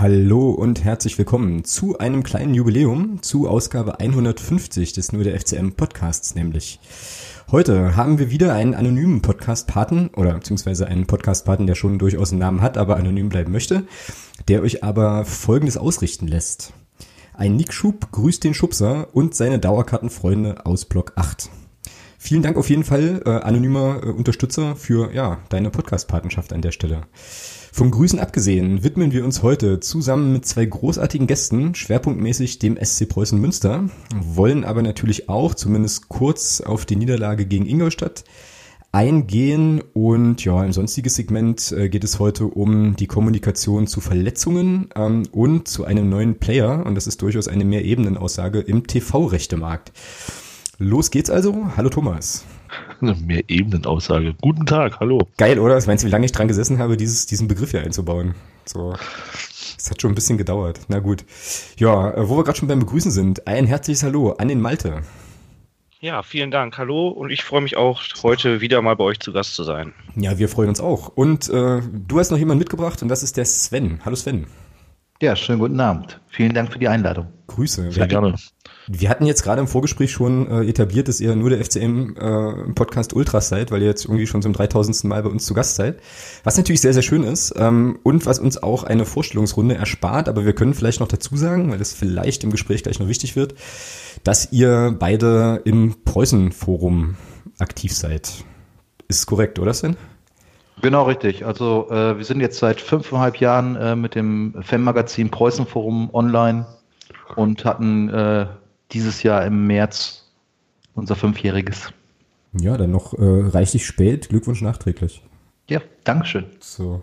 Hallo und herzlich willkommen zu einem kleinen Jubiläum, zu Ausgabe 150 des Nur der FCM Podcasts nämlich. Heute haben wir wieder einen anonymen Podcast-Paten oder beziehungsweise einen Podcast-Paten, der schon durchaus einen Namen hat, aber anonym bleiben möchte, der euch aber Folgendes ausrichten lässt. Ein Nick Schub grüßt den Schubser und seine Dauerkartenfreunde aus Block 8. Vielen Dank auf jeden Fall, anonymer Unterstützer, für deine Podcast-Patenschaft an der Stelle. Vom Grüßen abgesehen widmen wir uns heute zusammen mit zwei großartigen Gästen, schwerpunktmäßig dem SC Preußen Münster, wollen aber natürlich auch zumindest kurz auf die Niederlage gegen Ingolstadt eingehen und im sonstigen Segment geht es heute um die Kommunikation zu Verletzungen und zu einem neuen Player, und das ist durchaus eine Mehrebenenaussage im TV-Rechtemarkt. Los geht's also. Hallo Thomas. Eine Mehrebenenaussage. Guten Tag, hallo. Geil, oder? Was meinst du, wie lange ich dran gesessen habe, diesen Begriff hier einzubauen? So, das hat schon ein bisschen gedauert. Na gut. Ja, wo wir gerade schon beim Begrüßen sind, ein herzliches Hallo an den Malte. Ja, vielen Dank. Hallo, und ich freue mich auch, heute wieder mal bei euch zu Gast zu sein. Ja, wir freuen uns auch. Und du hast noch jemanden mitgebracht und das ist der Sven. Hallo Sven. Ja, schönen guten Abend. Vielen Dank für die Einladung. Grüße. Sehr gerne. Wir hatten jetzt gerade im Vorgespräch schon etabliert, dass ihr nur der FCM-Podcast Ultras seid, weil ihr jetzt irgendwie schon zum 3000. Mal bei uns zu Gast seid. Was natürlich sehr, sehr schön ist und was uns auch eine Vorstellungsrunde erspart. Aber wir können vielleicht noch dazu sagen, weil das vielleicht im Gespräch gleich noch wichtig wird, dass ihr beide im Preußen-Forum aktiv seid. Ist korrekt, oder Sven? Genau, richtig. Also wir sind jetzt seit 5,5 Jahren mit dem Fanmagazin Preußen-Forum online und hatten dieses Jahr im März unser 5-jähriges. Ja, dann noch reichlich spät. Glückwunsch nachträglich. Ja, Dankeschön. So,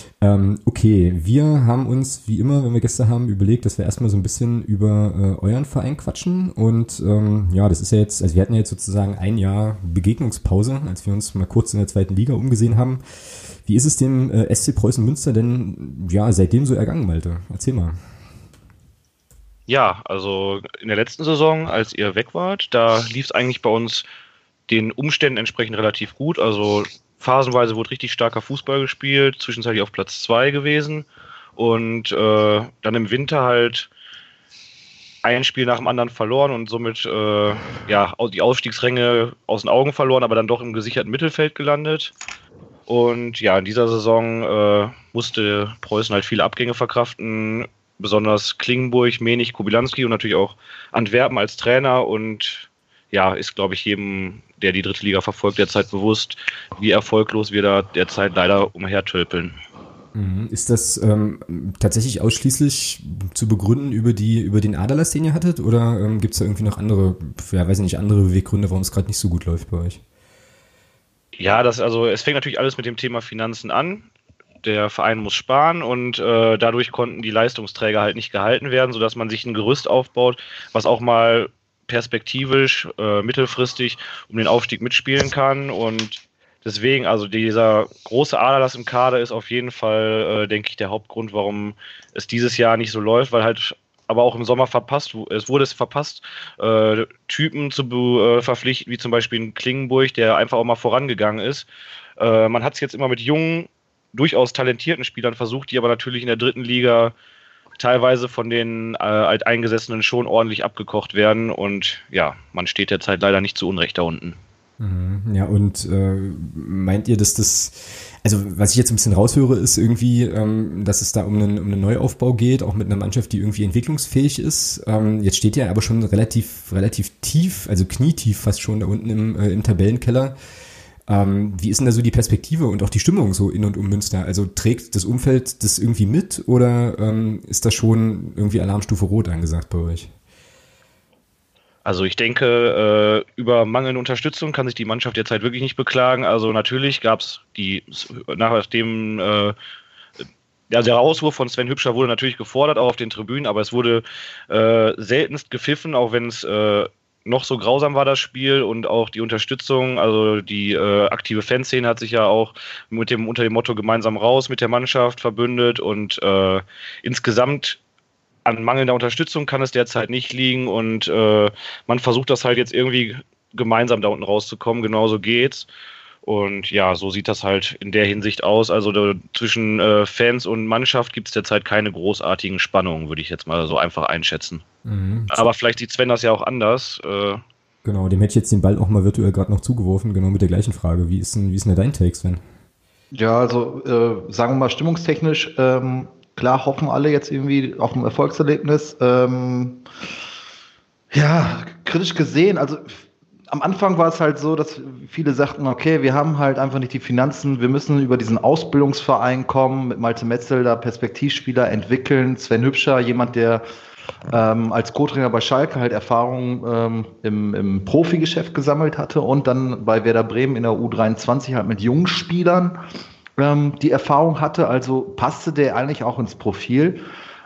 okay, wir haben uns, wie immer, wenn wir Gäste haben, überlegt, dass wir erstmal so ein bisschen über euren Verein quatschen und das ist ja jetzt, also wir hatten ja jetzt sozusagen ein Jahr Begegnungspause, als wir uns mal kurz in der zweiten Liga umgesehen haben. Wie ist es dem SC Preußen Münster denn seitdem so ergangen, Malte? Erzähl mal. Ja, also in der letzten Saison, als ihr weg wart, da lief es eigentlich bei uns den Umständen entsprechend relativ gut. Also phasenweise wurde richtig starker Fußball gespielt, zwischenzeitlich auf Platz 2 gewesen und dann im Winter halt ein Spiel nach dem anderen verloren und somit die Aufstiegsränge aus den Augen verloren, aber dann doch im gesicherten Mittelfeld gelandet. Und ja, in dieser Saison musste Preußen halt viele Abgänge verkraften, besonders Klingenburg, Menig, Kubilanski und natürlich auch Antwerpen als Trainer und ist, glaube ich, jedem, der die dritte Liga verfolgt, derzeit bewusst, wie erfolglos wir da derzeit leider umhertölpeln. Ist das tatsächlich ausschließlich zu begründen über den Aderlass, den ihr hattet, oder gibt es da irgendwie noch andere Beweggründe, warum es gerade nicht so gut läuft bei euch? Ja, es fängt natürlich alles mit dem Thema Finanzen an. Der Verein muss sparen und dadurch konnten die Leistungsträger halt nicht gehalten werden, sodass man sich ein Gerüst aufbaut, was auch mal perspektivisch, mittelfristig um den Aufstieg mitspielen kann. Und deswegen, also dieser große Aderlass im Kader ist auf jeden Fall, denke ich, der Hauptgrund, warum es dieses Jahr nicht so läuft, weil halt aber auch im Sommer wurde es verpasst, Typen zu verpflichten, wie zum Beispiel in Klingenburg, der einfach auch mal vorangegangen ist. Man hat es jetzt immer mit jungen, durchaus talentierten Spielern versucht, die aber natürlich in der dritten Liga teilweise von den Alteingesessenen schon ordentlich abgekocht werden und man steht derzeit leider nicht zu Unrecht da unten. Ja, und meint ihr, dass das, also was ich jetzt ein bisschen raushöre, ist irgendwie, dass es da um einen Neuaufbau geht, auch mit einer Mannschaft, die irgendwie entwicklungsfähig ist. Jetzt steht ihr aber schon relativ tief, also knietief fast schon da unten im Tabellenkeller. Wie ist denn da so die Perspektive und auch die Stimmung so in und um Münster? Also trägt das Umfeld das irgendwie mit oder ist da schon irgendwie Alarmstufe Rot angesagt bei euch? Also ich denke, über mangelnde Unterstützung kann sich die Mannschaft jetzt halt wirklich nicht beklagen. Also natürlich gab es nachdem der Rauswurf von Sven Hübscher wurde natürlich gefordert, auch auf den Tribünen, aber es wurde seltenst gepfiffen, auch wenn es noch so grausam war das Spiel und auch die Unterstützung, also die aktive Fanszene hat sich ja auch unter dem Motto gemeinsam raus mit der Mannschaft verbündet und insgesamt an mangelnder Unterstützung kann es derzeit nicht liegen und man versucht das halt jetzt irgendwie gemeinsam da unten rauszukommen, genauso geht's. Und ja, so sieht das halt in der Hinsicht aus. Also zwischen Fans und Mannschaft gibt es derzeit keine großartigen Spannungen, würde ich jetzt mal so einfach einschätzen. Aber vielleicht sieht Sven das ja auch anders. Genau, dem hätte ich jetzt den Ball auch mal virtuell gerade noch zugeworfen, genau mit der gleichen Frage. Wie ist denn dein Take, Sven? Ja, also sagen wir mal stimmungstechnisch, klar hoffen alle jetzt irgendwie auf ein Erfolgserlebnis. Ja, kritisch gesehen, also am Anfang war es halt so, dass viele sagten, okay, wir haben halt einfach nicht die Finanzen, wir müssen über diesen Ausbildungsverein kommen, mit Malte Metzel da Perspektivspieler entwickeln, Sven Hübscher, jemand, der als Co-Trainer bei Schalke halt Erfahrung im Profigeschäft gesammelt hatte und dann bei Werder Bremen in der U23 halt mit jungen Spielern die Erfahrung hatte, also passte der eigentlich auch ins Profil.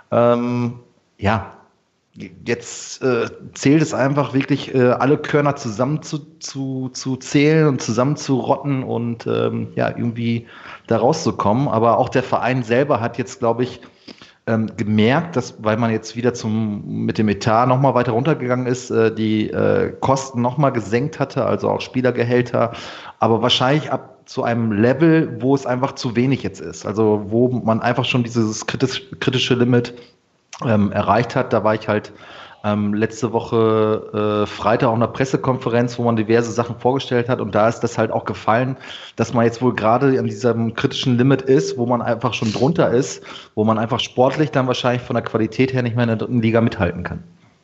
Ja, jetzt zählt es einfach wirklich, alle Körner zusammen zu zählen und zusammen zu rotten und ja, irgendwie da rauszukommen. Aber auch der Verein selber hat jetzt, glaube ich, gemerkt, dass, weil man jetzt wieder mit dem Etat nochmal weiter runtergegangen ist, die Kosten nochmal gesenkt hatte, also auch Spielergehälter, aber wahrscheinlich ab zu einem Level, wo es einfach zu wenig jetzt ist. Also wo man einfach schon dieses kritische Limit erreicht hat. Da war ich halt letzte Woche Freitag auf einer Pressekonferenz, wo man diverse Sachen vorgestellt hat und da ist das halt auch gefallen, dass man jetzt wohl gerade an diesem kritischen Limit ist, wo man einfach schon drunter ist, wo man einfach sportlich dann wahrscheinlich von der Qualität her nicht mehr in der dritten Liga mithalten kann.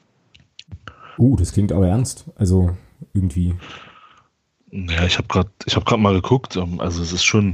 Das klingt aber ernst. Also irgendwie. Ja, ich habe gerade mal geguckt. Also es ist schon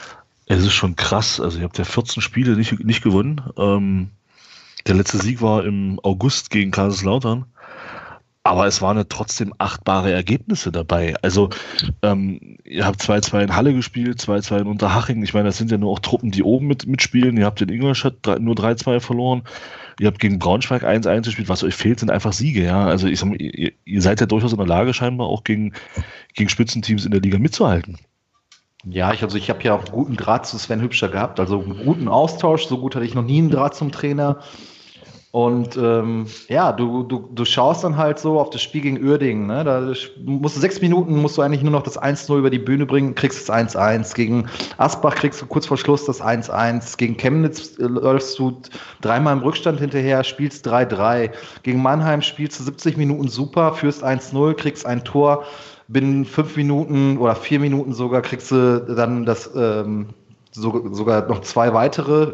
krass. Also ihr habt ja 14 Spiele nicht gewonnen. Der letzte Sieg war im August gegen Kaiserslautern, aber es waren ja trotzdem achtbare Ergebnisse dabei. Also ihr habt 2-2 in Halle gespielt, 2-2 in Unterhaching. Ich meine, das sind ja nur auch Truppen, die oben mitspielen. Ihr habt in Ingolstadt nur 3-2 verloren. Ihr habt gegen Braunschweig 1-1 gespielt. Was euch fehlt, sind einfach Siege. Ja, also ich sag mal, ihr seid ja durchaus in der Lage, scheinbar auch gegen Spitzenteams in der Liga mitzuhalten. Ja, ich habe ja auch einen guten Draht zu Sven Hübscher gehabt, also einen guten Austausch. So gut hatte ich noch nie einen Draht zum Trainer. Und ja, du schaust dann halt so auf das Spiel gegen Uerdingen. Ne? Da musst du 6 Minuten, musst du eigentlich nur noch das 1-0 über die Bühne bringen, kriegst das 1-1. Gegen Asbach kriegst du kurz vor Schluss das 1-1. Gegen Chemnitz läufst du 3-mal im Rückstand hinterher, spielst 3-3. Gegen Mannheim spielst du 70 Minuten super, führst 1-0, kriegst ein Tor. Binnen 5 Minuten oder 4 Minuten sogar kriegst du dann das sogar noch 2 weitere,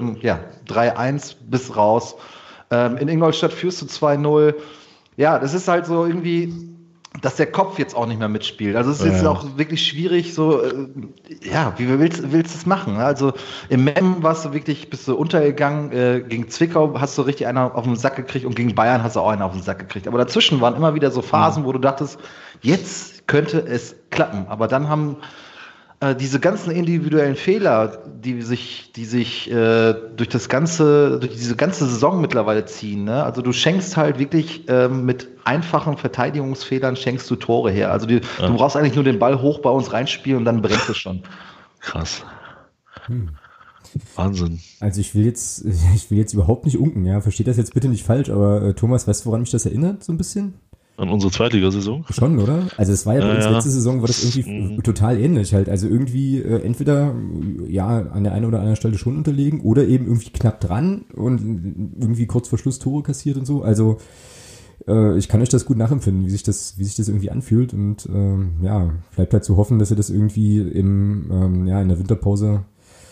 3-1 bis raus. In Ingolstadt führst du 2-0. Ja, das ist halt so irgendwie, dass der Kopf jetzt auch nicht mehr mitspielt. Also es ist jetzt auch wirklich schwierig, so, wie willst du das machen? Also im Mem bist du untergegangen, gegen Zwickau hast du richtig einen auf den Sack gekriegt und gegen Bayern hast du auch einen auf den Sack gekriegt. Aber dazwischen waren immer wieder so Phasen, wo du dachtest, jetzt könnte es klappen. Aber dann haben diese ganzen individuellen Fehler, die sich durch diese ganze Saison mittlerweile ziehen, ne? Also du schenkst halt wirklich mit einfachen Verteidigungsfehlern schenkst du Tore her. Also du brauchst eigentlich nur den Ball hoch bei uns reinspielen und dann brennt es schon. Krass. Wahnsinn. Also ich will jetzt überhaupt nicht unken, ja. Versteht das jetzt bitte nicht falsch, aber Thomas, weißt du, woran mich das erinnert, so ein bisschen? An unsere Zweitligasaison? Schon, oder? Also es war ja bei uns letzte Saison, war das irgendwie total ähnlich halt. Also irgendwie entweder an der einen oder anderen Stelle schon unterlegen oder eben irgendwie knapp dran und irgendwie kurz vor Schluss Tore kassiert und so. Also ich kann euch das gut nachempfinden, wie sich das irgendwie anfühlt und bleibt halt zu hoffen, dass ihr das irgendwie in der Winterpause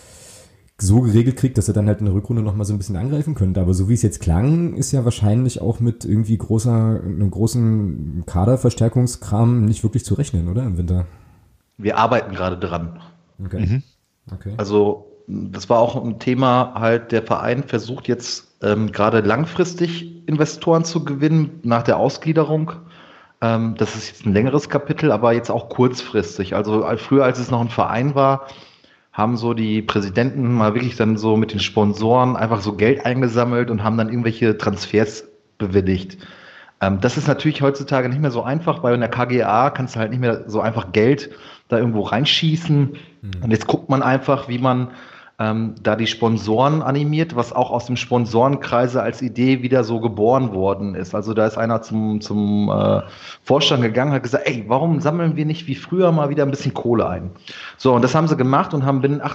so geregelt kriegt, dass er dann halt in der Rückrunde noch mal so ein bisschen angreifen könnte. Aber so wie es jetzt klang, ist ja wahrscheinlich auch mit irgendwie einem großen Kaderverstärkungskram nicht wirklich zu rechnen, oder, im Winter? Wir arbeiten gerade dran. Okay. Also das war auch ein Thema halt, der Verein versucht jetzt gerade langfristig Investoren zu gewinnen nach der Ausgliederung. Das ist jetzt ein längeres Kapitel, aber jetzt auch kurzfristig. Also früher, als es noch ein Verein war, haben so die Präsidenten mal wirklich dann so mit den Sponsoren einfach so Geld eingesammelt und haben dann irgendwelche Transfers bewilligt. Das ist natürlich heutzutage nicht mehr so einfach, weil in der KGA kannst du halt nicht mehr so einfach Geld da irgendwo reinschießen. Und jetzt guckt man einfach, wie man da die Sponsoren animiert, was auch aus dem Sponsorenkreise als Idee wieder so geboren worden ist. Also da ist einer zum Vorstand gegangen, hat gesagt, ey, warum sammeln wir nicht wie früher mal wieder ein bisschen Kohle ein? So, und das haben sie gemacht und haben binnen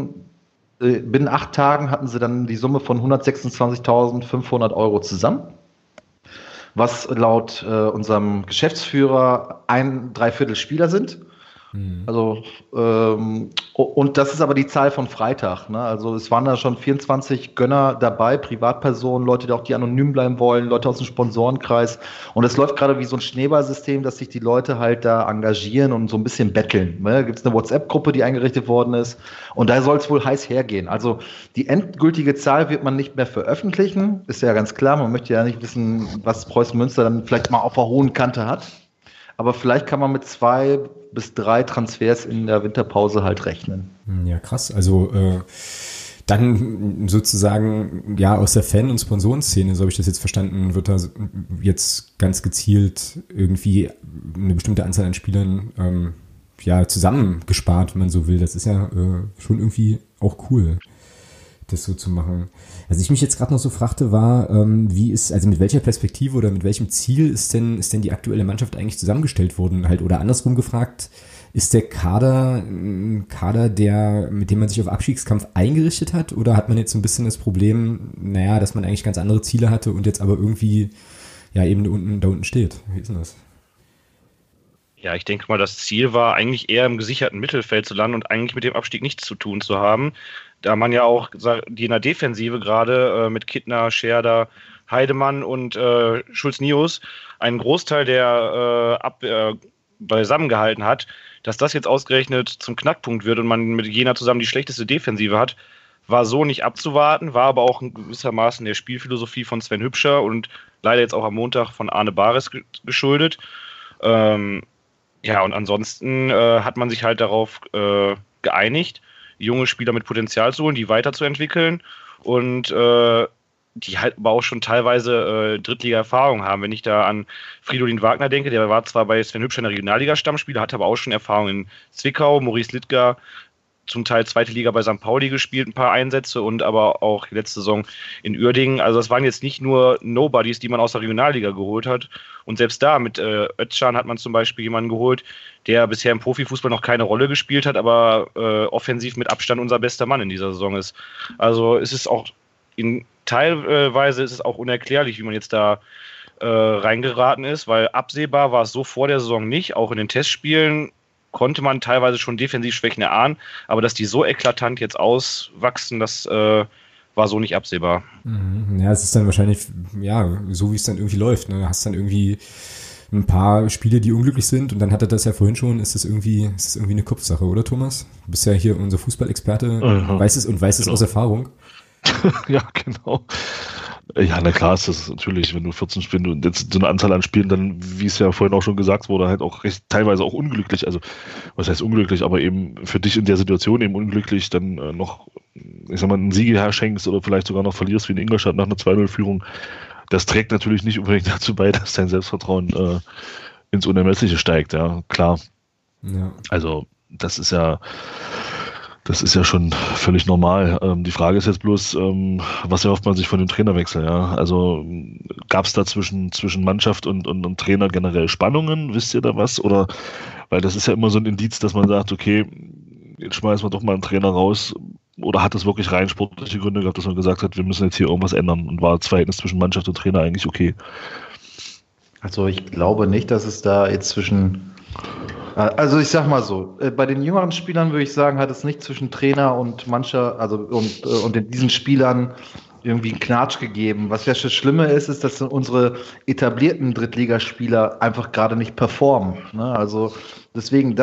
8 Tagen hatten sie dann die Summe von 126.500 € zusammen, was laut unserem Geschäftsführer 1/3 Spieler sind. Also, und das ist aber die Zahl von Freitag, ne? Also es waren da schon 24 Gönner dabei, Privatpersonen, Leute, die anonym bleiben wollen, Leute aus dem Sponsorenkreis. Und es läuft gerade wie so ein Schneeballsystem, dass sich die Leute halt da engagieren und so ein bisschen betteln. Ne? Da gibt es eine WhatsApp-Gruppe, die eingerichtet worden ist. Und da soll es wohl heiß hergehen. Also die endgültige Zahl wird man nicht mehr veröffentlichen. Ist ja ganz klar, man möchte ja nicht wissen, was Preußen Münster dann vielleicht mal auf der hohen Kante hat. Aber vielleicht kann man mit 2 bis 3 Transfers in der Winterpause halt rechnen. Ja, krass. Also dann sozusagen ja aus der Fan- und Sponsorenszene, so habe ich das jetzt verstanden, wird da jetzt ganz gezielt irgendwie eine bestimmte Anzahl an Spielern zusammengespart, wenn man so will. Das ist ja schon irgendwie auch cool, das so zu machen. Was ich mich jetzt gerade noch so fragte, war, mit welcher Perspektive oder mit welchem Ziel ist denn die aktuelle Mannschaft eigentlich zusammengestellt worden? Halt, oder andersrum gefragt, ist der Kader ein Kader, mit dem man sich auf Abstiegskampf eingerichtet hat? Oder hat man jetzt so ein bisschen das Problem, dass man eigentlich ganz andere Ziele hatte und jetzt aber irgendwie ja eben da unten steht? Wie ist denn das? Ja, ich denke mal, das Ziel war eigentlich eher im gesicherten Mittelfeld zu landen und eigentlich mit dem Abstieg nichts zu tun zu haben. Da man ja auch die in der Defensive gerade mit Kittner, Scherder, Heidemann und Schulz-Nios einen Großteil der Abwehr beisammengehalten hat, dass das jetzt ausgerechnet zum Knackpunkt wird und man mit Jena zusammen die schlechteste Defensive hat, war so nicht abzuwarten, war aber auch in gewissermaßen der Spielphilosophie von Sven Hübscher und leider jetzt auch am Montag von Arne Bares geschuldet. Und ansonsten hat man sich halt darauf geeinigt, junge Spieler mit Potenzial zu holen, die weiterzuentwickeln und die halt aber auch schon teilweise Drittliga-Erfahrung haben. Wenn ich da an Fridolin Wagner denke, der war zwar bei Sven Hübscher in der Regionalliga-Stammspieler, hat aber auch schon Erfahrung in Zwickau, Maurice Littger, zum Teil zweite Liga bei St. Pauli gespielt, ein paar Einsätze und aber auch die letzte Saison in Uerdingen. Also das waren jetzt nicht nur Nobodies, die man aus der Regionalliga geholt hat. Und selbst da mit Özcan hat man zum Beispiel jemanden geholt, der bisher im Profifußball noch keine Rolle gespielt hat, aber offensiv mit Abstand unser bester Mann in dieser Saison ist. Also es ist auch teilweise ist es auch unerklärlich, wie man jetzt da reingeraten ist, weil absehbar war es so vor der Saison nicht, auch in den Testspielen konnte man teilweise schon Defensivschwächen erahnen, aber dass die so eklatant jetzt auswachsen, das war so nicht absehbar. Ja, es ist dann wahrscheinlich, so wie es dann irgendwie läuft. Ne? Du hast dann irgendwie ein paar Spiele, die unglücklich sind und dann hat er das ja vorhin schon, ist das irgendwie eine Kopfsache, oder Thomas? Du bist ja hier unser Fußballexperte, weiß es aus Erfahrung. Ja, genau. Ja, na klar ist das natürlich, wenn du 14 Spiele und jetzt so eine Anzahl an Spielen dann, wie es ja vorhin auch schon gesagt wurde, halt auch teilweise auch unglücklich, also was heißt unglücklich, aber eben für dich in der Situation eben unglücklich, dann noch, ich sag mal, einen Sieg herschenkst oder vielleicht sogar noch verlierst wie in Ingolstadt nach einer 2-0-Führung, das trägt natürlich nicht unbedingt dazu bei, dass dein Selbstvertrauen ins Unermessliche steigt, ja, klar. Ja. Also das ist ja schon völlig normal. Die Frage ist jetzt bloß, was erhofft man sich von dem Trainerwechsel? Ja? Also gab es da zwischen Mannschaft und Trainer generell Spannungen? Wisst ihr da was? Oder weil das ist ja immer so ein Indiz, dass man sagt, okay, jetzt schmeißen wir doch mal einen Trainer raus. Oder hat das wirklich rein sportliche Gründe gehabt, dass man gesagt hat, wir müssen jetzt hier irgendwas ändern? Und war das Verhältnis zwischen Mannschaft und Trainer eigentlich okay? Also ich glaube nicht, dass es da jetzt also ich sag mal so, bei den jüngeren Spielern würde ich sagen, hat es nicht zwischen Trainer und Mannschaft, und diesen Spielern irgendwie einen Knatsch gegeben. Was ja das Schlimme ist, dass unsere etablierten Drittligaspieler einfach gerade nicht performen. Ne? Also deswegen,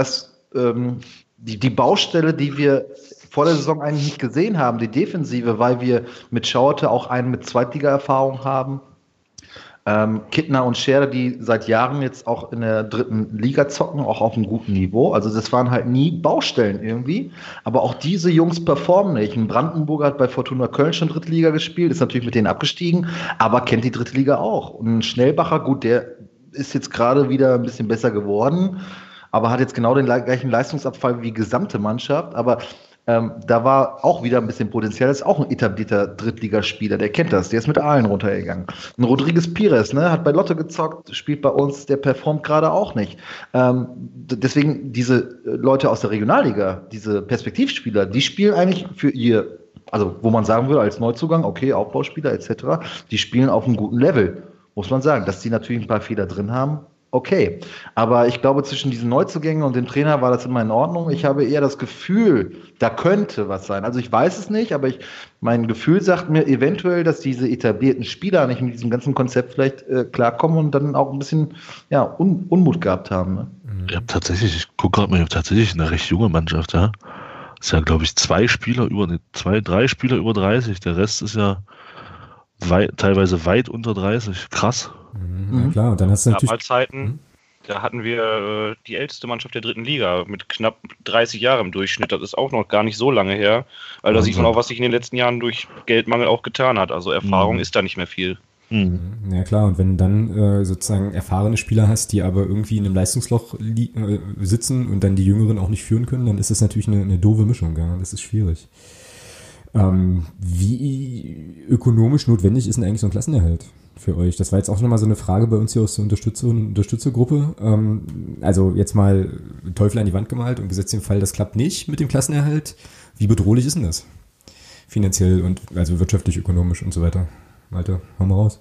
die Baustelle, die wir vor der Saison eigentlich nicht gesehen haben, die Defensive, weil wir mit Schaute auch einen mit Zweitliga-Erfahrung haben. Kittner und Scherder, die seit Jahren jetzt auch in der dritten Liga zocken, auch auf einem guten Niveau. Also das waren halt nie Baustellen irgendwie. Aber auch diese Jungs performen nicht. Ein Brandenburger hat bei Fortuna Köln schon Drittliga gespielt, ist natürlich mit denen abgestiegen, aber kennt die dritte Liga auch. Und ein Schnellbacher, gut, der ist jetzt gerade wieder ein bisschen besser geworden, aber hat jetzt genau den gleichen Leistungsabfall wie die gesamte Mannschaft. Aber Da war auch wieder ein bisschen Potenzial. Das ist auch ein etablierter Drittligaspieler, der kennt das, der ist mit Aalen runtergegangen. Ein Rodriguez Pires, ne, hat bei Lotte gezockt, spielt bei uns, der performt gerade auch nicht. Deswegen diese Leute aus der Regionalliga, diese Perspektivspieler, die spielen eigentlich für ihr, also wo man sagen würde, als Neuzugang, okay, Aufbauspieler etc., die spielen auf einem guten Level, muss man sagen. Dass die natürlich ein paar Fehler drin haben, okay. Aber ich glaube, zwischen diesen Neuzugängen und dem Trainer war das immer in Ordnung. Ich habe eher das Gefühl, da könnte was sein. Also ich weiß es nicht, aber mein Gefühl sagt mir eventuell, dass diese etablierten Spieler nicht mit diesem ganzen Konzept vielleicht klarkommen und dann auch ein bisschen Unmut gehabt haben. Ne? Ich habe tatsächlich, ich gucke gerade mal, ich habe tatsächlich eine recht junge Mannschaft, ja. Ist ja, glaube ich, drei Spieler über 30. Der Rest ist ja teilweise weit unter 30. Krass. Ja, klar. Und dann hast du natürlich. Damals Zeiten, da hatten wir die älteste Mannschaft der dritten Liga mit knapp 30 Jahren im Durchschnitt. Das ist auch noch gar nicht so lange her. Weil da sieht man auch, was sich in den letzten Jahren durch Geldmangel auch getan hat. Also Erfahrung ist da nicht mehr viel. Ja klar, und wenn du dann sozusagen erfahrene Spieler hast, die aber irgendwie in einem Leistungsloch sitzen und dann die Jüngeren auch nicht führen können, dann ist das natürlich eine doofe Mischung. Ja? Das ist schwierig. Wie ökonomisch notwendig ist denn eigentlich so ein Klassenerhalt für euch? Das war jetzt auch nochmal so eine Frage bei uns hier aus der Unterstützergruppe. Also jetzt mal Teufel an die Wand gemalt und gesetzt den Fall, das klappt nicht mit dem Klassenerhalt. Wie bedrohlich ist denn das? Finanziell und also wirtschaftlich, ökonomisch und so weiter. Malte, hau mal raus.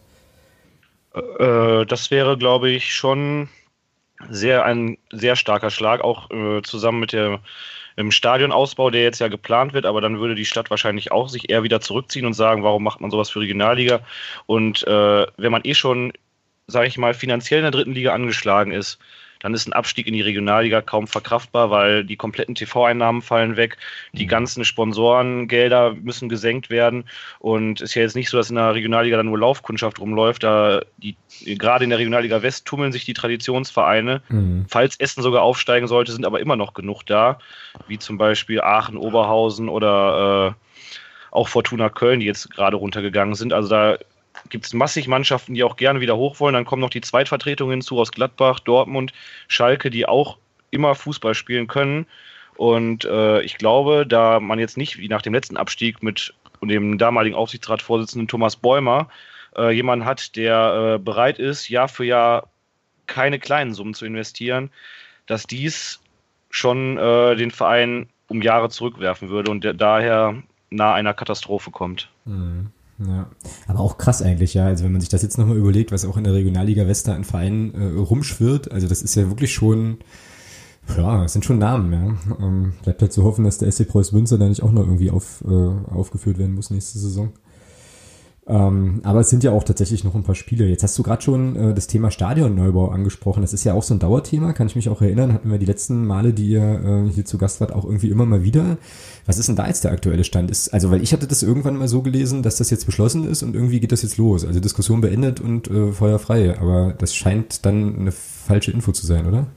Das wäre, glaube ich, schon ein sehr starker Schlag, auch zusammen mit dem Stadionausbau, der jetzt ja geplant wird, aber dann würde die Stadt wahrscheinlich auch sich eher wieder zurückziehen und sagen, warum macht man sowas für Regionalliga? Und wenn man schon, sage ich mal, finanziell in der dritten Liga angeschlagen ist, dann ist ein Abstieg in die Regionalliga kaum verkraftbar, weil die kompletten TV-Einnahmen fallen weg, die ganzen Sponsorengelder müssen gesenkt werden und es ist ja jetzt nicht so, dass in der Regionalliga dann nur Laufkundschaft rumläuft, gerade in der Regionalliga West tummeln sich die Traditionsvereine, falls Essen sogar aufsteigen sollte, sind aber immer noch genug da, wie zum Beispiel Aachen, Oberhausen oder auch Fortuna Köln, die jetzt gerade runtergegangen sind, also da gibt es massig Mannschaften, die auch gerne wieder hoch wollen. Dann kommen noch die Zweitvertretungen hinzu aus Gladbach, Dortmund, Schalke, die auch immer Fußball spielen können. Und ich glaube, da man jetzt nicht wie nach dem letzten Abstieg mit dem damaligen Aufsichtsratsvorsitzenden Thomas Bäumer jemanden hat, der bereit ist, Jahr für Jahr keine kleinen Summen zu investieren, dass dies schon den Verein um Jahre zurückwerfen würde und daher nahe einer Katastrophe kommt. Ja, aber auch krass eigentlich, ja. Also wenn man sich das jetzt nochmal überlegt, was auch in der Regionalliga West da an Vereinen rumschwirrt, also das ist ja wirklich schon, ja, das sind schon Namen, ja. Bleibt halt zu hoffen, dass der SC Preußen Münster da nicht auch noch irgendwie aufgeführt werden muss nächste Saison. Aber es sind ja auch tatsächlich noch ein paar Spiele. Jetzt hast du gerade schon das Thema Stadionneubau angesprochen. Das ist ja auch so ein Dauerthema, kann ich mich auch erinnern. Hatten wir die letzten Male, die ihr hier zu Gast wart, auch irgendwie immer mal wieder. Was ist denn da jetzt der aktuelle Stand? Also, weil ich hatte das irgendwann mal so gelesen, dass das jetzt beschlossen ist und irgendwie geht das jetzt los. Also Diskussion beendet und Feuer frei. Aber das scheint dann eine falsche Info zu sein, oder?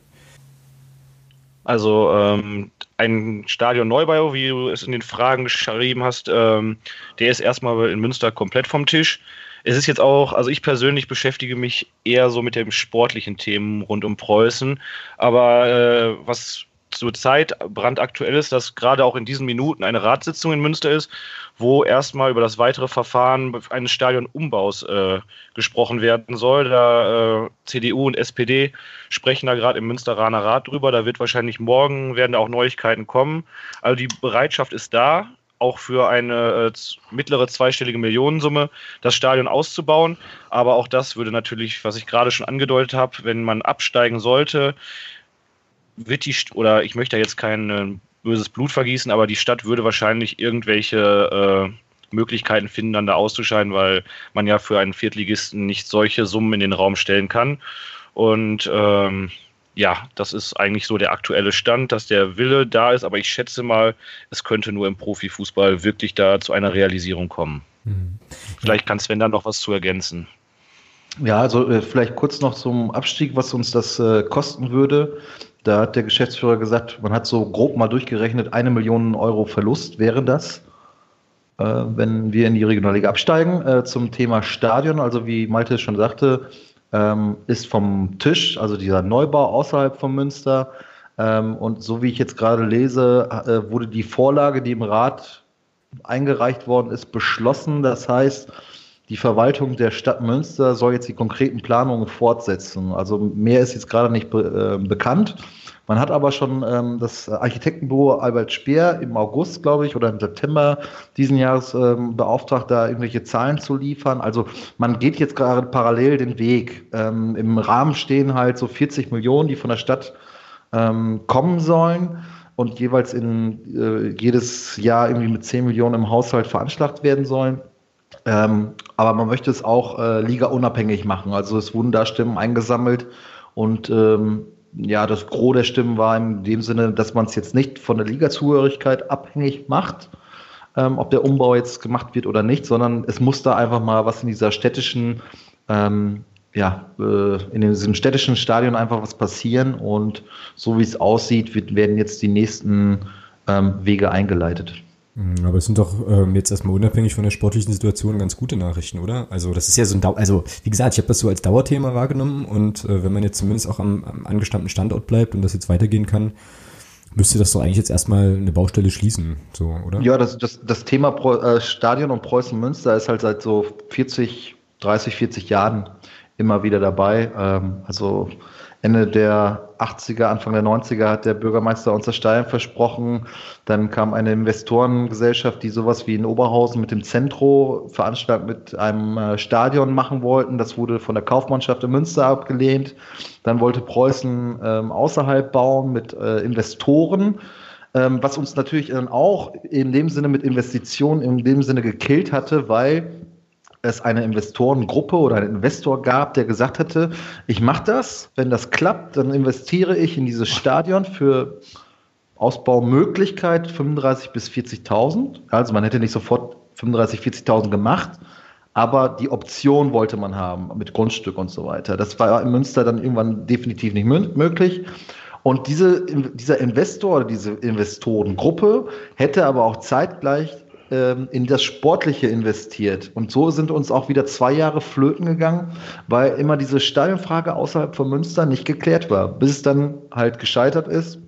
Also ein Stadion-Neubau, wie du es in den Fragen geschrieben hast, der ist erstmal in Münster komplett vom Tisch. Es ist jetzt auch, also ich persönlich beschäftige mich eher so mit den sportlichen Themen rund um Preußen, aber was zurzeit brandaktuell ist, dass gerade auch in diesen Minuten eine Ratssitzung in Münster ist, wo erstmal über das weitere Verfahren eines Stadionumbaus gesprochen werden soll. Da CDU und SPD sprechen da gerade im Münsteraner Rat drüber. Da wird wahrscheinlich morgen werden da auch Neuigkeiten kommen. Also die Bereitschaft ist da, auch für eine mittlere zweistellige Millionensumme das Stadion auszubauen. Aber auch das würde natürlich, was ich gerade schon angedeutet habe, wenn man absteigen sollte, ich möchte jetzt kein böses Blut vergießen, aber die Stadt würde wahrscheinlich irgendwelche Möglichkeiten finden, dann da auszuscheiden, weil man ja für einen Viertligisten nicht solche Summen in den Raum stellen kann. Und das ist eigentlich so der aktuelle Stand, dass der Wille da ist, aber ich schätze mal, es könnte nur im Profifußball wirklich da zu einer Realisierung kommen. Vielleicht kann Sven da noch was zu ergänzen. Ja, also vielleicht kurz noch zum Abstieg, was uns das kosten würde. Da hat der Geschäftsführer gesagt, man hat so grob mal durchgerechnet, 1 Million Euro Verlust wäre das, wenn wir in die Regionalliga absteigen. Zum Thema Stadion, also wie Malte schon sagte, ist vom Tisch, also dieser Neubau außerhalb von Münster. Und so wie ich jetzt gerade lese, wurde die Vorlage, die im Rat eingereicht worden ist, beschlossen. Das heißt, die Verwaltung der Stadt Münster soll jetzt die konkreten Planungen fortsetzen. Also mehr ist jetzt gerade nicht bekannt. Man hat aber schon das Architektenbüro Albert Speer im August, glaube ich, oder im September diesen Jahres beauftragt, da irgendwelche Zahlen zu liefern. Also man geht jetzt gerade parallel den Weg. Im Rahmen stehen halt so 40 Millionen, die von der Stadt kommen sollen und jeweils in jedes Jahr irgendwie mit 10 Millionen im Haushalt veranschlagt werden sollen. Aber man möchte es auch ligaunabhängig machen. Also es wurden da Stimmen eingesammelt und das Gros der Stimmen war in dem Sinne, dass man es jetzt nicht von der Ligazugehörigkeit abhängig macht, ob der Umbau jetzt gemacht wird oder nicht, sondern es muss da einfach mal was in dieser städtischen, in diesem städtischen Stadion einfach was passieren und so wie es aussieht, werden jetzt die nächsten Wege eingeleitet. Aber es sind doch jetzt erstmal unabhängig von der sportlichen Situation ganz gute Nachrichten, oder? Also das ist ja so ein wie gesagt, ich habe das so als Dauerthema wahrgenommen und wenn man jetzt zumindest auch am angestammten Standort bleibt und das jetzt weitergehen kann, müsste das doch eigentlich jetzt erstmal eine Baustelle schließen, so, oder? Ja, das Thema Stadion und Preußen Münster ist halt seit so 30, 40 Jahren immer wieder dabei. Also Ende der 80er, Anfang der 90er hat der Bürgermeister uns das Stadion versprochen. Dann kam eine Investorengesellschaft, die sowas wie in Oberhausen mit dem Zentro veranstaltet mit einem Stadion machen wollten. Das wurde von der Kaufmannschaft in Münster abgelehnt. Dann wollte Preußen außerhalb bauen mit Investoren. Was uns natürlich dann auch in dem Sinne mit Investitionen in dem Sinne gekillt hatte, weil es eine Investorengruppe oder einen Investor gab, der gesagt hatte, ich mache das, wenn das klappt, dann investiere ich in dieses Stadion für Ausbaumöglichkeit 35.000 bis 40.000. Also man hätte nicht sofort 35.000, 40.000 gemacht, aber die Option wollte man haben mit Grundstück und so weiter. Das war in Münster dann irgendwann definitiv nicht möglich. Und dieser Investor oder diese Investorengruppe hätte aber auch zeitgleich in das Sportliche investiert. Und so sind uns auch wieder 2 Jahre flöten gegangen, weil immer diese Stadionfrage außerhalb von Münster nicht geklärt war, bis es dann halt gescheitert ist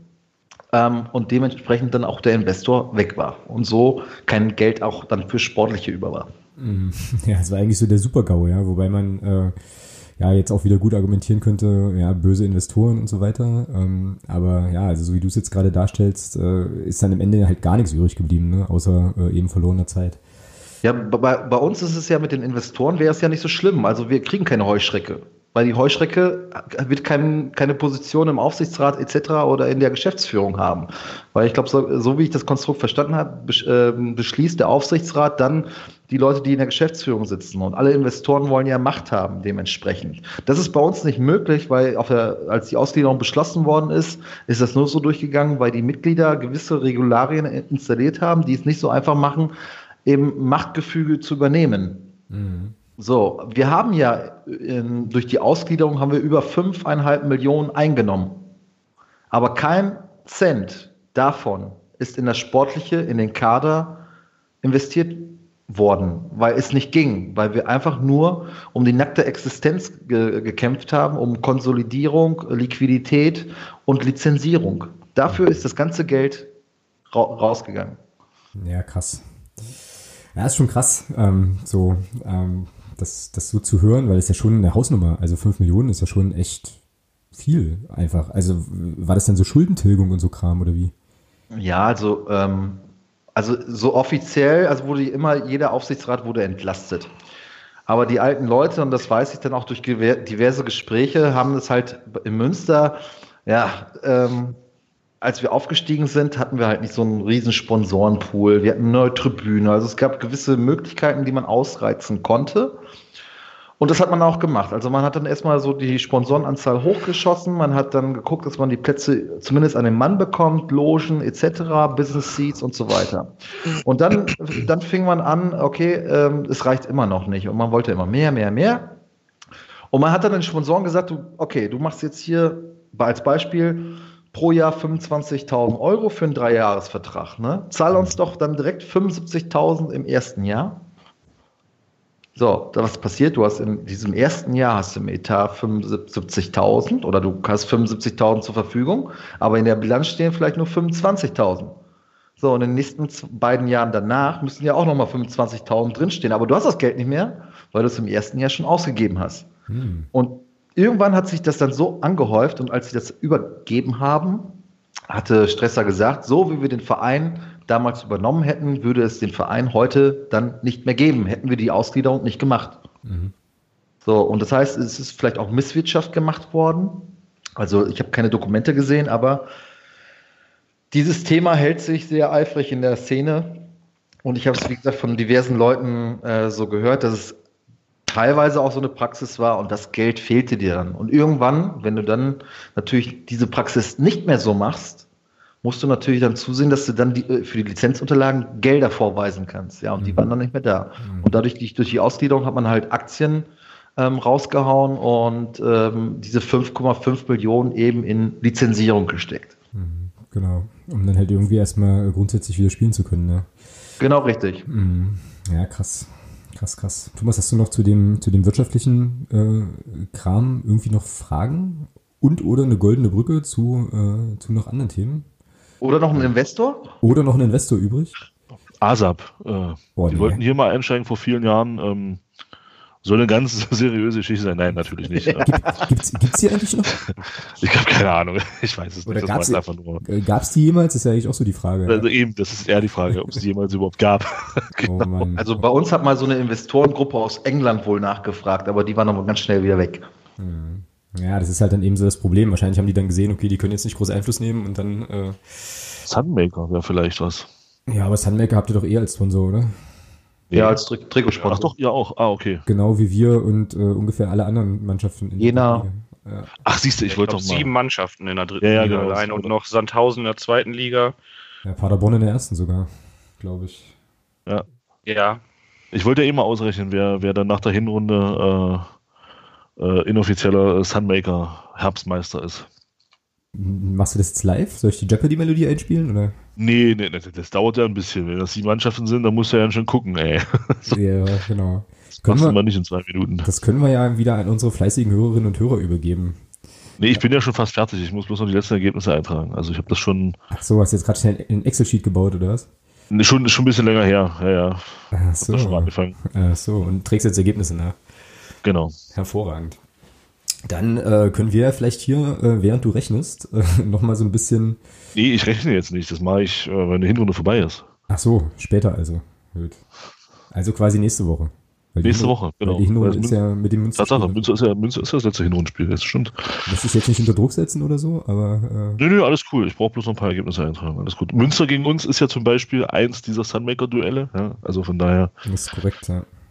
und dementsprechend dann auch der Investor weg war. Und so kein Geld auch dann für Sportliche über war. Ja, das war eigentlich so der Super-GAU, ja, wobei man jetzt auch wieder gut argumentieren könnte, ja, böse Investoren und so weiter. Aber ja, also so wie du es jetzt gerade darstellst, ist dann am Ende halt gar nichts übrig geblieben, ne? Außer eben verlorener Zeit. Ja, bei uns ist es ja mit den Investoren, wäre es ja nicht so schlimm. Also wir kriegen keine Heuschrecke. Weil die Heuschrecke wird keine Position im Aufsichtsrat etc. oder in der Geschäftsführung haben. Weil ich glaube, so wie ich das Konstrukt verstanden habe, beschließt der Aufsichtsrat dann die Leute, die in der Geschäftsführung sitzen. Und alle Investoren wollen ja Macht haben dementsprechend. Das ist bei uns nicht möglich, weil als die Ausgliederung beschlossen worden ist das nur so durchgegangen, weil die Mitglieder gewisse Regularien installiert haben, die es nicht so einfach machen, eben Machtgefüge zu übernehmen. Mhm. So, wir haben ja durch die Ausgliederung haben wir über 5,5 Millionen eingenommen. Aber kein Cent davon ist in das Sportliche, in den Kader investiert worden, weil es nicht ging, weil wir einfach nur um die nackte Existenz gekämpft haben, um Konsolidierung, Liquidität und Lizenzierung. Dafür ist das ganze Geld rausgegangen. Ja, krass. Ja, ist schon krass, das so zu hören, weil es ja schon eine Hausnummer, also 5 Millionen ist ja schon echt viel einfach. Also war das dann so Schuldentilgung und so Kram oder wie? Ja, also so offiziell, also jeder Aufsichtsrat wurde entlastet. Aber die alten Leute, und das weiß ich dann auch durch diverse Gespräche, haben das halt in Münster, als wir aufgestiegen sind, hatten wir halt nicht so einen riesen Sponsorenpool. Wir hatten eine neue Tribüne. Also es gab gewisse Möglichkeiten, die man ausreizen konnte. Und das hat man auch gemacht. Also man hat dann erstmal so die Sponsorenanzahl hochgeschossen. Man hat dann geguckt, dass man die Plätze zumindest an den Mann bekommt, Logen etc., Business Seats und so weiter. Und dann fing man an, okay, es reicht immer noch nicht. Und man wollte immer mehr. Und man hat dann den Sponsoren gesagt, du machst jetzt hier als Beispiel pro Jahr 25.000 Euro für einen 3-Jahres-Vertrag. Ne? Zahl uns doch dann direkt 75.000 im ersten Jahr. So, was passiert? Du hast in diesem ersten Jahr hast du im Etat 75.000 oder du hast 75.000 zur Verfügung, aber in der Bilanz stehen vielleicht nur 25.000. So, und in den nächsten beiden Jahren danach müssen ja auch nochmal 25.000 drinstehen, aber du hast das Geld nicht mehr, weil du es im ersten Jahr schon ausgegeben hast. Und irgendwann hat sich das dann so angehäuft und als sie das übergeben haben, hatte Stresser gesagt, so wie wir den Verein damals übernommen hätten, würde es den Verein heute dann nicht mehr geben, hätten wir die Ausgliederung nicht gemacht. So, und das heißt, es ist vielleicht auch Misswirtschaft gemacht worden. Also ich habe keine Dokumente gesehen, aber dieses Thema hält sich sehr eifrig in der Szene. Und ich habe es, wie gesagt, von diversen Leuten so gehört, dass es teilweise auch so eine Praxis war und das Geld fehlte dir dann. Und irgendwann, wenn du dann natürlich diese Praxis nicht mehr so machst, musst du natürlich dann zusehen, dass du dann für die Lizenzunterlagen Gelder vorweisen kannst. Ja, und die waren dann nicht mehr da. Und dadurch, durch die Ausgliederung hat man halt Aktien rausgehauen und diese 5,5 Millionen eben in Lizenzierung gesteckt. Genau, um dann halt irgendwie erstmal grundsätzlich wieder spielen zu können. Ne? Genau, richtig. Ja, krass. Thomas, hast du noch zu dem wirtschaftlichen Kram irgendwie noch Fragen und oder eine goldene Brücke zu noch anderen Themen? Oder noch ein Investor? Oder noch ein Investor übrig? ASAP. Die wollten hier mal einsteigen vor vielen Jahren. Soll eine ganz seriöse Geschichte sein? Nein, natürlich nicht. Gibt's die eigentlich noch? Ich habe keine Ahnung. Ich weiß es oder nicht. Gab's die jemals? Das ist ja eigentlich auch so die Frage. Also eben, das ist eher die Frage, ob es die jemals überhaupt gab. Oh Mann. Also bei uns hat mal so eine Investorengruppe aus England wohl nachgefragt, aber die waren aber ganz schnell wieder weg. Ja, das ist halt dann eben so das Problem. Wahrscheinlich haben die dann gesehen, okay, die können jetzt nicht groß Einfluss nehmen und dann Sunmaker wäre vielleicht was. Ja, aber Sunmaker habt ihr doch als Sponsor, oder? Ja, als Trikotsponsor. Ach doch, ja auch. Ah, okay. Genau wie wir und ungefähr alle anderen Mannschaften in Jena. Ja. Ach, siehst du, ich wollte doch mal. 7 Mannschaften in der dritten Liga genau, allein und noch Sandhausen in der zweiten Liga. Ja, Paderborn in der ersten sogar, glaube ich. Ja. Ich wollte ja eh mal ausrechnen, wer dann nach der Hinrunde inoffizieller Sunmaker Herbstmeister ist. Machst du das jetzt live? Soll ich die Jeopardy-Melodie einspielen? Oder? Nee, das dauert ja ein bisschen. Wenn das 7 Mannschaften sind, dann musst du ja schon gucken, ey. Ja, genau. Machst du mal nicht in 2 Minuten. Das können wir ja wieder an unsere fleißigen Hörerinnen und Hörer übergeben. Nee, ich bin ja schon fast fertig. Ich muss bloß noch die letzten Ergebnisse eintragen. Also ich habe das schon... Ach so, hast du jetzt gerade schnell ein Excel-Sheet gebaut, oder was? Nee, schon ein bisschen länger her. Ja. Ach so. Hab das schon mal angefangen. Ach so, und trägst jetzt Ergebnisse nach. Genau. Hervorragend. Dann können wir vielleicht hier, während du rechnest, nochmal so ein bisschen... Nee, ich rechne jetzt nicht. Das mache ich, wenn die Hinrunde vorbei ist. Ach so, später also. Gut. Also quasi nächste Woche. Nächste Woche, genau. Weil die Hinrunde ist ja mit dem Münster. Tatsache, Münster ist das letzte Hinrundenspiel, das stimmt. Das ist jetzt nicht unter Druck setzen oder so, aber... Nö, alles cool. Ich brauche bloß noch ein paar Ergebnisse eintragen. Alles gut. Münster gegen uns ist ja zum Beispiel eins dieser Sunmaker-Duelle. Ja? Also von daher... Das ist korrekt,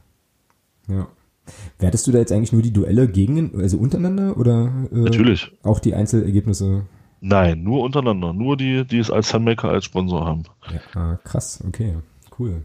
ja. Wertest du da jetzt eigentlich nur die Duelle also untereinander oder Natürlich. Auch die Einzelergebnisse? Nein, nur untereinander. Nur die es als Sunmaker als Sponsor haben. Ja, krass, okay, cool.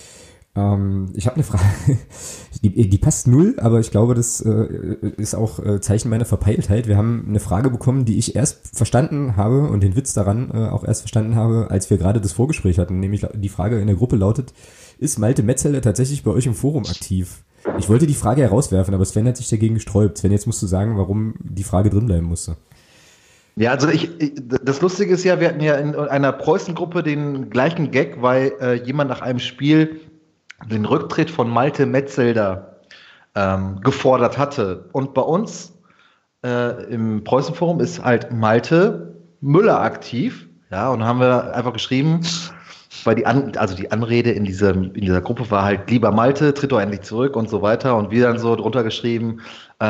Ich habe eine Frage, die passt null, aber ich glaube, das ist auch Zeichen meiner Verpeiltheit. Wir haben eine Frage bekommen, die ich erst verstanden habe und den Witz daran auch erst verstanden habe, als wir gerade das Vorgespräch hatten. Nämlich die Frage in der Gruppe lautet, ist Malte Metzelder tatsächlich bei euch im Forum aktiv? Ich wollte die Frage herauswerfen, aber Sven hat sich dagegen gesträubt. Sven, jetzt musst du sagen, warum die Frage drin bleiben musste. Ja, also das Lustige ist ja, wir hatten ja in einer Preußen-Gruppe den gleichen Gag, weil jemand nach einem Spiel den Rücktritt von Malte Metzelder gefordert hatte. Und bei uns im Preußen-Forum ist halt Malte Müller aktiv. Ja, und haben wir einfach geschrieben, weil die Anrede in dieser Gruppe war halt, lieber Malte, tritt doch endlich zurück und so weiter. Und wir dann so drunter geschrieben,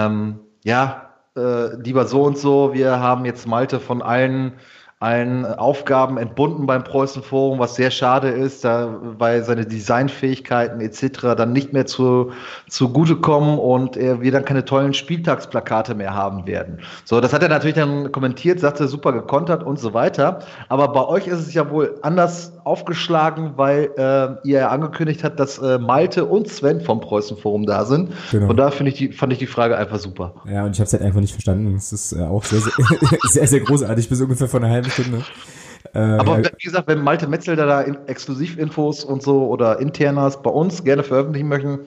lieber so und so, wir haben jetzt Malte von allen Aufgaben entbunden beim Preußen-Forum, was sehr schade ist, weil seine Designfähigkeiten etc. dann nicht mehr zugutekommen und wir dann keine tollen Spieltagsplakate mehr haben werden. So, das hat er natürlich dann kommentiert, sagte, super gekontert und so weiter. Aber bei euch ist es ja wohl anders aufgeschlagen, weil ihr angekündigt habt, dass Malte und Sven vom Preußen-Forum da sind. Genau. Und da fand ich die Frage einfach super. Ja, und ich habe es halt einfach nicht verstanden. Es ist auch sehr, sehr, sehr, sehr großartig, bis ungefähr vor einer halben Stunde. Aber wie gesagt, wenn Malte Metzelder da Exklusivinfos und so oder Internas bei uns gerne veröffentlichen möchten,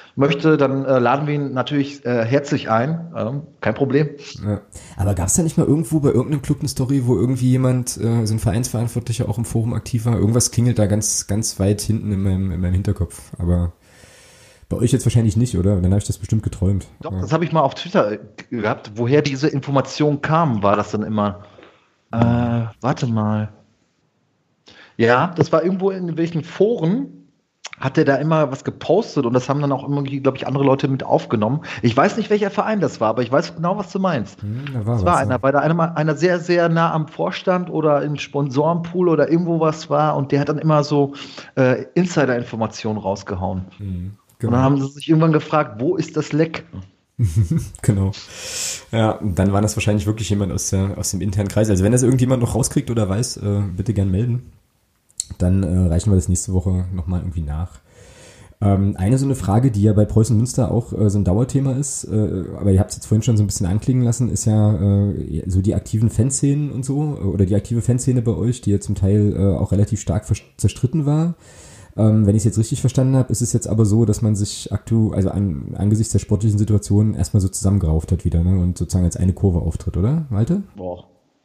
möchte, dann laden wir ihn natürlich herzlich ein. Kein Problem. Ja. Aber gab es da nicht mal irgendwo bei irgendeinem Club eine Story, wo irgendwie jemand, so ein Vereinsverantwortlicher auch im Forum aktiv war? Irgendwas klingelt da ganz, ganz weit hinten in meinem Hinterkopf. Aber bei euch jetzt wahrscheinlich nicht, oder? Dann habe ich das bestimmt geträumt. Doch, das habe ich mal auf Twitter gehabt. Woher diese Information kam, war das dann immer. Warte mal. Ja, das war irgendwo in welchen Foren, hat der da immer was gepostet und das haben dann auch immer, glaube ich, andere Leute mit aufgenommen. Ich weiß nicht, welcher Verein das war, aber ich weiß genau, was du meinst. Da war Es was, war ja. einer, weil da einer sehr, sehr nah am Vorstand oder im Sponsorenpool oder irgendwo was war und der hat dann immer so Insider-Informationen rausgehauen. Und dann haben sie sich irgendwann gefragt, wo ist das Leck? Genau. Ja, und dann war das wahrscheinlich wirklich jemand aus dem internen Kreis. Also wenn das irgendjemand noch rauskriegt oder weiß, bitte gern melden. Dann reichen wir das nächste Woche nochmal irgendwie nach. Eine so eine Frage, die ja bei Preußen Münster auch so ein Dauerthema ist, aber ihr habt es jetzt vorhin schon so ein bisschen anklingen lassen, ist ja so die aktiven Fanszenen und so, oder die aktive Fanszene bei euch, die ja zum Teil auch relativ stark zerstritten war. Wenn ich es jetzt richtig verstanden habe, ist es jetzt aber so, dass man sich angesichts der sportlichen Situation erstmal so zusammengerauft hat wieder, ne? Und sozusagen als eine Kurve auftritt, oder, Malte? Boah.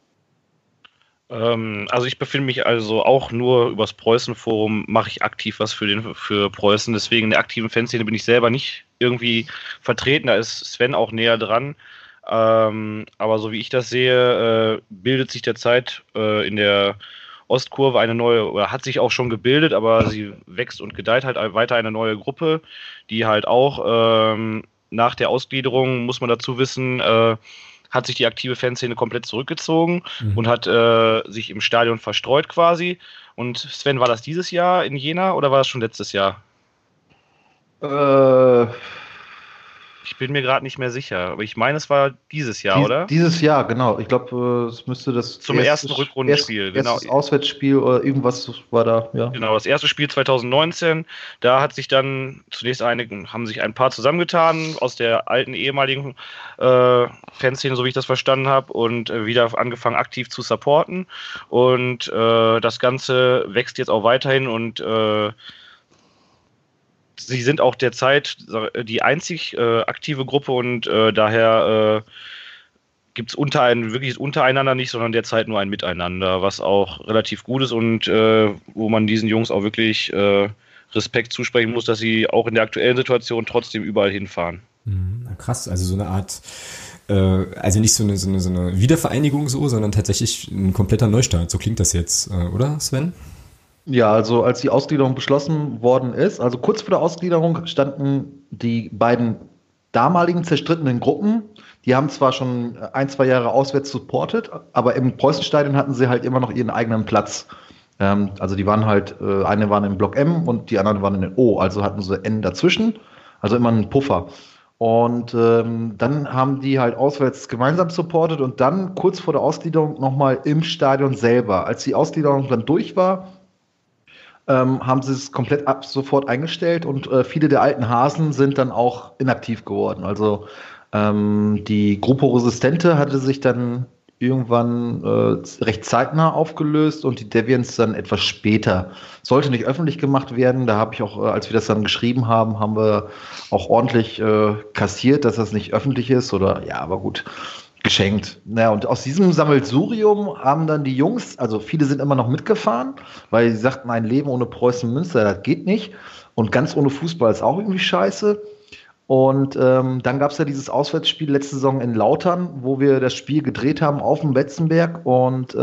Also ich befinde mich also auch nur übers Preußen-Forum, mache ich aktiv was für Preußen, deswegen in der aktiven Fanszene bin ich selber nicht irgendwie vertreten, da ist Sven auch näher dran, aber so wie ich das sehe, bildet sich derzeit in der Ostkurve eine neue, oder hat sich auch schon gebildet, aber sie wächst und gedeiht halt weiter eine neue Gruppe, die halt auch nach der Ausgliederung, muss man dazu wissen, hat sich die aktive Fanszene komplett zurückgezogen und hat sich im Stadion verstreut quasi. Und Sven, war das dieses Jahr in Jena oder war das schon letztes Jahr? Ich bin mir gerade nicht mehr sicher, aber ich meine, es war dieses Jahr, oder? Dieses Jahr, genau. Ich glaube, es müsste das zum ersten Rückrundenspiel, genau. Erstes Auswärtsspiel oder irgendwas war da, ja. Genau, das erste Spiel 2019, da hat sich dann zunächst haben sich ein paar zusammengetan aus der alten ehemaligen Fanszene, so wie ich das verstanden habe, und wieder angefangen aktiv zu supporten. Und das Ganze wächst jetzt auch weiterhin und sie sind auch derzeit die einzig aktive Gruppe und daher gibt es wirklich untereinander nicht, sondern derzeit nur ein Miteinander, was auch relativ gut ist und wo man diesen Jungs auch wirklich Respekt zusprechen muss, dass sie auch in der aktuellen Situation trotzdem überall hinfahren. Krass, also so eine Art, also nicht so eine Wiedervereinigung so, sondern tatsächlich ein kompletter Neustart. So klingt das jetzt, oder Sven? Ja, also als die Ausgliederung beschlossen worden ist, also kurz vor der Ausgliederung standen die beiden damaligen zerstrittenen Gruppen, die haben zwar schon 1-2 Jahre auswärts supportet, aber im Preußenstadion hatten sie halt immer noch ihren eigenen Platz. Also die waren halt, eine waren im Block M und die anderen waren in den O, also hatten sie N dazwischen, also immer einen Puffer. Und dann haben die halt auswärts gemeinsam supportet und dann kurz vor der Ausgliederung nochmal im Stadion selber. Als die Ausgliederung dann durch war, haben sie es komplett sofort eingestellt und viele der alten Hasen sind dann auch inaktiv geworden. Also die Gruppo Resistente hatte sich dann irgendwann recht zeitnah aufgelöst und die Deviants dann etwas später. Sollte nicht öffentlich gemacht werden. Da habe ich auch, als wir das dann geschrieben haben, haben wir auch ordentlich kassiert, dass das nicht öffentlich ist. Oder ja, aber gut, geschenkt. Naja, und aus diesem Sammelsurium haben dann die Jungs, also viele sind immer noch mitgefahren, weil sie sagten, ein Leben ohne Preußen Münster, das geht nicht. Und ganz ohne Fußball ist auch irgendwie scheiße. Und dann gab es ja dieses Auswärtsspiel letzte Saison in Lautern, wo wir das Spiel gedreht haben auf dem Betzenberg. Und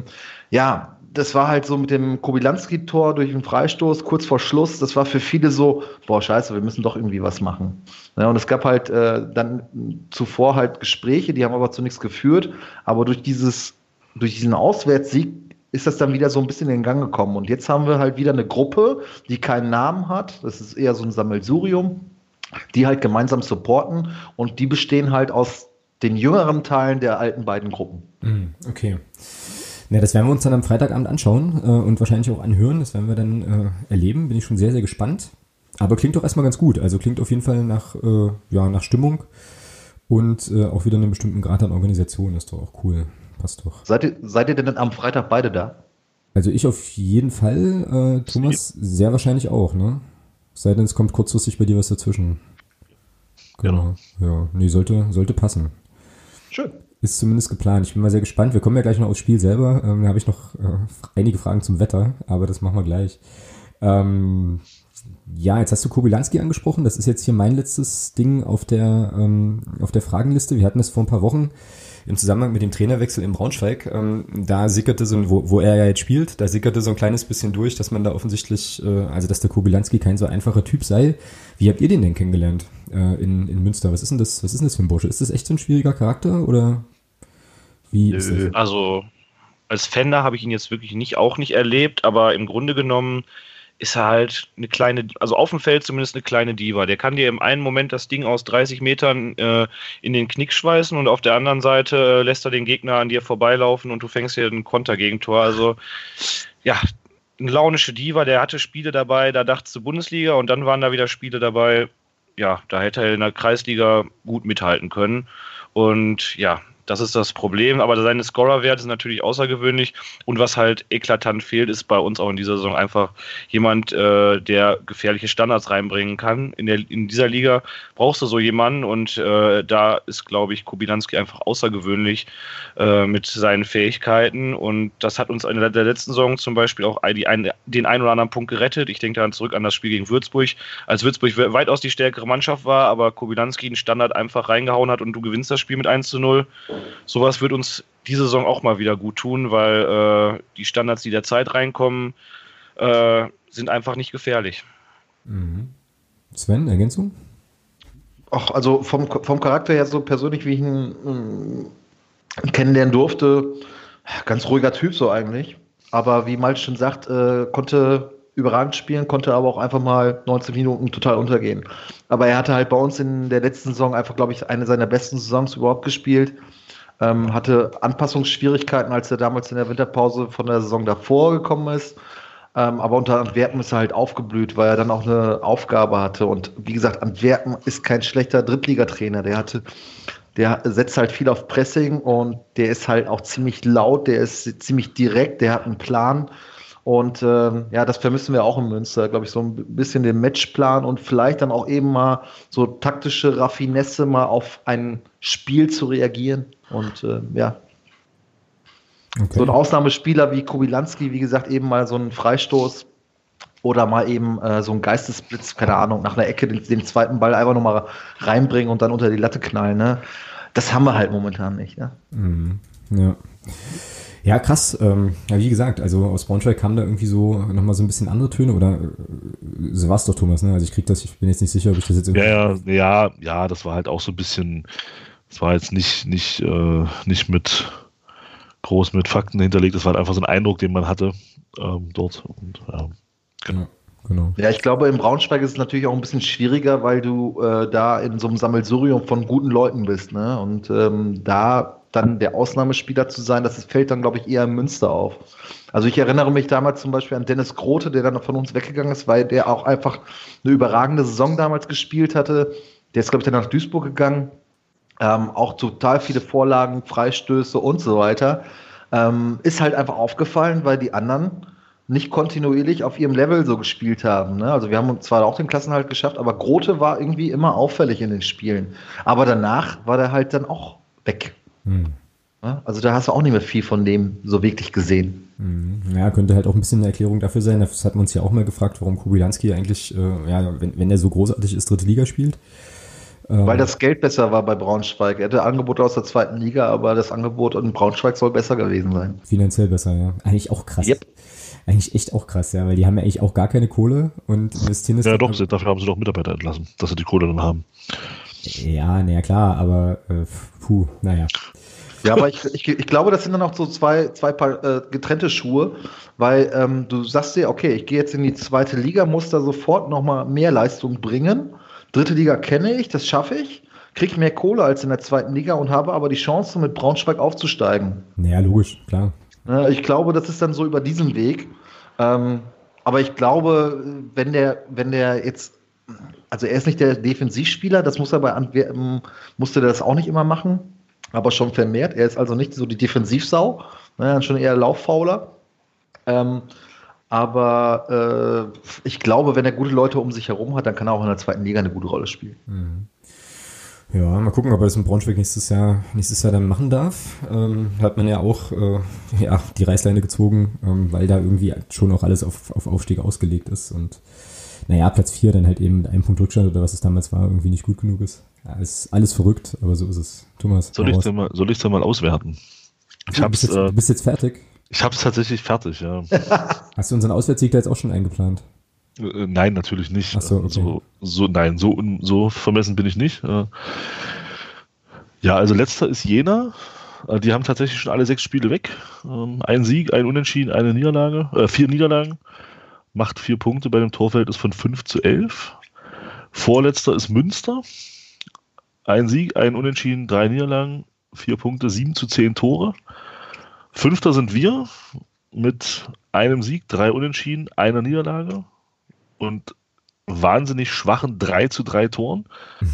ja, das war halt so mit dem Kobylanski-Tor durch den Freistoß kurz vor Schluss. Das war für viele so, boah, scheiße, wir müssen doch irgendwie was machen. Ja, und es gab halt dann zuvor halt Gespräche, die haben aber zu nichts geführt. Aber durch diesen Auswärtssieg ist das dann wieder so ein bisschen in den Gang gekommen. Und jetzt haben wir halt wieder eine Gruppe, die keinen Namen hat. Das ist eher so ein Sammelsurium, die halt gemeinsam supporten. Und die bestehen halt aus den jüngeren Teilen der alten beiden Gruppen. Okay. Ja, das werden wir uns dann am Freitagabend anschauen und wahrscheinlich auch anhören. Das werden wir dann erleben. Bin ich schon sehr, sehr gespannt. Aber klingt doch erstmal ganz gut. Also klingt auf jeden Fall nach Stimmung und auch wieder einem bestimmten Grad an Organisation. Ist doch auch cool. Passt doch. Seid ihr denn am Freitag beide da? Also ich auf jeden Fall. Thomas sehr wahrscheinlich auch, ne? Es sei denn, es kommt kurzfristig bei dir was dazwischen. Genau. Ja, nee, sollte passen. Schön. Ist zumindest geplant. Ich bin mal sehr gespannt. Wir kommen ja gleich noch aufs Spiel selber. Da habe ich noch einige Fragen zum Wetter, aber das machen wir gleich. Ja, jetzt hast du Kobylanski angesprochen. Das ist jetzt hier mein letztes Ding auf der Fragenliste. Wir hatten das vor ein paar Wochen im Zusammenhang mit dem Trainerwechsel in Braunschweig. Da sickerte wo er ja jetzt spielt, da sickerte so ein kleines bisschen durch, dass man da offensichtlich, also dass der Kobylanski kein so einfacher Typ sei. Wie habt ihr den denn kennengelernt in Münster? Was ist denn das für ein Bursche? Ist das echt so ein schwieriger Charakter oder wie ist das? Also als Fender habe ich ihn jetzt wirklich nicht erlebt, aber im Grunde genommen ist er halt eine kleine, also auf dem Feld zumindest eine kleine Diva. Der kann dir im einen Moment das Ding aus 30 Metern in den Knick schweißen und auf der anderen Seite lässt er den Gegner an dir vorbeilaufen und du fängst hier ein Kontergegentor. Also ja, eine launische Diva, der hatte Spiele dabei, da dachtest du Bundesliga und dann waren da wieder Spiele dabei, ja, da hätte er in der Kreisliga gut mithalten können. Und ja, das ist das Problem, aber seine Scorerwerte sind natürlich außergewöhnlich und was halt eklatant fehlt, ist bei uns auch in dieser Saison einfach jemand, der gefährliche Standards reinbringen kann. In dieser Liga brauchst du so jemanden und da ist, glaube ich, Kobylanski einfach außergewöhnlich mit seinen Fähigkeiten und das hat uns in der letzten Saison zum Beispiel auch den einen oder anderen Punkt gerettet. Ich denke dann zurück an das Spiel gegen Würzburg, als Würzburg weitaus die stärkere Mannschaft war, aber Kobylanski einen Standard einfach reingehauen hat und du gewinnst das Spiel mit 1:0. Sowas wird uns diese Saison auch mal wieder gut tun, weil die Standards, die derzeit reinkommen, sind einfach nicht gefährlich. Mhm. Sven, Ergänzung? Ach, also vom Charakter her so persönlich, wie ich ihn kennenlernen durfte, ganz ruhiger Typ so eigentlich. Aber wie Malte schon sagt, konnte überragend spielen, konnte aber auch einfach mal 19 Minuten total untergehen. Aber er hatte halt bei uns in der letzten Saison einfach, glaube ich, eine seiner besten Saisons überhaupt gespielt. Hatte Anpassungsschwierigkeiten, als er damals in der Winterpause von der Saison davor gekommen ist. Aber unter Antwerpen ist er halt aufgeblüht, weil er dann auch eine Aufgabe hatte. Und wie gesagt, Antwerpen ist kein schlechter Drittligatrainer. Der setzt halt viel auf Pressing und der ist halt auch ziemlich laut, der ist ziemlich direkt, der hat einen Plan. Und ja, das vermissen wir auch in Münster, glaube ich, so ein bisschen den Matchplan und vielleicht dann auch eben mal so taktische Raffinesse mal auf ein Spiel zu reagieren. Und ja, okay. So ein Ausnahmespieler wie Kobylanski, wie gesagt, eben mal so einen Freistoß oder mal eben so einen Geistesblitz, keine Ahnung, nach einer Ecke den zweiten Ball einfach nochmal reinbringen und dann unter die Latte knallen. Ne? Das haben wir halt momentan nicht. Ja. Ja. Ja, krass. Ja, wie gesagt, also aus Braunschweig kamen da irgendwie so nochmal so ein bisschen andere Töne oder so war es doch, Thomas, ne? Also ich bin jetzt nicht sicher, ob ich das jetzt irgendwie... Ja, das war halt auch so ein bisschen, das war jetzt nicht groß mit Fakten hinterlegt, das war halt einfach so ein Eindruck, den man hatte dort. Und, genau. Ja, ich glaube, in Braunschweig ist es natürlich auch ein bisschen schwieriger, weil du da in so einem Sammelsurium von guten Leuten bist, ne? Und da dann der Ausnahmespieler zu sein, das fällt dann, glaube ich, eher in Münster auf. Also ich erinnere mich damals zum Beispiel an Dennis Grote, der dann von uns weggegangen ist, weil der auch einfach eine überragende Saison damals gespielt hatte. Der ist, glaube ich, dann nach Duisburg gegangen. Auch total viele Vorlagen, Freistöße und so weiter. Ist halt einfach aufgefallen, weil die anderen nicht kontinuierlich auf ihrem Level so gespielt haben. Ne? Also wir haben zwar auch den Klassenerhalt geschafft, aber Grote war irgendwie immer auffällig in den Spielen. Aber danach war der halt dann auch weg. Also da hast du auch nicht mehr viel von dem so wirklich gesehen. Ja, könnte halt auch ein bisschen eine Erklärung dafür sein. Das hat man uns ja auch mal gefragt, warum Kobylanski eigentlich, wenn er so großartig ist, dritte Liga spielt. Weil das Geld besser war bei Braunschweig. Er hatte Angebote aus der zweiten Liga, aber das Angebot in Braunschweig soll besser gewesen sein. Finanziell besser, ja. Eigentlich auch krass. Yep. Eigentlich echt auch krass, ja, weil die haben ja eigentlich auch gar keine Kohle und investieren es. Ja, doch, dafür haben sie doch Mitarbeiter entlassen, dass sie die Kohle dann haben. Ja, naja, klar, aber naja. Ja, aber ich glaube, das sind dann auch so zwei Paar getrennte Schuhe, weil du sagst dir, okay, ich gehe jetzt in die zweite Liga, muss da sofort nochmal mehr Leistung bringen. Dritte Liga kenne ich, das schaffe ich, kriege mehr Kohle als in der zweiten Liga und habe aber die Chance, mit Braunschweig aufzusteigen. Naja, logisch, klar. Ich glaube, das ist dann so über diesen Weg. Aber ich glaube, wenn der jetzt, also er ist nicht der Defensivspieler, das muss er bei Antwerpen, musste der das auch nicht immer machen, aber schon vermehrt. Er ist also nicht so die Defensivsau, schon eher Lauffauler. Aber ich glaube, wenn er gute Leute um sich herum hat, dann kann er auch in der zweiten Liga eine gute Rolle spielen. Ja, mal gucken, ob er das in Braunschweig nächstes Jahr dann machen darf. Hat man ja auch die Reißleine gezogen, weil da irgendwie schon auch alles auf Aufstieg ausgelegt ist. Und naja, Platz 4 dann halt eben mit einem Punkt Rückstand oder was es damals war, irgendwie nicht gut genug ist. Ja, ist alles verrückt, aber so ist es. Thomas, Soll ich es mal auswerten? Du bist jetzt fertig? Ich habe es tatsächlich fertig, ja. Hast du unseren Auswärtssieg da jetzt auch schon eingeplant? Nein, natürlich nicht. Ach so, okay. So vermessen bin ich nicht. Ja, also letzter ist Jena. Die haben tatsächlich schon alle 6 Spiele weg. Ein Sieg, ein Unentschieden, 4 Niederlagen. Macht 4 Punkte bei dem Torverhältnis von 5-11. Vorletzter ist Münster. Ein Sieg, ein Unentschieden, 3 Niederlagen, 4 Punkte, 7-10 Tore. Fünfter sind wir mit einem Sieg, 3 Unentschieden, 1 Niederlage und wahnsinnig schwachen 3-3 Toren.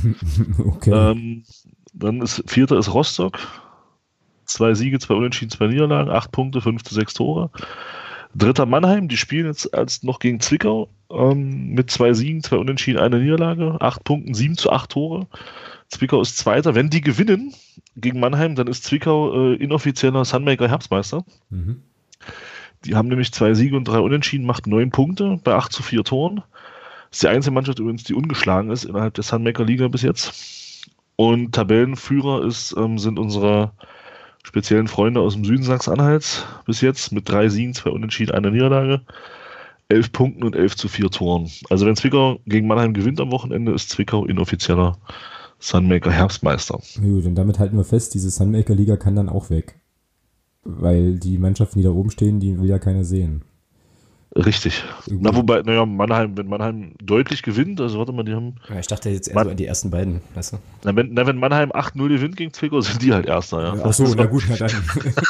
Okay. Dann vierter ist Rostock. 2 Siege, 2 Unentschieden, 2 Niederlagen, 8 Punkte, 5-6 Tore. Dritter Mannheim, die spielen jetzt noch gegen Zwickau mit 2 Siegen, 2 Unentschieden, 1 Niederlage, 8 Punkten, 7-8 Tore. Zwickau ist Zweiter. Wenn die gewinnen gegen Mannheim, dann ist Zwickau inoffizieller Sunmaker Herbstmeister. Mhm. Die haben nämlich 2 Siege und 3 Unentschieden, macht 9 Punkte bei 8-4 Toren. Das ist die einzige Mannschaft übrigens, die ungeschlagen ist innerhalb der Sunmaker Liga bis jetzt. Und Tabellenführer sind unsere speziellen Freunde aus dem Süden Sachsen-Anhalts bis jetzt mit 3 Siegen, 2 Unentschieden, 1 Niederlage, 11 Punkten und 11-4 Toren. Also wenn Zwickau gegen Mannheim gewinnt am Wochenende, ist Zwickau inoffizieller Sunmaker Herbstmeister. Gut, und damit halten wir fest, diese Sunmaker Liga kann dann auch weg. Weil die Mannschaften, die da oben stehen, die will ja keiner sehen. Richtig. Na, wobei, wenn Mannheim deutlich gewinnt, also warte mal, die haben... Ja, ich dachte jetzt eher so an die ersten beiden, weißt du? Wenn Mannheim 8-0 gewinnt gegen Zwickau, sind die halt Erster, ja. Ach so, na gut, na dann.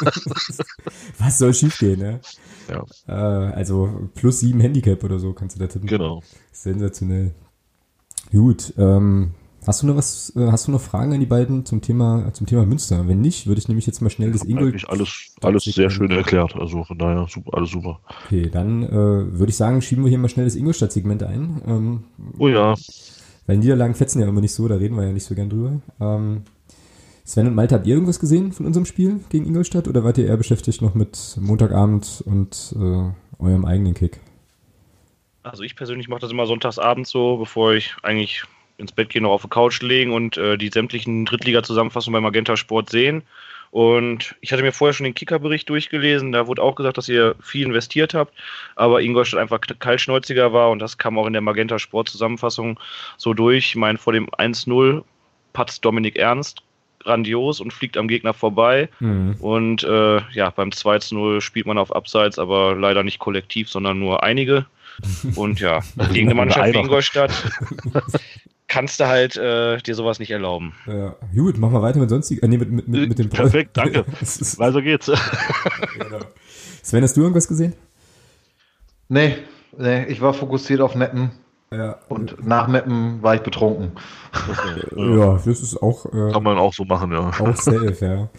Was soll schief gehen, ne? Ja. Also +7 Handicap oder so kannst du da tippen. Genau. Sensationell. Gut, hast du noch Fragen an die beiden zum Thema Münster? Wenn nicht, würde ich nämlich jetzt mal schnell das Ingolstadt... Eigentlich alles sehr schön erklärt, also von daher alles super. Okay, dann würde ich sagen, schieben wir hier mal schnell das Ingolstadt-Segment ein. Oh ja. Weil Niederlagen fetzen ja immer nicht so, da reden wir ja nicht so gern drüber. Sven und Malte, habt ihr irgendwas gesehen von unserem Spiel gegen Ingolstadt oder wart ihr eher beschäftigt noch mit Montagabend und eurem eigenen Kick? Also ich persönlich mache das immer sonntagsabends so, bevor ich eigentlich ins Bett gehe, noch auf der Couch legen und die sämtlichen Drittliga-Zusammenfassungen bei Magenta Sport sehen. Und ich hatte mir vorher schon den Kicker-Bericht durchgelesen, da wurde auch gesagt, dass ihr viel investiert habt, aber Ingolstadt einfach kaltschnäuziger war und das kam auch in der Magenta Sport-Zusammenfassung so durch. Ich meine, vor dem 1-0 patzt Dominik Ernst grandios und fliegt am Gegner vorbei. Mhm. Und beim 2-0 spielt man auf Abseits, aber leider nicht kollektiv, sondern nur einige. Und ja, gegen eine Mannschaft wie Ingolstadt kannst du halt dir sowas nicht erlauben. Ja, gut, machen wir weiter mit sonstigen. Mit dem Perfekt, danke. Weiter geht's. Genau. Sven, hast du irgendwas gesehen? Nee, ich war fokussiert auf Meppen. Ja. Und nach Meppen war ich betrunken. Ja, das ist auch... kann man auch so machen, ja. Auch safe,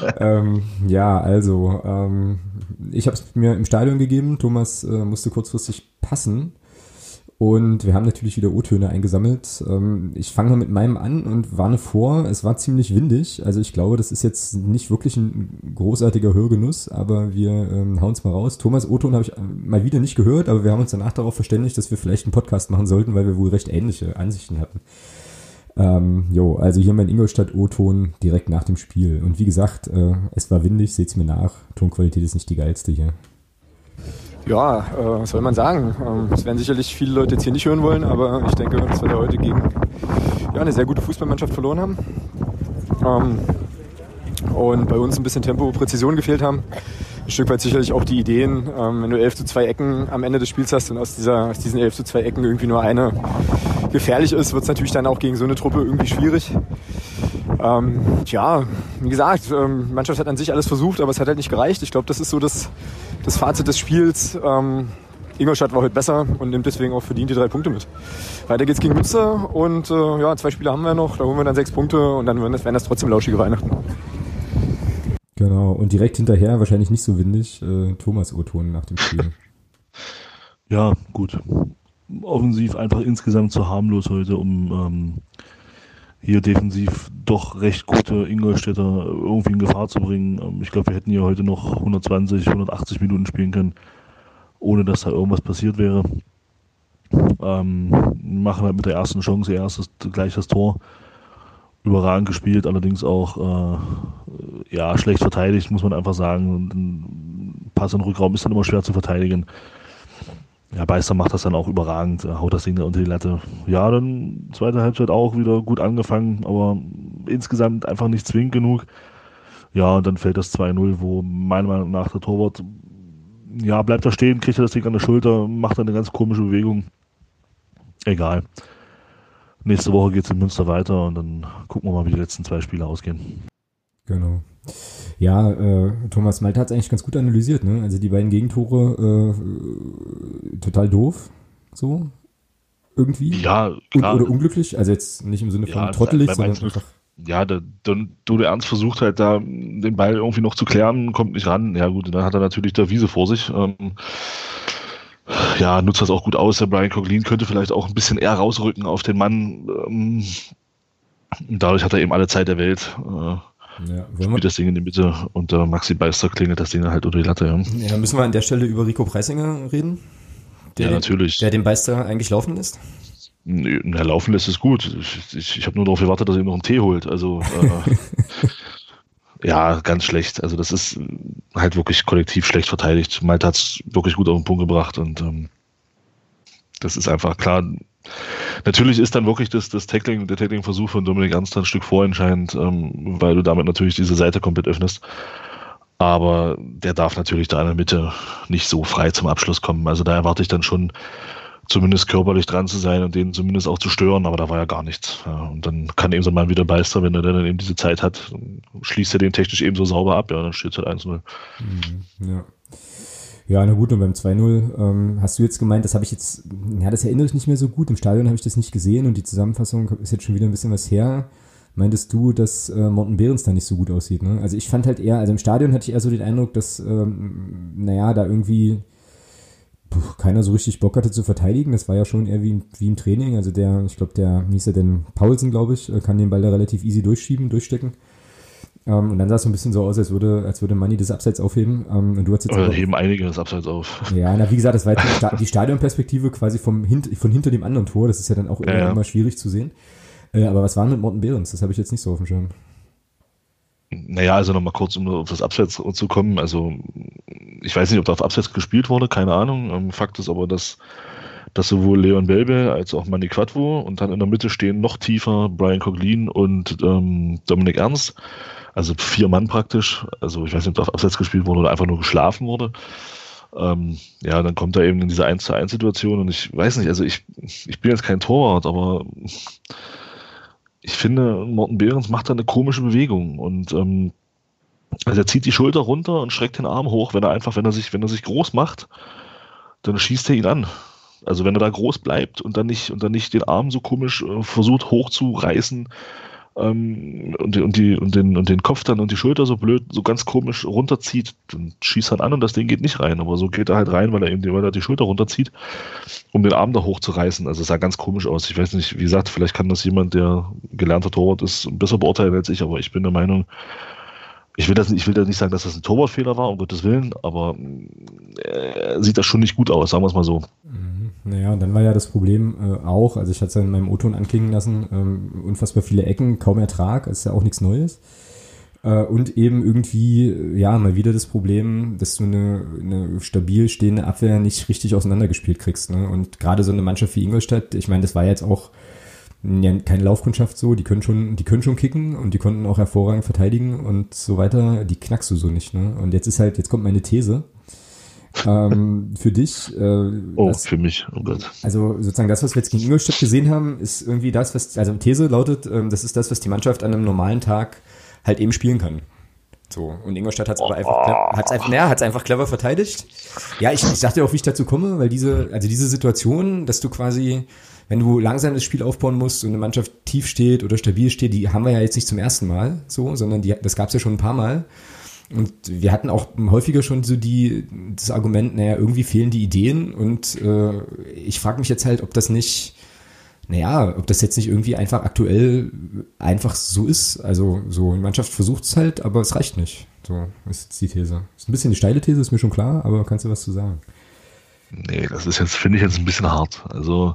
ja. Ich habe es mir im Stadion gegeben. Thomas musste kurzfristig passen. Und wir haben natürlich wieder O-Töne eingesammelt. Ich fange mal mit meinem an und warne vor, es war ziemlich windig. Also ich glaube, das ist jetzt nicht wirklich ein großartiger Hörgenuss, aber wir hauen es mal raus. Thomas, O-Ton habe ich mal wieder nicht gehört, aber wir haben uns danach darauf verständigt, dass wir vielleicht einen Podcast machen sollten, weil wir wohl recht ähnliche Ansichten hatten. Also hier mein Ingolstadt O-Ton direkt nach dem Spiel. Und wie gesagt, es war windig, seht's mir nach. Tonqualität ist nicht die geilste hier. Ja, was soll man sagen? Das werden sicherlich viele Leute jetzt hier nicht hören wollen, aber ich denke, dass wir da heute gegen eine sehr gute Fußballmannschaft verloren haben. Und bei uns ein bisschen Tempo, Präzision gefehlt haben. Ein Stück weit sicherlich auch die Ideen, wenn du 11-2 Ecken am Ende des Spiels hast und aus diesen 11-2 Ecken irgendwie nur eine gefährlich ist, wird es natürlich dann auch gegen so eine Truppe irgendwie schwierig. Wie gesagt, die Mannschaft hat an sich alles versucht, aber es hat halt nicht gereicht. Ich glaube, das ist so das Fazit des Spiels. Ingolstadt war heute besser und nimmt deswegen auch verdient die 3 Punkte mit. Weiter geht's gegen Münster und 2 Spiele haben wir noch, da holen wir dann 6 Punkte und dann werden das trotzdem lauschige Weihnachten. Genau, und direkt hinterher, wahrscheinlich nicht so windig, Thomas O-Ton nach dem Spiel. Ja, gut. Offensiv einfach insgesamt zu harmlos heute, um hier defensiv doch recht gute Ingolstädter irgendwie in Gefahr zu bringen. Ich glaube, wir hätten hier heute noch 120, 180 Minuten spielen können, ohne dass da irgendwas passiert wäre. Machen halt mit der ersten Chance gleich das Tor. Überragend gespielt, allerdings auch schlecht verteidigt, muss man einfach sagen. Und ein Pass in den Rückraum ist dann immer schwer zu verteidigen. Ja, Beister macht das dann auch überragend, haut das Ding da unter die Latte. Ja, dann zweite Halbzeit auch wieder gut angefangen, aber insgesamt einfach nicht zwingend genug. Ja, und dann fällt das 2-0, wo meiner Meinung nach der Torwart, ja, bleibt da stehen, kriegt er das Ding an der Schulter, macht dann eine ganz komische Bewegung. Egal. Nächste Woche geht es in Münster weiter und dann gucken wir mal, wie die letzten 2 Spiele ausgehen. Genau. Ja, Thomas Malte hat es eigentlich ganz gut analysiert, ne? Also die beiden Gegentore total doof, so irgendwie. Ja, klar. Oder unglücklich, also jetzt nicht im Sinne von trottelig, sondern einfach. Ja, der Ernst versucht halt da den Ball irgendwie noch zu klären, kommt nicht ran. Ja gut, dann hat er natürlich der Wiese vor sich. Nutzt das auch gut aus. Der Brian Coughlin könnte vielleicht auch ein bisschen eher rausrücken auf den Mann. Dadurch hat er eben alle Zeit der Welt. Spielt das Ding in die Mitte und Maxi Beister klingelt das Ding halt unter die Latte. Ja, müssen wir an der Stelle über Rico Preisinger reden? Natürlich. Der den Beister eigentlich laufen lässt? Na, laufen lässt es gut. Ich habe nur darauf gewartet, dass er ihm noch einen Tee holt. Also ja, ganz schlecht. Also das ist halt wirklich kollektiv schlecht verteidigt. Malte hat es wirklich gut auf den Punkt gebracht und das ist einfach klar. Natürlich ist dann wirklich der Tackling-Versuch von Dominik Ernst ein Stück vorentscheidend, weil du damit natürlich diese Seite komplett öffnest. Aber der darf natürlich da in der Mitte nicht so frei zum Abschluss kommen. Also da erwarte ich dann schon, zumindest körperlich dran zu sein und den zumindest auch zu stören, aber da war ja gar nichts. Ja, und dann kann eben so mal wieder Beister, wenn er dann eben diese Zeit hat, schließt er den technisch eben so sauber ab, ja, dann steht es halt 1-0. Ja. Ja, na gut, und beim 2-0 hast du jetzt gemeint, das erinnere ich nicht mehr so gut, im Stadion habe ich das nicht gesehen und die Zusammenfassung ist jetzt schon wieder ein bisschen was her. Meintest du, dass Morten Behrens da nicht so gut aussieht, ne? Also ich fand halt eher, also im Stadion hatte ich eher so den Eindruck, dass, da irgendwie keiner so richtig Bock hatte zu verteidigen. Das war ja schon eher wie im Training. Also wie hieß er denn? Paulsen, glaube ich, kann den Ball da relativ easy durchstecken. Und dann sah es so ein bisschen so aus, als würde Manni das Abseits aufheben. Und du hast jetzt heben einige das Abseits auf. Ja, wie gesagt, das war jetzt die Stadionperspektive quasi von hinter dem anderen Tor. Das ist ja dann auch immer schwierig zu sehen. Aber was war denn mit Morten Behrens? Das habe ich jetzt nicht so auf dem Schirm. Naja, also nochmal kurz, um auf das Abseits zu kommen. Also ich weiß nicht, ob da auf Abseits gespielt wurde, keine Ahnung. Fakt ist aber, dass sowohl Leon Belbe als auch Manni Quadvo und dann in der Mitte stehen noch tiefer Brian Coughlin und Dominik Ernst. Also 4 Mann praktisch. Also ich weiß nicht, ob da auf Abseits gespielt wurde oder einfach nur geschlafen wurde. Dann kommt er eben in diese 1-zu-1-Situation und ich weiß nicht, also ich bin jetzt kein Torwart, aber ich finde, Morten Behrens macht da eine komische Bewegung und also er zieht die Schulter runter und streckt den Arm hoch, wenn er sich groß macht, dann schießt er ihn an. Also wenn er da groß bleibt und dann nicht den Arm so komisch versucht hochzureißen und den Kopf dann und die Schulter so blöd, so ganz komisch runterzieht, dann schießt er an und das Ding geht nicht rein. Aber so geht er halt rein, weil er die Schulter runterzieht, um den Arm da hochzureißen. Also es sah ganz komisch aus. Ich weiß nicht, wie gesagt, vielleicht kann das jemand, der gelernter Torwart ist, besser beurteilen als ich, aber ich bin der Meinung, ich will nicht sagen, dass das ein Torwartfehler war, um Gottes Willen, aber sieht das schon nicht gut aus, sagen wir es mal so. Naja, und dann war ja das Problem auch, also ich hatte es ja in meinem O-Ton anklingen lassen, unfassbar viele Ecken, kaum Ertrag, ist ja auch nichts Neues. Und eben irgendwie, mal wieder das Problem, dass du eine stabil stehende Abwehr nicht richtig auseinandergespielt kriegst, ne? Und gerade so eine Mannschaft wie Ingolstadt, ich meine, das war jetzt auch keine Laufkundschaft so, die können schon kicken und die konnten auch hervorragend verteidigen und so weiter, die knackst du so nicht, ne? Und jetzt kommt meine These. Für dich. Für mich, oh Gott. Also sozusagen das, was wir jetzt gegen Ingolstadt gesehen haben, ist irgendwie das, also These lautet, das ist das, was die Mannschaft an einem normalen Tag halt eben spielen kann. So, und Ingolstadt hat es einfach clever verteidigt. Ja, ich dachte auch, wie ich dazu komme, weil diese Situation, dass du quasi, wenn du langsam das Spiel aufbauen musst und eine Mannschaft tief steht oder stabil steht, die haben wir ja jetzt nicht zum ersten Mal so, sondern das gab es ja schon ein paar Mal. Und wir hatten auch häufiger schon so das Argument, irgendwie fehlen die Ideen und ich frage mich jetzt halt, ob das nicht naja, ob das jetzt nicht irgendwie einfach aktuell einfach so ist. Also so, die Mannschaft versucht es halt, aber es reicht nicht. So ist jetzt die These. Ist ein bisschen die steile These, ist mir schon klar, aber kannst du was zu sagen? Nee, das ist jetzt, finde ich jetzt ein bisschen hart. Also,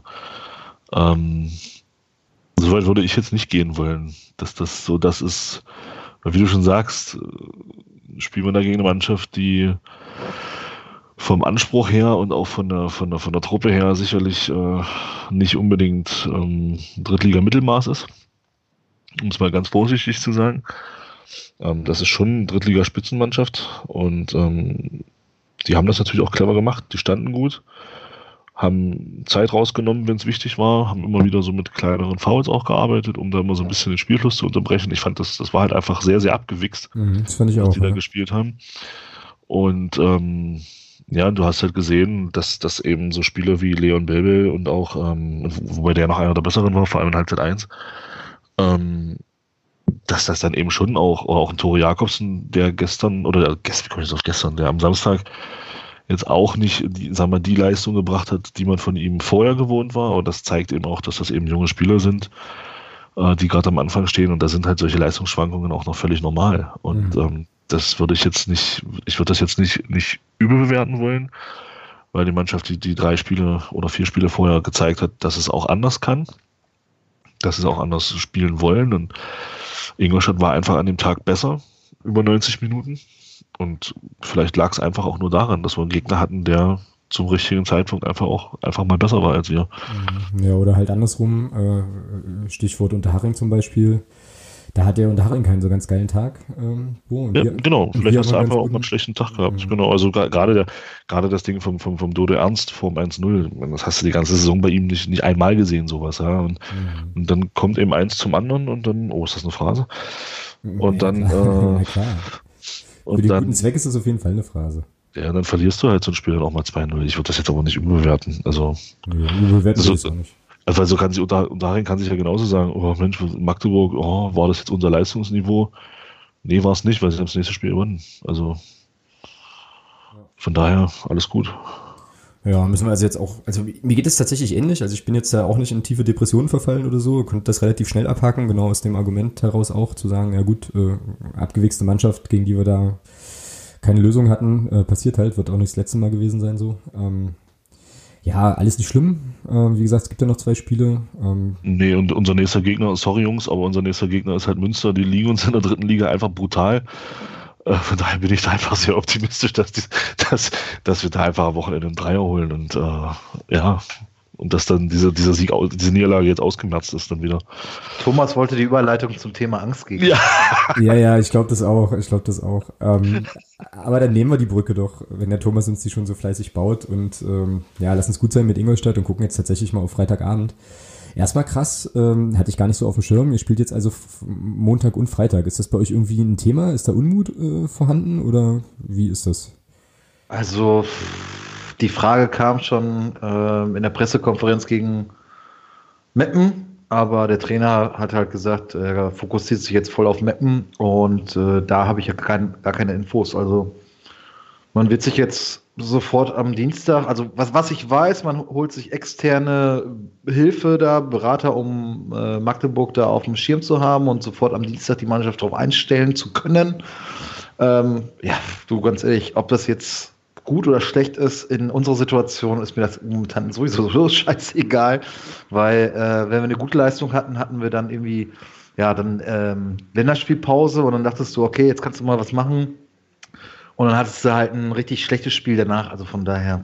so weit würde ich jetzt nicht gehen wollen, dass das so das ist, weil wie du schon sagst, spielen wir da gegen eine Mannschaft, die vom Anspruch her und auch von der Truppe her sicherlich nicht unbedingt Drittliga-Mittelmaß ist, um es mal ganz vorsichtig zu sagen. Das ist schon eine Drittliga-Spitzenmannschaft und die haben das natürlich auch clever gemacht, die standen gut, haben Zeit rausgenommen, wenn es wichtig war, haben immer wieder so mit kleineren Fouls auch gearbeitet, um da immer so ein bisschen den Spielfluss zu unterbrechen. Ich fand, das war halt einfach sehr, sehr abgewichst, Das fand ich was auch. die da gespielt haben. Und ja, du hast halt gesehen, dass eben so Spieler wie Leon Belbel und auch, wobei der noch einer der besseren war, vor allem in Halbzeit 1, dass das dann eben schon auch, oder auch ein Tore Jakobsen, der gestern, oder wie komme ich jetzt auf gestern, der am Samstag jetzt auch nicht, die Leistung gebracht hat, die man von ihm vorher gewohnt war. Und das zeigt eben auch, dass das eben junge Spieler sind, die gerade am Anfang stehen. Und da sind halt solche Leistungsschwankungen auch noch völlig normal. Und das würde ich jetzt nicht, würde das jetzt nicht überbewerten wollen, weil die Mannschaft die 3 Spiele oder 4 Spiele vorher gezeigt hat, dass es auch anders kann, dass es auch anders spielen wollen. Und Ingolstadt war einfach an dem Tag besser, über 90 Minuten. Und vielleicht lag es einfach auch nur daran, dass wir einen Gegner hatten, der zum richtigen Zeitpunkt einfach mal besser war als wir. Ja, oder halt andersrum, Stichwort Unterhaching zum Beispiel. Da hat der Unterhaching keinen so ganz geilen Tag. Genau, vielleicht hast du einfach auch mal einen schlechten Tag gehabt. Genau, also gerade das Ding vom Dodo Ernst vorm 1-0, das hast du die ganze Saison bei ihm nicht einmal gesehen, sowas. Ja? Und dann kommt eben eins zum anderen und dann, ist das eine Phrase? Und dann, ja, klar. und Für den dann, guten Zweck ist das auf jeden Fall eine Phrase. ja, dann verlierst du halt so ein Spiel dann auch mal 2-0. Ich würde das jetzt aber nicht überbewerten. Also, Überbewerten will ich es auch nicht. Also so kann sie Unterhaching kann sich ja genauso sagen, oh Mensch, Magdeburg, war das jetzt unser Leistungsniveau? Nee, war es nicht, weil sie haben das nächste Spiel gewonnen. Also von daher alles gut. Ja, müssen wir also jetzt auch, also mir geht es tatsächlich ähnlich, also ich bin jetzt ja auch nicht in tiefe Depressionen verfallen oder so, konnte das relativ schnell abhaken, genau aus dem Argument heraus auch, zu sagen, ja gut, abgewichste Mannschaft, gegen die wir da keine Lösung hatten, passiert halt, wird auch nicht das letzte Mal gewesen sein so. Ja, alles nicht schlimm. Wie gesagt, es gibt ja noch 2 Spiele. Nee, und unser nächster Gegner, sorry Jungs, aber unser nächster Gegner ist halt Münster. Die liegen uns in der 3. Liga einfach brutal. Von daher bin ich da einfach sehr optimistisch, dass wir da einfach am Wochenende einen Dreier holen. Und ja, und dass dann diese Niederlage jetzt ausgemerzt ist dann wieder. Thomas wollte die Überleitung zum Thema Angst geben. Ja, ich glaube das auch. Aber dann nehmen wir die Brücke doch, wenn der Thomas uns die schon so fleißig baut. Und lass uns gut sein mit Ingolstadt und gucken jetzt tatsächlich mal auf Freitagabend. Erstmal krass, hatte ich gar nicht so auf dem Schirm. Ihr spielt jetzt also Montag und Freitag. Ist das bei euch irgendwie ein Thema? Ist da Unmut vorhanden oder wie ist das? Also die Frage kam schon in der Pressekonferenz gegen Meppen, aber der Trainer hat halt gesagt, er fokussiert sich jetzt voll auf Meppen und da habe ich ja gar keine Infos. Also man wird sich jetzt sofort am Dienstag, also was ich weiß, man holt sich externe Hilfe da, Berater, um Magdeburg da auf dem Schirm zu haben und sofort am Dienstag die Mannschaft darauf einstellen zu können. Ja, du, ganz ehrlich, ob das jetzt gut oder schlecht ist in unserer Situation, ist mir das momentan sowieso so scheißegal, weil wenn wir eine gute Leistung hatten wir dann irgendwie, Länderspielpause und dann dachtest du, okay, jetzt kannst du mal was machen und dann hattest du halt ein richtig schlechtes Spiel danach, also von daher.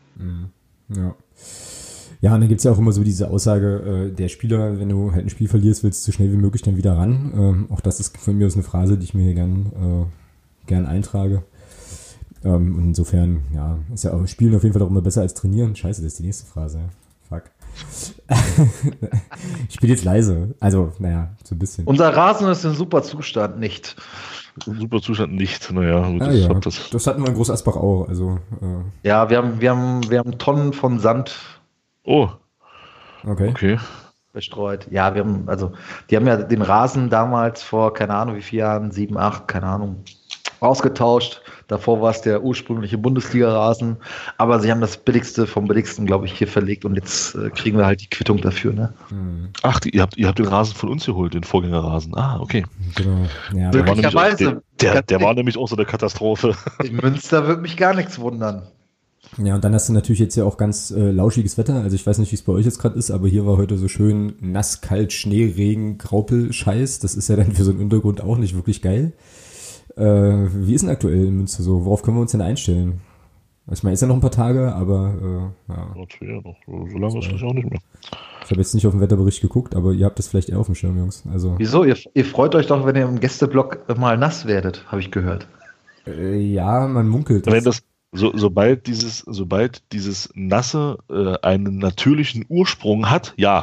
Ja. Ja, und dann gibt's ja auch immer so diese Aussage, der Spieler, wenn du halt ein Spiel verlierst, willst du so schnell wie möglich dann wieder ran. Auch das ist von mir aus eine Phrase, die ich mir hier gern eintrage. Und insofern, ja, ist ja auch Spielen auf jeden Fall auch immer besser als trainieren. Scheiße, das ist die nächste Phrase. Fuck. Ich spiele jetzt leise. Also, naja, so ein bisschen. Unser Rasen ist in super Zustand, nicht. Super Zustand nicht, naja. Das hatten wir in Groß Asbach auch. Also, ja, wir haben Tonnen von Sand. Oh. Okay. Bestreut. Ja, die haben ja den Rasen damals vor, keine Ahnung wie 4 Jahren, 7, 8, keine Ahnung, ausgetauscht. Davor war es der ursprüngliche Bundesliga-Rasen. Aber sie haben das Billigste vom Billigsten, glaube ich, hier verlegt. Und jetzt kriegen wir halt die Quittung dafür. Ne? Ach, ihr habt den Rasen von uns geholt, den Vorgängerrasen. Ah, okay. Genau. Ja, Der war nämlich auch so eine Katastrophe. In Münster würde mich gar nichts wundern. Ja, und dann hast du natürlich jetzt ja auch ganz lauschiges Wetter. Also ich weiß nicht, wie es bei euch jetzt gerade ist, aber hier war heute so schön nass, kalt, Schnee, Regen, Graupel-Scheiß. Das ist ja dann für so einen Untergrund auch nicht wirklich geil. Wie ist denn aktuell in Münster so? Worauf können wir uns denn einstellen? Ich meine, ist ja noch ein paar Tage, aber ja. So lange ist das auch nicht mehr. Ich habe jetzt nicht auf den Wetterbericht geguckt, aber ihr habt das vielleicht eher auf dem Schirm, Jungs. Also, Wieso? Ihr freut euch doch, wenn ihr im Gästeblock mal nass werdet, habe ich gehört. ja, man munkelt. Wenn das, sobald dieses Nasse einen natürlichen Ursprung hat, ja.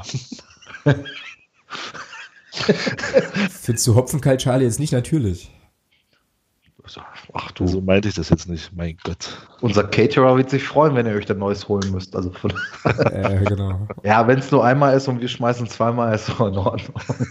Findest du Hopfenkalt, Charlie, jetzt nicht natürlich? Ach du. So meinte ich das jetzt nicht, mein Gott. Unser Caterer wird sich freuen, wenn ihr euch dann Neues holen müsst. Also Genau. Ja, wenn es nur einmal ist und wir schmeißen zweimal, ist doch in Ordnung.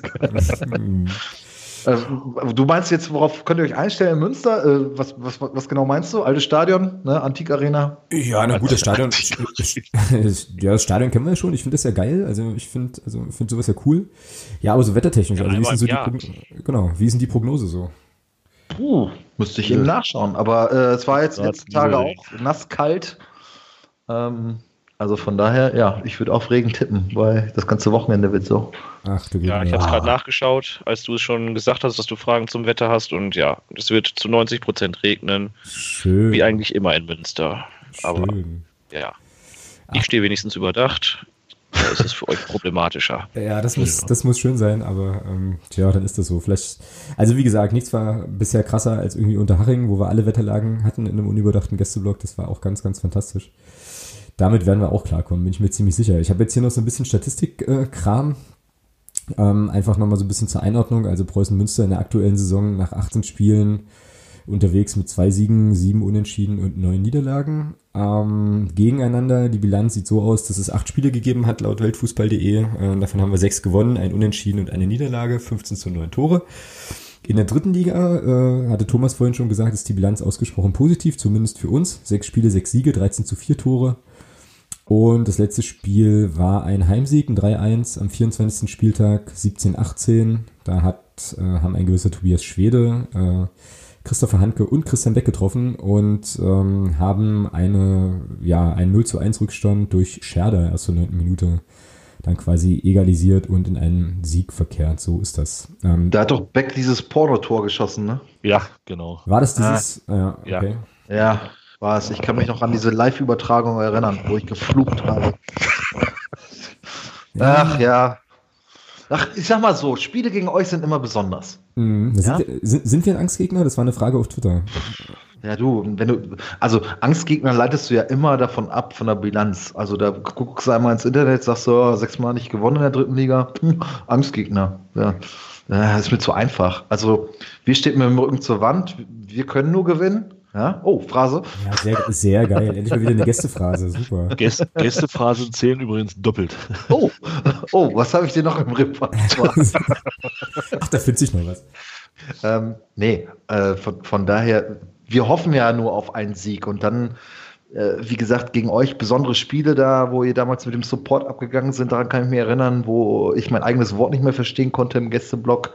Du meinst jetzt, worauf könnt ihr euch einstellen in Münster? Was genau meinst du? Altes Stadion, ne? Antikarena? Ja, na gut, das Stadion. Ja, das Stadion kennen wir ja schon. Ich finde das ja geil. Also ich finde sowas ja cool. Ja, aber so wettertechnisch. Also wie ist denn so wie ist denn die Prognose so? Müsste ich eben nachschauen. Aber es war jetzt letzten Tage auch nass, kalt. Also von daher, ja, ich würde auf Regen tippen, weil das ganze Wochenende wird so. Ach, du Ja, ich habe es gerade nachgeschaut, als du es schon gesagt hast, dass du Fragen zum Wetter hast. Und ja, es wird zu 90% regnen. Schön. Wie eigentlich immer in Münster. Aber Schön. ja, ich stehe wenigstens überdacht. Das ist für euch problematischer. Ja, das muss schön sein, aber tja, dann ist das so. Vielleicht, also wie gesagt, nichts war bisher krasser als irgendwie Unterhaching, wo wir alle Wetterlagen hatten in einem unüberdachten Gästeblock. Das war auch ganz, ganz fantastisch. Damit werden wir auch klarkommen, bin ich mir ziemlich sicher. Ich habe jetzt hier noch so ein bisschen Statistikkram. Einfach nochmal so ein bisschen zur Einordnung. Also Preußen Münster in der aktuellen Saison nach 18 Spielen unterwegs mit 2 Siegen, 7 Unentschieden und 9 Niederlagen. Gegeneinander, die Bilanz sieht so aus, dass es 8 Spiele gegeben hat, laut weltfußball.de. Davon haben wir 6 gewonnen, 1 Unentschieden und eine Niederlage, 15:9 Tore. In der dritten Liga, hatte Thomas vorhin schon gesagt, ist die Bilanz ausgesprochen positiv, zumindest für uns. 6 Spiele, 6 Siege, 13:4 Tore. Und das letzte Spiel war ein Heimsieg, ein 3-1 am 24. Spieltag, 17:18. Da haben ein gewisser Tobias Schwede, Christopher Handke und Christian Beck getroffen und haben einen 0:1 Rückstand durch Scherder erst zur 9. Minute dann quasi egalisiert und in einen Sieg verkehrt. So ist das. Da hat doch Beck dieses Porno-Tor geschossen, ne? Ja, genau. War das dieses? Okay. Ja, war es. Ich kann mich noch an diese Live-Übertragung erinnern, wo ich geflucht habe. Ach ja. Ach, ich sag mal so, Spiele gegen euch sind immer besonders. Sind wir ein Angstgegner? Das war eine Frage auf Twitter. Ja, also Angstgegner leitest du ja immer davon ab, von der Bilanz. Also da guckst du einmal ins Internet, sagst du, 6-mal nicht gewonnen in der dritten Liga, Angstgegner. Ja, das ist mir zu einfach. Also wir stehen mit dem Rücken zur Wand, wir können nur gewinnen. Ja? Oh, Phrase. Ja, sehr, sehr geil. Endlich mal wieder eine Gästephrase, super. Gästephrasen zählen übrigens doppelt. Oh, was habe ich denn noch im Repertoire? Ach, da findet sich noch was. Von daher, wir hoffen ja nur auf einen Sieg und dann, wie gesagt, gegen euch besondere Spiele da, wo ihr damals mit dem Support abgegangen sind, daran kann ich mich erinnern, wo ich mein eigenes Wort nicht mehr verstehen konnte im Gästeblock.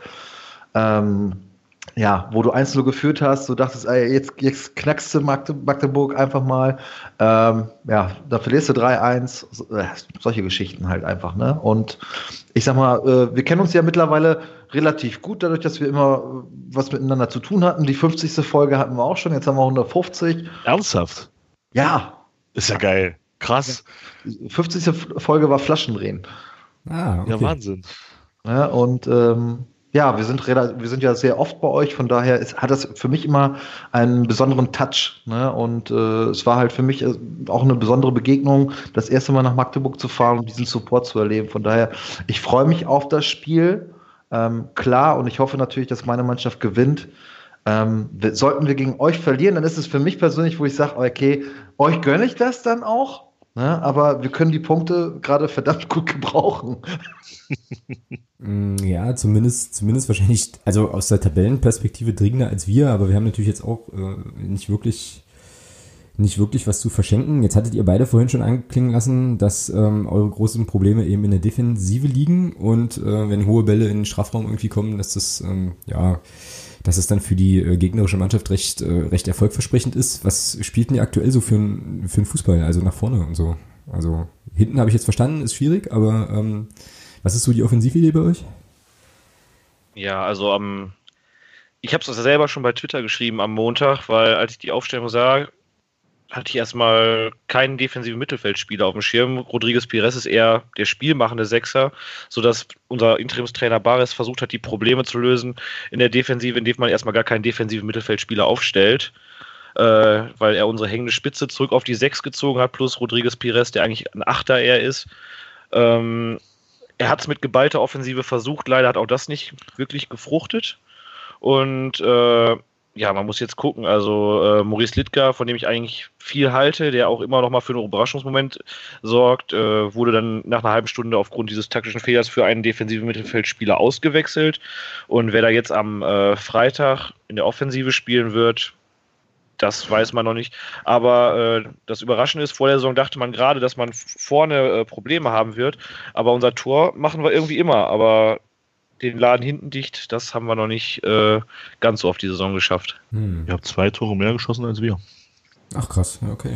Wo du 1-0 geführt hast, du dachtest, jetzt knackst du Magdeburg einfach mal. Da verlierst du 3-1. Solche Geschichten halt einfach, ne? Und ich sag mal, wir kennen uns ja mittlerweile relativ gut, dadurch, dass wir immer was miteinander zu tun hatten. Die 50. Folge hatten wir auch schon, jetzt haben wir 150. Ernsthaft? Ja. Ist ja geil. Krass. 50. Folge war Flaschendrehen. Okay. Ja, Wahnsinn. Ja, und wir sind ja sehr oft bei euch, von daher hat das für mich immer einen besonderen Touch. Ne? Und es war halt für mich auch eine besondere Begegnung, das erste Mal nach Magdeburg zu fahren und diesen Support zu erleben. Von daher, ich freue mich auf das Spiel, klar, und ich hoffe natürlich, dass meine Mannschaft gewinnt. Sollten wir gegen euch verlieren, dann ist es für mich persönlich, wo ich sage, okay, euch gönne ich das dann auch. Ne? Aber wir können die Punkte gerade verdammt gut gebrauchen. Ja, zumindest wahrscheinlich, also aus der Tabellenperspektive dringender als wir, aber wir haben natürlich jetzt auch nicht wirklich was zu verschenken. Jetzt hattet ihr beide vorhin schon anklingen lassen, dass eure großen Probleme eben in der Defensive liegen und wenn hohe Bälle in den Strafraum irgendwie kommen, dass das dass es dann für die gegnerische Mannschaft recht erfolgversprechend ist. Was spielt denn ihr aktuell so für einen Fußball, also nach vorne und so? Also hinten habe ich jetzt verstanden, ist schwierig, aber was ist so die Offensividee bei euch? Ja, also ich habe es selber schon bei Twitter geschrieben am Montag, weil als ich die Aufstellung sah, hatte ich erstmal keinen defensiven Mittelfeldspieler auf dem Schirm. Rodriguez Pires ist eher der spielmachende Sechser, sodass unser Interimstrainer Bares versucht hat, die Probleme zu lösen in der Defensive, indem man erstmal gar keinen defensiven Mittelfeldspieler aufstellt, weil er unsere hängende Spitze zurück auf die 6 gezogen hat, plus Rodriguez Pires, der eigentlich ein Achter eher ist. Er hat es mit geballter Offensive versucht, leider hat auch das nicht wirklich gefruchtet. Und ja, man muss jetzt gucken, also Maurice Littger, von dem ich eigentlich viel halte, der auch immer noch mal für einen Überraschungsmoment sorgt, wurde dann nach einer halben Stunde aufgrund dieses taktischen Fehlers für einen defensiven Mittelfeldspieler ausgewechselt. Und wer da jetzt am Freitag in der Offensive spielen wird, das weiß man noch nicht. Aber das Überraschende ist, vor der Saison dachte man gerade, dass man vorne Probleme haben wird. Aber unser Tor machen wir irgendwie immer. Aber den Laden hinten dicht, das haben wir noch nicht ganz so auf die Saison geschafft. Ihr habt 2 Tore mehr geschossen als wir. Ach krass, ja, okay.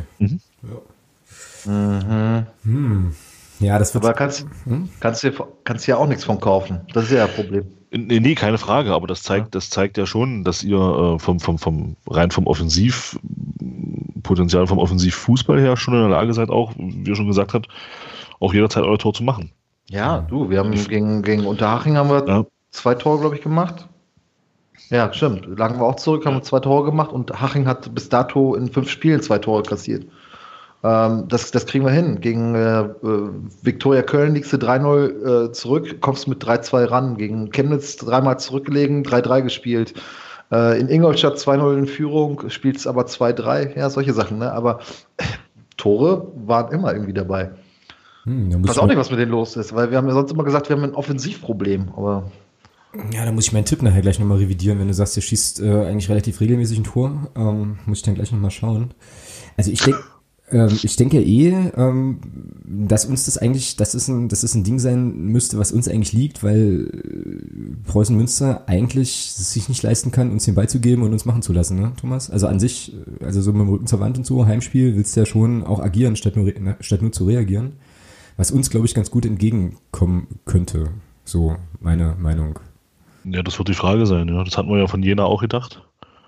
Mhm. Ja, das wird. Aber kannst du ja auch nichts von kaufen. Das ist ja ein Problem. Nee, keine Frage, aber das zeigt ja schon, dass ihr vom Offensivpotenzial, vom Offensivfußball her schon in der Lage seid, auch, wie ihr schon gesagt habt, auch jederzeit euer Tor zu machen. Ja, wir haben gegen Unterhaching haben wir 2 Tore, glaube ich, gemacht. Ja, stimmt. Lagen wir auch zurück, haben wir 2 Tore gemacht und Haching hat bis dato in 5 Spielen 2 Tore kassiert. Das kriegen wir hin. Gegen Viktoria Köln liegst du 3-0 zurück, kommst mit 3-2 ran. Gegen Chemnitz 3-mal zurückgelegen, 3-3 gespielt. In Ingolstadt 2-0 in Führung, spielst aber 2-3. Ja, solche Sachen. Ne? Aber Tore waren immer irgendwie dabei. Ich weiß auch nicht, was mit denen los ist, weil wir haben ja sonst immer gesagt, wir haben ein Offensivproblem. Aber ja, da muss ich meinen Tipp nachher gleich nochmal revidieren. Wenn du sagst, ihr schießt eigentlich relativ regelmäßig ein Tor, muss ich dann gleich nochmal schauen. Also ich denke dass uns das eigentlich, dass es ein Ding sein müsste, was uns eigentlich liegt, weil Preußen Münster eigentlich sich nicht leisten kann, uns den Ball zu geben und uns machen zu lassen, ne, Thomas? Also an sich, also so mit dem Rücken zur Wand und so, Heimspiel, willst du ja schon auch agieren, statt nur zu reagieren. Was uns, glaube ich, ganz gut entgegenkommen könnte. So meine Meinung. Ja, das wird die Frage sein, ja. Das hatten wir ja von Jena auch gedacht.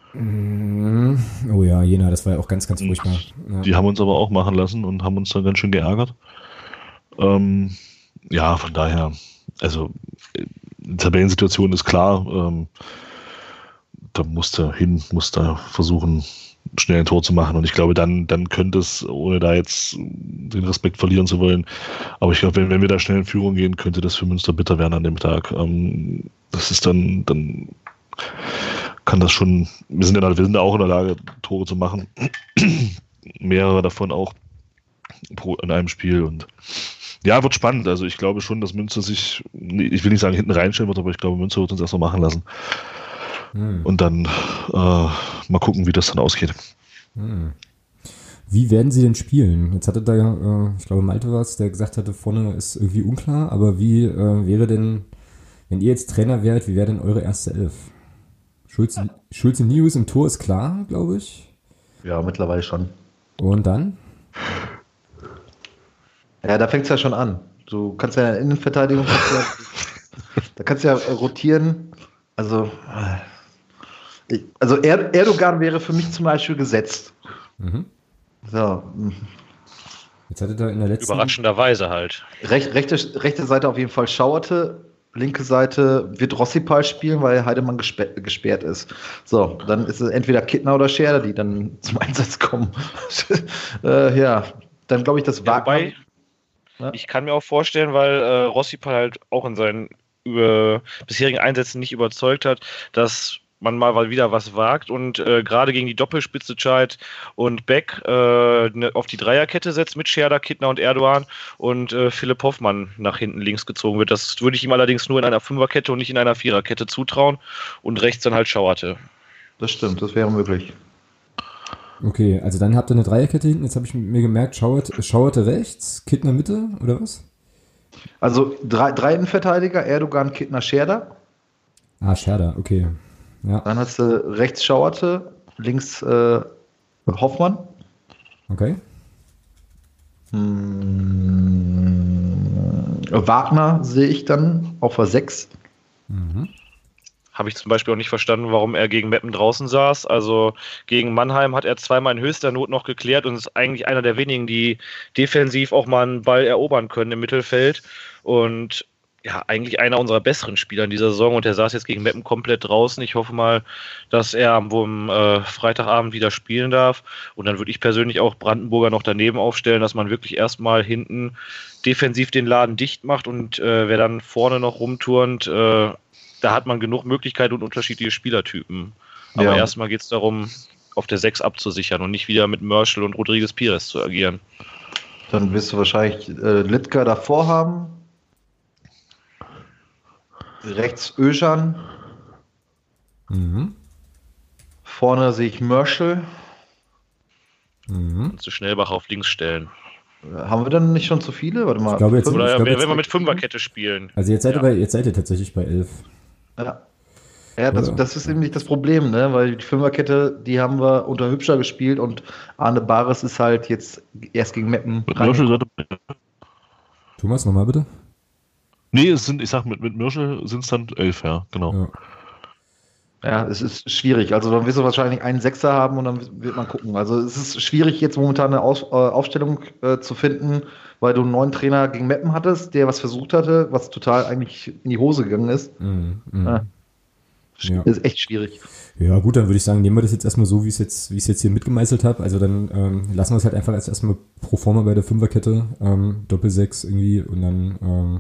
Oh ja, Jena, das war ja auch ganz, ganz furchtbar. Ja. Die haben uns aber auch machen lassen und haben uns dann ganz schön geärgert. Ja, von daher, also die Tabellensituation ist klar. Da musst du versuchen, schnell ein Tor zu machen. Und ich glaube, dann könnte es, ohne da jetzt den Respekt verlieren zu wollen, aber ich glaube, wenn wir da schnell in Führung gehen, könnte das für Münster bitter werden an dem Tag. Das ist dann kann das schon, wir sind ja auch in der Lage, Tore zu machen. Mehrere davon auch in einem Spiel. Und ja, wird spannend. Also ich glaube schon, dass Münster sich, ich will nicht sagen hinten reinstellen wird, aber ich glaube, Münster wird uns erstmal machen lassen. Und dann mal gucken, wie das dann ausgeht. Wie werden sie denn spielen? Jetzt hatte da, ich glaube Malte war es, der gesagt hatte, vorne ist irgendwie unklar, aber wie wäre denn, wenn ihr jetzt Trainer wärt, wie wäre denn eure erste Elf? Schulze Nius im Tor ist klar, glaube ich. Ja, mittlerweile schon. Und dann? Ja, da fängt es ja schon an. Du kannst ja in der Innenverteidigung, da kannst du ja rotieren. Also Erdogan wäre für mich zum Beispiel gesetzt. So. Jetzt hatte da in der letzten... Überraschenderweise halt. Rechte Seite auf jeden Fall Schauerte. Linke Seite wird Rossipal spielen, weil Heidemann gesperrt ist. So, dann ist es entweder Kittner oder Scherder, die dann zum Einsatz kommen. Ja, dann glaube ich, das war. Wobei, ich kann mir auch vorstellen, weil Rossipal halt auch in seinen bisherigen Einsätzen nicht überzeugt hat, dass man mal wieder was wagt und gerade gegen die Doppelspitze Child und Beck auf die Dreierkette setzt mit Scherder, Kittner und Erdogan und Philipp Hoffmann nach hinten links gezogen wird. Das würde ich ihm allerdings nur in einer Fünferkette und nicht in einer Viererkette zutrauen und rechts dann halt Schauerte. Das stimmt, das wäre möglich. Okay, also dann habt ihr eine Dreierkette hinten. Jetzt habe ich mir gemerkt, Schauerte rechts, Kittner Mitte, oder was? Also drei Innenverteidiger, Erdogan, Kittner, Scherder. Ah, Scherder, okay. Ja. Dann hast du rechts Schauerte, links Hoffmann. Okay. Wagner sehe ich dann auf der 6. Mhm. Habe ich zum Beispiel auch nicht verstanden, warum er gegen Meppen draußen saß. Also gegen Mannheim hat er zweimal in höchster Not noch geklärt und ist eigentlich einer der wenigen, die defensiv auch mal einen Ball erobern können im Mittelfeld. Und ja, eigentlich einer unserer besseren Spieler in dieser Saison. Und der saß jetzt gegen Meppen komplett draußen. Ich hoffe mal, dass er am Freitagabend wieder spielen darf. Und dann würde ich persönlich auch Brandenburger noch daneben aufstellen, dass man wirklich erstmal hinten defensiv den Laden dicht macht und wer dann vorne noch rumturnt, da hat man genug Möglichkeiten und unterschiedliche Spielertypen. Aber erstmal geht es darum, auf der 6 abzusichern und nicht wieder mit Merschel und Rodriguez Pires zu agieren. Dann wirst du wahrscheinlich Litka davor haben. Rechts Özcan. Mhm. Vorne sehe ich Merschel. Mhm. Und zu Schnellbach auf links stellen. Haben wir dann nicht schon zu viele? Warte mal. Ich glaube, jetzt, Oder wenn jetzt, wir mit Fünferkette spielen. also jetzt seid ihr tatsächlich bei 11. Ja, das ist nämlich das Problem, ne? Weil die Fünferkette, die haben wir unter Hübscher gespielt und Arne Bares ist halt jetzt erst gegen Meppen rein. Thomas, nochmal bitte. Nee, mit Merschel sind es dann 11, ja, genau. Ja. Ja, es ist schwierig. Also dann wirst du wahrscheinlich einen Sechser haben und dann wird man gucken. Also es ist schwierig, jetzt momentan eine Aufstellung zu finden, weil du einen neuen Trainer gegen Meppen hattest, der was versucht hatte, was total eigentlich in die Hose gegangen ist. Ja. Ist echt schwierig. Ja gut, dann würde ich sagen, nehmen wir das jetzt erstmal so, wie ich es jetzt hier mitgemeißelt habe. Also dann lassen wir es halt einfach erstmal pro forma bei der Fünferkette, Doppel-6 irgendwie und dann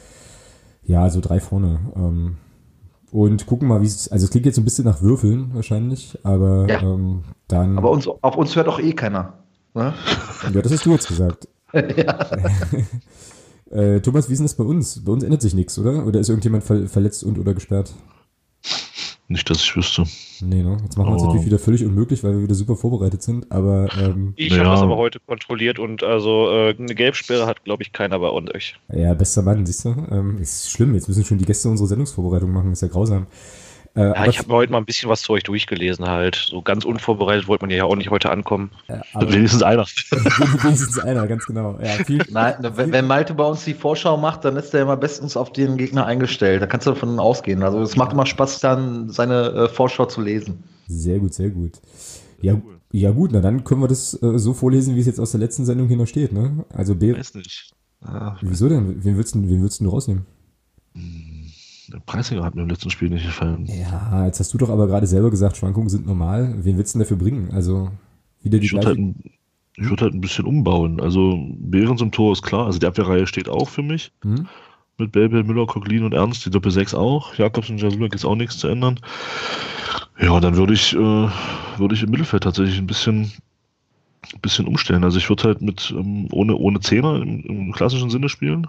so 3 vorne. Und gucken mal, wie es, also es klingt jetzt so ein bisschen nach Würfeln wahrscheinlich, aber dann... Aber auf uns hört auch eh keiner. Ne? Ja, das hast du jetzt gesagt. Ja. Thomas, wie ist denn das bei uns? Bei uns ändert sich nichts, oder? Oder ist irgendjemand verletzt oder gesperrt? Nicht, dass ich wüsste. Nee, ne? Jetzt machen wir uns natürlich wieder völlig unmöglich, weil wir wieder super vorbereitet sind, aber... Ich habe das aber heute kontrolliert und also eine Gelbsperre hat, glaube ich, keiner bei euch. Ja, bester Mann, siehst du? Ist schlimm, jetzt müssen schon die Gäste unsere Sendungsvorbereitung machen, ist ja grausam. Ich habe mir heute mal ein bisschen was zu euch durchgelesen halt. So ganz unvorbereitet wollte man ja auch nicht heute ankommen. Wenigstens einer. Wenigstens einer, ganz genau. Ja, Nein, wenn Malte bei uns die Vorschau macht, dann ist er immer bestens auf den Gegner eingestellt. Da kannst du davon ausgehen. Also es macht immer Spaß, dann seine Vorschau zu lesen. Sehr gut, sehr gut. Ja gut, na dann können wir das so vorlesen, wie es jetzt aus der letzten Sendung hier noch steht, ne? Also Weiß nicht. Wieso denn? Wen würdest du rausnehmen? Der Preisinger hat mir im letzten Spiel nicht gefallen. Ja, jetzt hast du doch aber gerade selber gesagt, Schwankungen sind normal. Wen willst du denn dafür bringen? Also wieder die gleiche... Ich würde halt ein bisschen umbauen. Also Behrens im Tor ist klar. Also die Abwehrreihe steht auch für mich. Mit Belbel, Müller, Coquelin und Ernst. Die Doppel-6 auch. Jakobs und Jasulak ist auch nichts zu ändern. Ja, dann würde ich im Mittelfeld tatsächlich ein bisschen umstellen. Also ich würde halt mit ohne Zehner im klassischen Sinne spielen.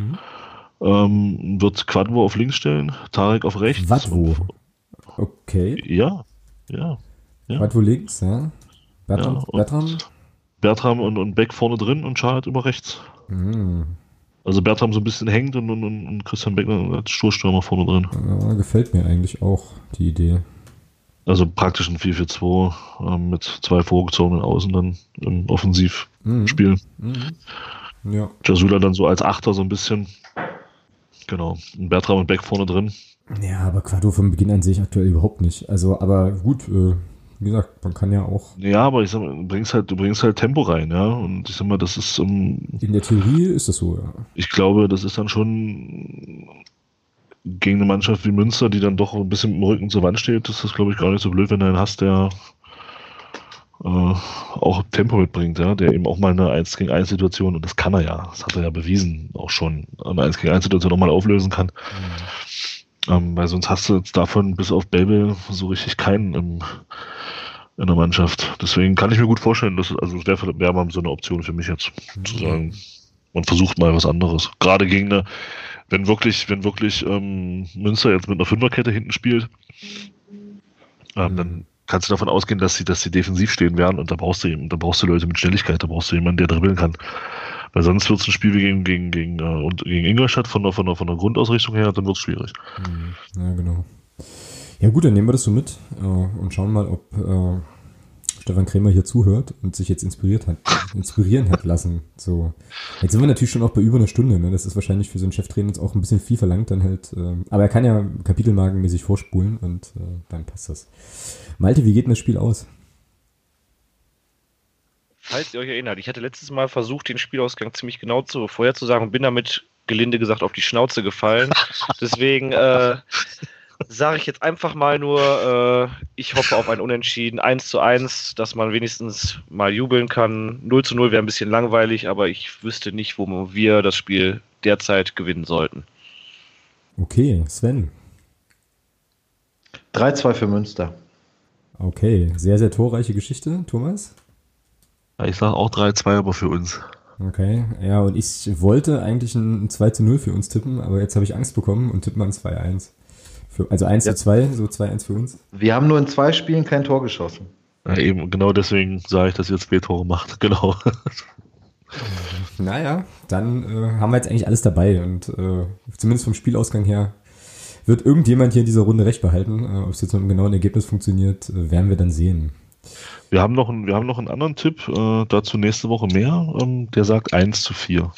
Wird Quadvo auf links stellen, Tarek auf rechts. Quadvo? Okay. Ja. Quadvo links, ja. Bertram und Beck vorne drin und Schad über rechts. Also Bertram so ein bisschen hängt und Christian Beck als Stoßstürmer vorne drin. Ja, gefällt mir eigentlich auch die Idee. Also praktisch ein 4-4-2 mit 2 vorgezogenen Außen dann im Offensivspiel. Ja. Jasula dann so als Achter so ein bisschen. Genau. Und Bertram und Beck vorne drin. Ja, aber Quadvo von Beginn an sehe ich aktuell überhaupt nicht. Also, aber gut, wie gesagt, man kann ja auch... Ja, aber ich sag mal, du bringst halt Tempo rein, ja. Und ich sag mal, das ist... in der Theorie ist das so, ja. Ich glaube, das ist dann schon gegen eine Mannschaft wie Münster, die dann doch ein bisschen mit dem Rücken zur Wand steht, ist das, glaube ich, gar nicht so blöd, wenn du einen hast, der auch Tempo mitbringt, ja, der eben auch mal eine 1-gegen-1 Situation, und das kann er ja, das hat er ja bewiesen, auch schon eine 1-gegen-1 Situation auch mal auflösen kann. Weil sonst hast du jetzt davon bis auf Babel so richtig keinen in der Mannschaft. Deswegen kann ich mir gut vorstellen, dass also wäre mal so eine Option für mich jetzt, zu sagen, man versucht mal was anderes. Gerade gegen eine, wenn wirklich Münster jetzt mit einer Fünferkette hinten spielt, dann kannst du davon ausgehen, dass sie defensiv stehen werden und da brauchst du Leute mit Schnelligkeit, da brauchst du jemanden, der dribbeln kann. Weil sonst wird es ein Spiel wie gegen Ingolstadt von der Grundausrichtung her, dann wird es schwierig. Ja, genau. Ja gut, dann nehmen wir das so mit und schauen mal, ob Stefan Krämer hier zuhört und sich jetzt inspirieren hat lassen. So. Jetzt sind wir natürlich schon auch bei über einer Stunde, ne? Das ist wahrscheinlich für so einen Cheftrainer jetzt auch ein bisschen viel verlangt dann halt. Aber er kann ja kapitelmarkenmäßig vorspulen und dann passt das. Malte, wie geht denn das Spiel aus? Falls ihr euch erinnert, ich hatte letztes Mal versucht, den Spielausgang ziemlich genau vorherzusagen und bin damit, gelinde gesagt, auf die Schnauze gefallen. Deswegen sage ich jetzt einfach mal nur, ich hoffe auf ein Unentschieden, 1:1, dass man wenigstens mal jubeln kann. 0:0 wäre ein bisschen langweilig, aber ich wüsste nicht, wo wir das Spiel derzeit gewinnen sollten. Okay, Sven. 3:2 für Münster. Okay, sehr, sehr torreiche Geschichte. Thomas? Ich sage auch 3:2, aber für uns. Okay, ja, und ich wollte eigentlich ein 2:0 für uns tippen, aber jetzt habe ich Angst bekommen und tippe mal ein 2:1. Also 1:2, so 2:1 für uns. Wir haben nur in 2 Spielen kein Tor geschossen. Ja, eben, genau deswegen sage ich, dass ihr 2 Tore macht. Genau. Naja, dann haben wir jetzt eigentlich alles dabei und zumindest vom Spielausgang her wird irgendjemand hier in dieser Runde recht behalten. Ob es jetzt mit einem genauen Ergebnis funktioniert, werden wir dann sehen. Wir haben noch einen anderen Tipp, dazu nächste Woche mehr. Der sagt 1:4.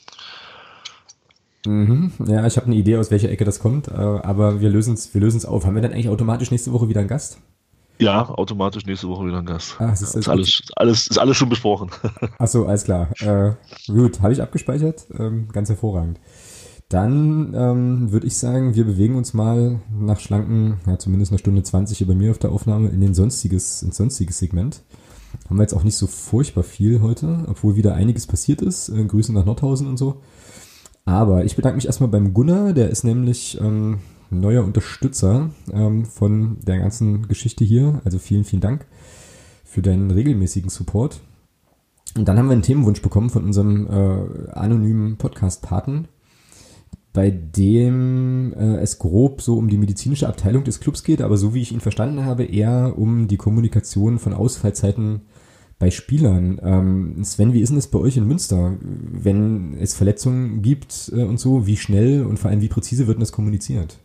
Ja, ich habe eine Idee, aus welcher Ecke das kommt, aber wir lösen's auf. Haben wir dann eigentlich automatisch nächste Woche wieder einen Gast? Ja, automatisch nächste Woche wieder ein Gast. Ist alles schon besprochen. Achso, alles klar. Gut, habe ich abgespeichert. Ganz hervorragend. Dann würde ich sagen, wir bewegen uns mal nach schlanken, ja, zumindest eine Stunde 20 hier bei mir auf der Aufnahme ins sonstiges Segment. Haben wir jetzt auch nicht so furchtbar viel heute, obwohl wieder einiges passiert ist. Grüße nach Nordhausen und so. Aber ich bedanke mich erstmal beim Gunnar, der ist nämlich neuer Unterstützer von der ganzen Geschichte hier. Also vielen, vielen Dank für deinen regelmäßigen Support. Und dann haben wir einen Themenwunsch bekommen von unserem anonymen Podcast-Paten, bei dem es grob so um die medizinische Abteilung des Clubs geht, aber so wie ich ihn verstanden habe, eher um die Kommunikation von Ausfallzeiten bei Spielern. Sven, wie ist denn das bei euch in Münster? Wenn es Verletzungen gibt und so, wie schnell und vor allem wie präzise wird denn das kommuniziert?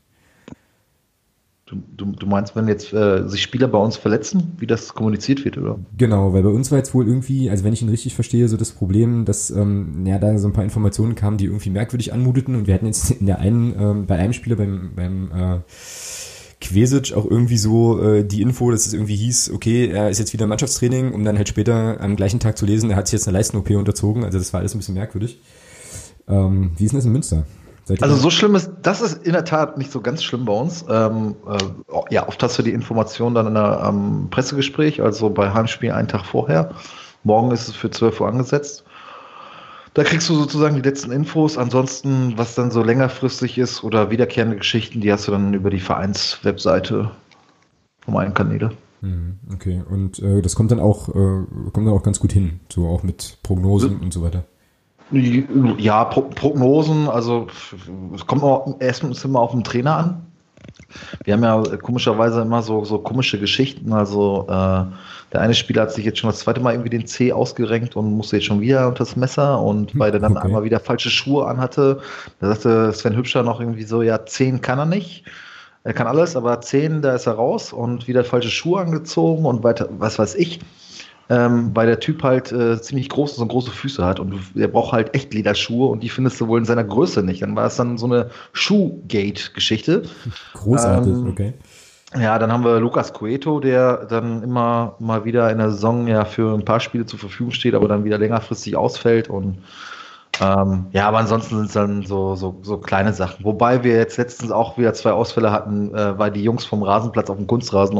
Du meinst, wenn jetzt sich Spieler bei uns verletzen, wie das kommuniziert wird, oder? Genau, weil bei uns war jetzt wohl irgendwie, also wenn ich ihn richtig verstehe, so das Problem, dass da so ein paar Informationen kamen, die irgendwie merkwürdig anmuteten und wir hatten jetzt bei einem Spieler beim Kvesic auch irgendwie so die Info, dass es irgendwie hieß, okay, er ist jetzt wieder im Mannschaftstraining, um dann halt später am gleichen Tag zu lesen, er hat sich jetzt eine Leisten-OP unterzogen, also das war alles ein bisschen merkwürdig. Wie ist denn das in Münster? Also so schlimm ist, das ist in der Tat nicht so ganz schlimm bei uns. Oft hast du die Information dann in einem Pressegespräch, also bei Heimspiel einen Tag vorher. Morgen ist es für 12 Uhr angesetzt. Da kriegst du sozusagen die letzten Infos. Ansonsten, was dann so längerfristig ist oder wiederkehrende Geschichten, die hast du dann über die Vereinswebseite vom einen Kanäle. Okay, und das kommt dann auch ganz gut hin, so auch mit Prognosen und so weiter. Ja, Prognosen, also es kommt erstens immer auf den Trainer an. Wir haben ja komischerweise immer so komische Geschichten. Also der eine Spieler hat sich jetzt schon das zweite Mal irgendwie den Zeh ausgerenkt und musste jetzt schon wieder unter das Messer. Und weil der dann einmal wieder falsche Schuhe anhatte, da sagte Sven Hübscher noch irgendwie so, ja, 10 kann er nicht. Er kann alles, aber 10, da ist er raus und wieder falsche Schuhe angezogen und weiter, was weiß ich. Weil der Typ halt ziemlich groß ist und große Füße hat und der braucht halt echt Lederschuhe und die findest du wohl in seiner Größe nicht. Dann war es dann so eine Schuhgate-Geschichte. Großartig, okay. Ja, dann haben wir Lucas Cueto, der dann immer mal wieder in der Saison ja für ein paar Spiele zur Verfügung steht, aber dann wieder längerfristig ausfällt und aber ansonsten sind es dann so kleine Sachen. Wobei wir jetzt letztens auch wieder 2 Ausfälle hatten, weil die Jungs vom Rasenplatz auf dem Kunstrasen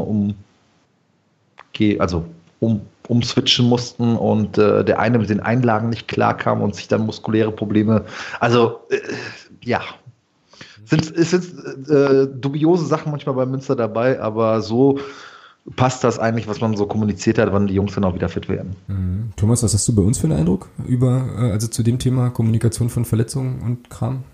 umswitchen mussten und der eine mit den Einlagen nicht klar kam und sich dann muskuläre Probleme. Also, Es sind dubiose Sachen manchmal bei Münster dabei, aber so passt das eigentlich, was man so kommuniziert hat, wann die Jungs dann auch wieder fit werden. Thomas, was hast du bei uns für einen Eindruck also zu dem Thema Kommunikation von Verletzungen und Kram?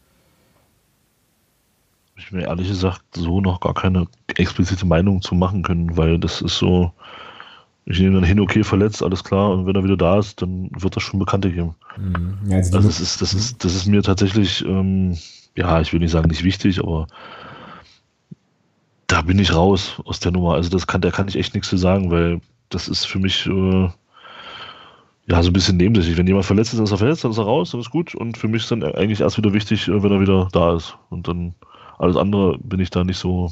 Ich mir ehrlich gesagt so noch gar keine explizite Meinung zu machen können, weil das ist so, ich nehme dann hin, okay, verletzt, alles klar, und wenn er wieder da ist, dann wird das schon Bekannte geben. Ja, also das ist mir tatsächlich, ja, ich will nicht sagen nicht wichtig, aber da bin ich raus aus der Nummer. Also da kann ich echt nichts zu sagen, weil das ist für mich ja so ein bisschen nebensächlich. Wenn jemand verletzt ist, dann ist er verletzt, dann ist er raus, dann ist gut. Und für mich ist dann eigentlich erst wieder wichtig, wenn er wieder da ist. Und dann alles andere bin ich da nicht so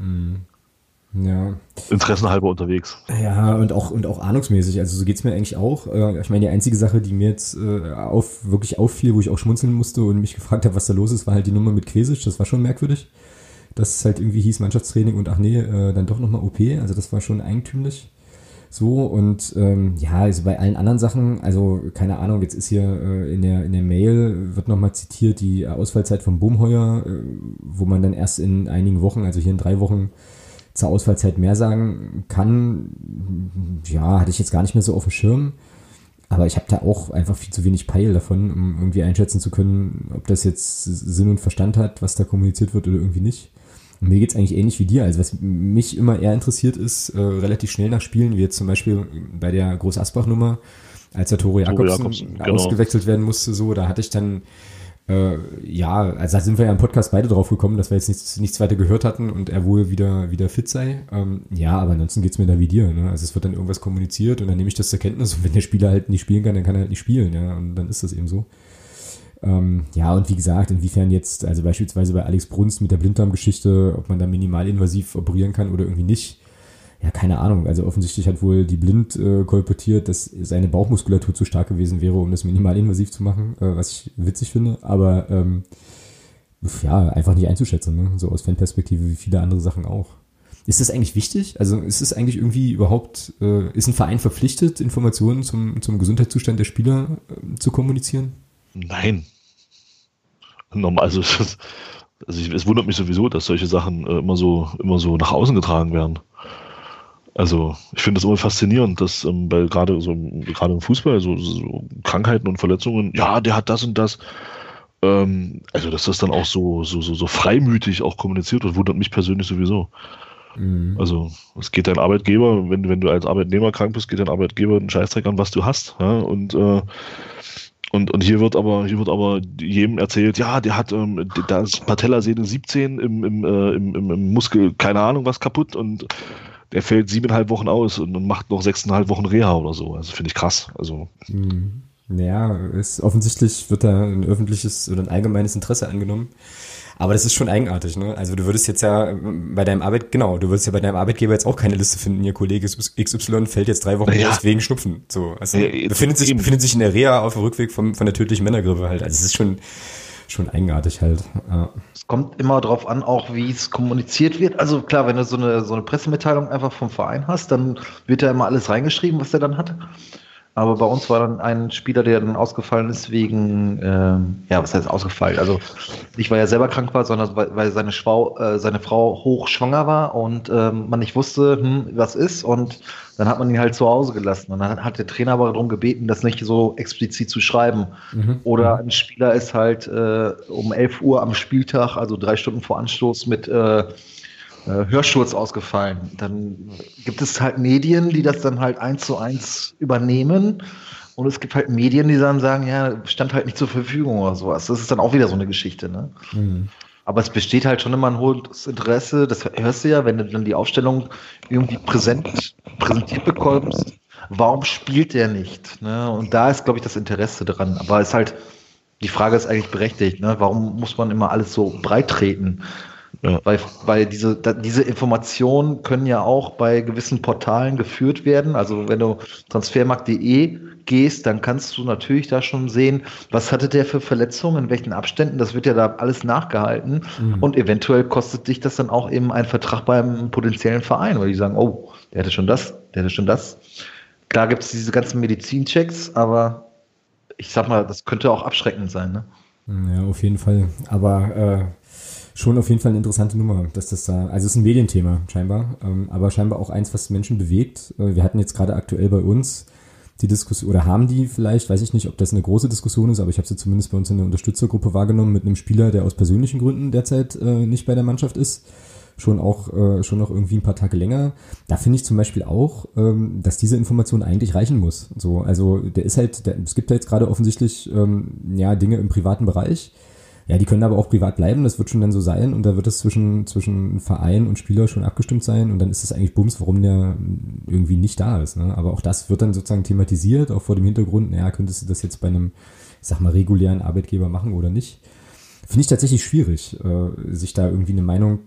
interessenhalber unterwegs. Ja, und auch ahnungsmäßig. Also so geht's mir eigentlich auch. Ich meine, die einzige Sache, die mir jetzt wirklich auffiel, wo ich auch schmunzeln musste und mich gefragt habe, was da los ist, war halt die Nummer mit Kvesic. Das war schon merkwürdig. Dass es halt irgendwie hieß Mannschaftstraining und ach nee, dann doch nochmal OP. Also das war schon eigentümlich. So, und ja, also bei allen anderen Sachen, also keine Ahnung, jetzt ist hier in der Mail wird nochmal zitiert die Ausfallzeit von Bohmheuer, wo man dann erst in einigen Wochen, also hier in 3 Wochen zur Ausfallzeit mehr sagen kann. Ja, hatte ich jetzt gar nicht mehr so auf dem Schirm. Aber ich habe da auch einfach viel zu wenig Peil davon, um irgendwie einschätzen zu können, ob das jetzt Sinn und Verstand hat, was da kommuniziert wird oder irgendwie nicht. Und mir geht's eigentlich ähnlich wie dir. Also was mich immer eher interessiert ist, relativ schnell nach Spielen, wie jetzt zum Beispiel bei der Groß-Asbach-Nummer, als der Tore Jakobsen ausgewechselt werden musste, so, da hatte ich dann, ja, also da sind wir ja im Podcast beide drauf gekommen, dass wir jetzt nichts weiter gehört hatten und er wohl wieder fit sei. Ja, aber ansonsten geht's mir da wie dir, ne? Also es wird dann irgendwas kommuniziert und dann nehme ich das zur Kenntnis und wenn der Spieler halt nicht spielen kann, dann kann er halt nicht spielen, ja, und dann ist das eben so. Ja, und wie gesagt, inwiefern jetzt, also beispielsweise bei Alex Bruns mit der Blinddarmgeschichte, ob man da minimalinvasiv operieren kann oder irgendwie nicht, ja, keine Ahnung. Also offensichtlich hat wohl die Blind kolportiert, dass seine Bauchmuskulatur zu stark gewesen wäre, um das minimalinvasiv zu machen, was ich witzig finde, aber ja, einfach nicht einzuschätzen, ne? So aus Fanperspektive wie viele andere Sachen auch. Ist das eigentlich wichtig? Also ist es eigentlich irgendwie überhaupt, ist ein Verein verpflichtet, Informationen zum Gesundheitszustand der Spieler zu kommunizieren? Nein. Also es wundert mich sowieso, dass solche Sachen immer so nach außen getragen werden. Also ich finde das immer faszinierend, dass gerade im Fußball so Krankheiten und Verletzungen, ja, der hat das und das. Also dass das dann auch so freimütig auch kommuniziert wird, wundert mich persönlich sowieso. Mhm. Also es geht dein Arbeitgeber, wenn du als Arbeitnehmer krank bist, geht dein Arbeitgeber einen Scheißdreck an, was du hast. Ja? Und hier wird aber jedem erzählt, ja, der hat da ist Patellasehne 17 im Muskel, keine Ahnung was kaputt und der fällt 7,5 Wochen aus und macht noch 6,5 Wochen Reha oder so. Also finde ich krass. Also ja, offensichtlich wird da ein öffentliches oder ein allgemeines Interesse angenommen. Aber das ist schon eigenartig, ne? Also du würdest ja bei deinem Arbeitgeber jetzt auch keine Liste finden, ihr Kollege XY fällt jetzt 3 Wochen aus wegen Schnupfen. So, also befindet sich in der Reha auf dem Rückweg von der tödlichen Männergrippe halt. Also es ist schon eigenartig halt. Ja. Es kommt immer drauf an, auch wie es kommuniziert wird. Also klar, wenn du so eine Pressemitteilung einfach vom Verein hast, dann wird da immer alles reingeschrieben, was der dann hat. Aber bei uns war dann ein Spieler, der dann ausgefallen ist wegen, was heißt ausgefallen? Also nicht, weil er selber krank war, sondern weil seine Frau hochschwanger war und man nicht wusste, was ist. Und dann hat man ihn halt zu Hause gelassen. Und dann hat der Trainer aber darum gebeten, das nicht so explizit zu schreiben. Mhm. Oder ein Spieler ist halt um 11 Uhr am Spieltag, also 3 Stunden vor Anstoß mit Hörsturz ausgefallen. Dann gibt es halt Medien, die das dann halt 1:1 übernehmen. Und es gibt halt Medien, die dann sagen, ja, stand halt nicht zur Verfügung oder sowas. Das ist dann auch wieder so eine Geschichte, ne? Mhm. Aber es besteht halt schon immer ein hohes Interesse. Das hörst du ja, wenn du dann die Aufstellung irgendwie präsentiert bekommst. Warum spielt der nicht? Ne? Und da ist, glaube ich, das Interesse dran. Aber es ist halt, die Frage ist eigentlich berechtigt, ne? Warum muss man immer alles so breit treten? Ja. Weil diese Informationen können ja auch bei gewissen Portalen geführt werden. Also wenn du transfermarkt.de gehst, dann kannst du natürlich da schon sehen, was hatte der für Verletzungen, in welchen Abständen. Das wird ja da alles nachgehalten. Mhm. Und eventuell kostet dich das dann auch eben einen Vertrag beim potenziellen Verein, weil die sagen, oh, der hatte schon das. Klar gibt es diese ganzen Medizinchecks, aber ich sag mal, das könnte auch abschreckend sein, ne? Ja, auf jeden Fall. Aber Schon auf jeden Fall eine interessante Nummer, dass das da, also es ist ein Medienthema scheinbar, aber scheinbar auch eins, was Menschen bewegt. Wir hatten jetzt gerade aktuell bei uns die Diskussion, oder haben die vielleicht, weiß ich nicht, ob das eine große Diskussion ist, aber ich habe sie zumindest bei uns in der Unterstützergruppe wahrgenommen mit einem Spieler, der aus persönlichen Gründen derzeit nicht bei der Mannschaft ist. Schon noch irgendwie ein paar Tage länger. Da finde ich zum Beispiel auch, dass diese Information eigentlich reichen muss. So, also es gibt da jetzt gerade offensichtlich Dinge im privaten Bereich. Ja, die können aber auch privat bleiben, das wird schon dann so sein und da wird es zwischen Verein und Spieler schon abgestimmt sein und dann ist es eigentlich Bums, warum der irgendwie nicht da ist. Ne? Aber auch das wird dann sozusagen thematisiert, auch vor dem Hintergrund, könntest du das jetzt bei einem, ich sag mal, regulären Arbeitgeber machen oder nicht? Finde ich tatsächlich schwierig, sich da irgendwie eine Meinung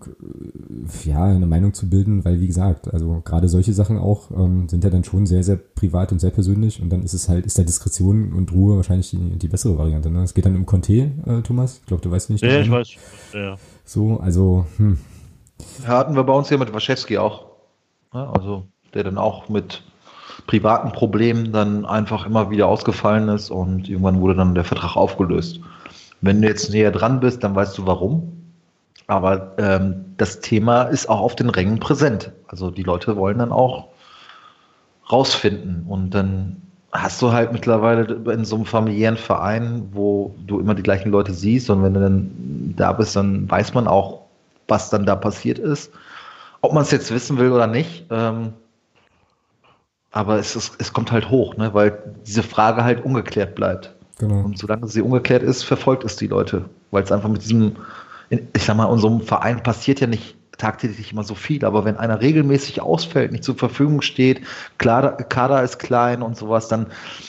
zu bilden, weil wie gesagt, also gerade solche Sachen auch sind ja dann schon sehr, sehr privat und sehr persönlich und dann ist da Diskretion und Ruhe wahrscheinlich die bessere Variante. Ne? Es geht dann um Conte, Thomas. Ich glaube, du weißt nicht. Ja, ich weiß. Ja. So, also, Hatten wir bei uns ja mit Waschewski auch. Ja, also, der dann auch mit privaten Problemen dann einfach immer wieder ausgefallen ist und irgendwann wurde dann der Vertrag aufgelöst. Wenn du jetzt näher dran bist, dann weißt du warum. Aber das Thema ist auch auf den Rängen präsent. Also die Leute wollen dann auch rausfinden. Und dann hast du halt mittlerweile in so einem familiären Verein, wo du immer die gleichen Leute siehst. Und wenn du dann da bist, dann weiß man auch, was dann da passiert ist. Ob man es jetzt wissen will oder nicht. Aber es kommt halt hoch, ne? Weil diese Frage halt ungeklärt bleibt. genau. Und solange sie ungeklärt ist, verfolgt es die Leute. Weil es einfach mit diesem, ich sag mal, in so einem Verein passiert ja nicht tagtäglich immer so viel, aber wenn einer regelmäßig ausfällt, nicht zur Verfügung steht, Kader ist klein und sowas, dann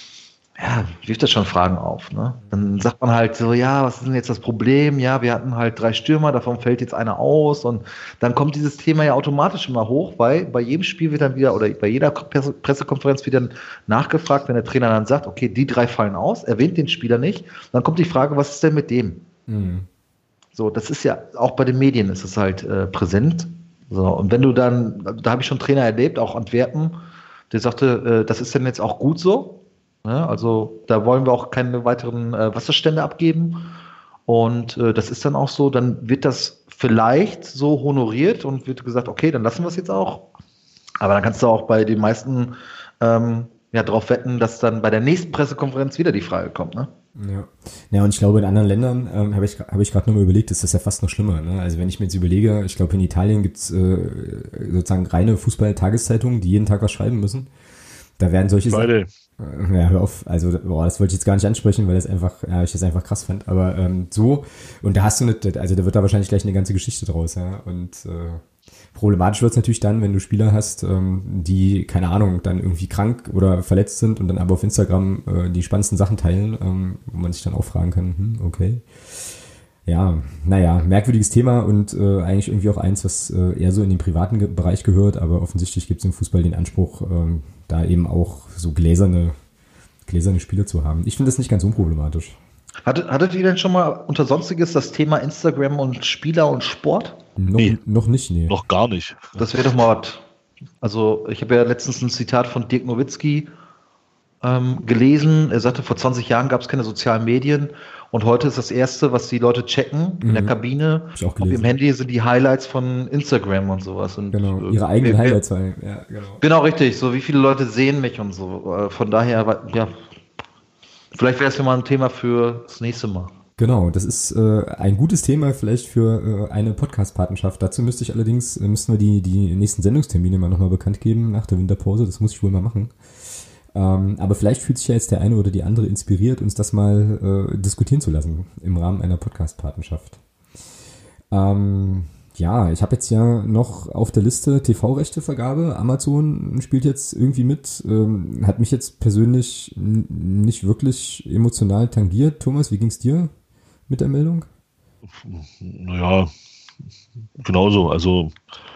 wirft das schon Fragen auf. Ne? Dann sagt man halt so, ja, was ist denn jetzt das Problem? Ja, wir hatten halt 3 Stürmer, davon fällt jetzt einer aus und dann kommt dieses Thema ja automatisch immer hoch, weil bei jedem Spiel wird dann wieder oder bei jeder Pressekonferenz wird dann nachgefragt, wenn der Trainer dann sagt, okay, die 3 fallen aus, erwähnt den Spieler nicht, dann kommt die Frage, was ist denn mit dem? Mhm. So, das ist ja, auch bei den Medien ist es halt präsent. So, und wenn du dann, da habe ich schon Trainer erlebt, auch Antwerpen, der sagte, das ist denn jetzt auch gut so. Ja, also da wollen wir auch keine weiteren Wasserstände abgeben. Und das ist dann auch so, dann wird das vielleicht so honoriert und wird gesagt, okay, dann lassen wir es jetzt auch. Aber dann kannst du auch bei den meisten darauf wetten, dass dann bei der nächsten Pressekonferenz wieder die Frage kommt, ne? Ja, und ich glaube, in anderen Ländern habe ich gerade nochmal überlegt, ist das ja fast noch schlimmer. Ne? Also wenn ich mir jetzt überlege, ich glaube, in Italien gibt's sozusagen reine Fußball-Tageszeitungen, die jeden Tag was schreiben müssen. Da werden solche Beide. Ja, hör auf. Also, das wollte ich jetzt gar nicht ansprechen, weil ich das einfach krass fand. Aber so, und da hast du nicht, also da wird da wahrscheinlich gleich eine ganze Geschichte draus, ja. Und problematisch wird es natürlich dann, wenn du Spieler hast, die, keine Ahnung, dann irgendwie krank oder verletzt sind und dann aber auf Instagram die spannendsten Sachen teilen, wo man sich dann auch fragen kann, okay. Ja, naja, merkwürdiges Thema und eigentlich irgendwie auch eins, was eher so in den privaten Bereich gehört, aber offensichtlich gibt es im Fußball den Anspruch, da eben auch so gläserne Spieler zu haben. Ich finde das nicht ganz unproblematisch. Hattet ihr denn schon mal unter Sonstiges das Thema Instagram und Spieler und Sport? Noch nicht, nee. Noch gar nicht. Das wäre doch mal was. Also ich habe ja letztens ein Zitat von Dirk Nowitzki gelesen. Er sagte, vor 20 Jahren gab es keine sozialen Medien und heute ist das Erste, was die Leute checken in der Kabine, auf ihrem Handy sind die Highlights von Instagram und sowas. Und, genau, ihre eigenen Highlights. Ja, genau. Genau, richtig. So wie viele Leute sehen mich und so. Von daher, ja, vielleicht wäre es ja mal ein Thema für das nächste Mal. Genau, das ist ein gutes Thema vielleicht für eine Podcast-Patenschaft. Dazu müssten wir die nächsten Sendungstermine mal nochmal bekannt geben nach der Winterpause. Das muss ich wohl mal machen. Aber vielleicht fühlt sich ja jetzt der eine oder die andere inspiriert, uns das mal diskutieren zu lassen im Rahmen einer Podcast-Patenschaft. Ja, ich habe jetzt ja noch auf der Liste TV-Rechtevergabe. Amazon spielt jetzt irgendwie mit. Hat mich jetzt persönlich nicht wirklich emotional tangiert. Thomas, wie ging's dir mit der Meldung? Naja, genauso. Also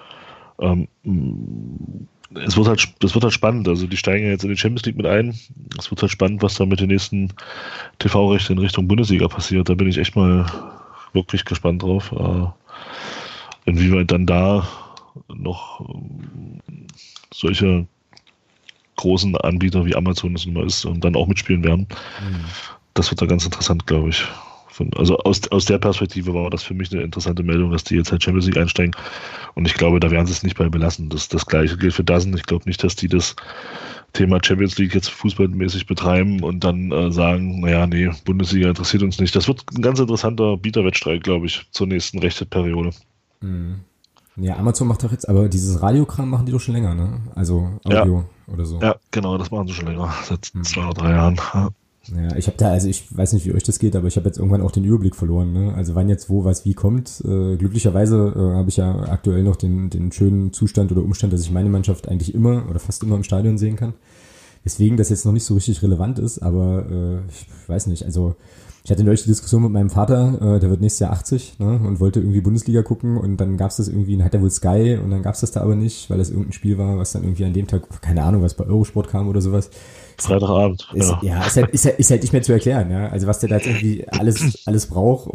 das wird halt spannend. Also die steigen ja jetzt in die Champions League mit ein. Es wird halt spannend, was da mit den nächsten TV-Rechten in Richtung Bundesliga passiert. Da bin ich echt mal wirklich gespannt drauf. Inwieweit dann da noch solche großen Anbieter wie Amazon das nun mal ist und dann auch mitspielen werden. Das wird da ganz interessant, glaube ich. Also aus der Perspektive war das für mich eine interessante Meldung, dass die jetzt halt Champions League einsteigen. Und ich glaube, da werden sie es nicht bei belassen. Das Gleiche gilt für DAZN. Ich glaube nicht, dass die das Thema Champions League jetzt fußballmäßig betreiben und dann sagen, naja, nee, Bundesliga interessiert uns nicht. Das wird ein ganz interessanter Bieterwettstreit, glaube ich, zur nächsten Rechteperiode. Mhm. Ja, Amazon macht doch jetzt, aber dieses Radiokram machen die doch schon länger, ne? Also Audio oder so. Ja, genau, das machen sie schon länger, seit 2 oder 3 Jahren. Ja, ich weiß nicht, wie euch das geht, aber ich habe jetzt irgendwann auch den Überblick verloren, ne? Also wann jetzt wo, was, wie kommt. Glücklicherweise habe ich ja aktuell noch den schönen Zustand oder Umstand, dass ich meine Mannschaft eigentlich immer oder fast immer im Stadion sehen kann. Deswegen das jetzt noch nicht so richtig relevant ist, aber ich weiß nicht, also ich hatte neulich die Diskussion mit meinem Vater, der wird nächstes Jahr 80, ne, und wollte irgendwie Bundesliga gucken und dann gab's das irgendwie, dann hat er wohl Sky und dann gab's das da aber nicht, weil das irgendein Spiel war, was dann irgendwie an dem Tag, keine Ahnung, was bei Eurosport kam oder sowas. Freitagabend. Ist halt nicht mehr zu erklären, ja. Also was der da jetzt irgendwie alles braucht,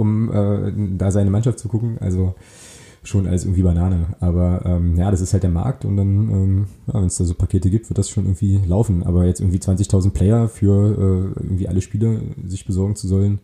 um da seine Mannschaft zu gucken, also schon alles irgendwie Banane. Aber das ist halt der Markt und dann, wenn es da so Pakete gibt, wird das schon irgendwie laufen. Aber jetzt irgendwie 20.000 Player für irgendwie alle Spiele sich besorgen zu sollen,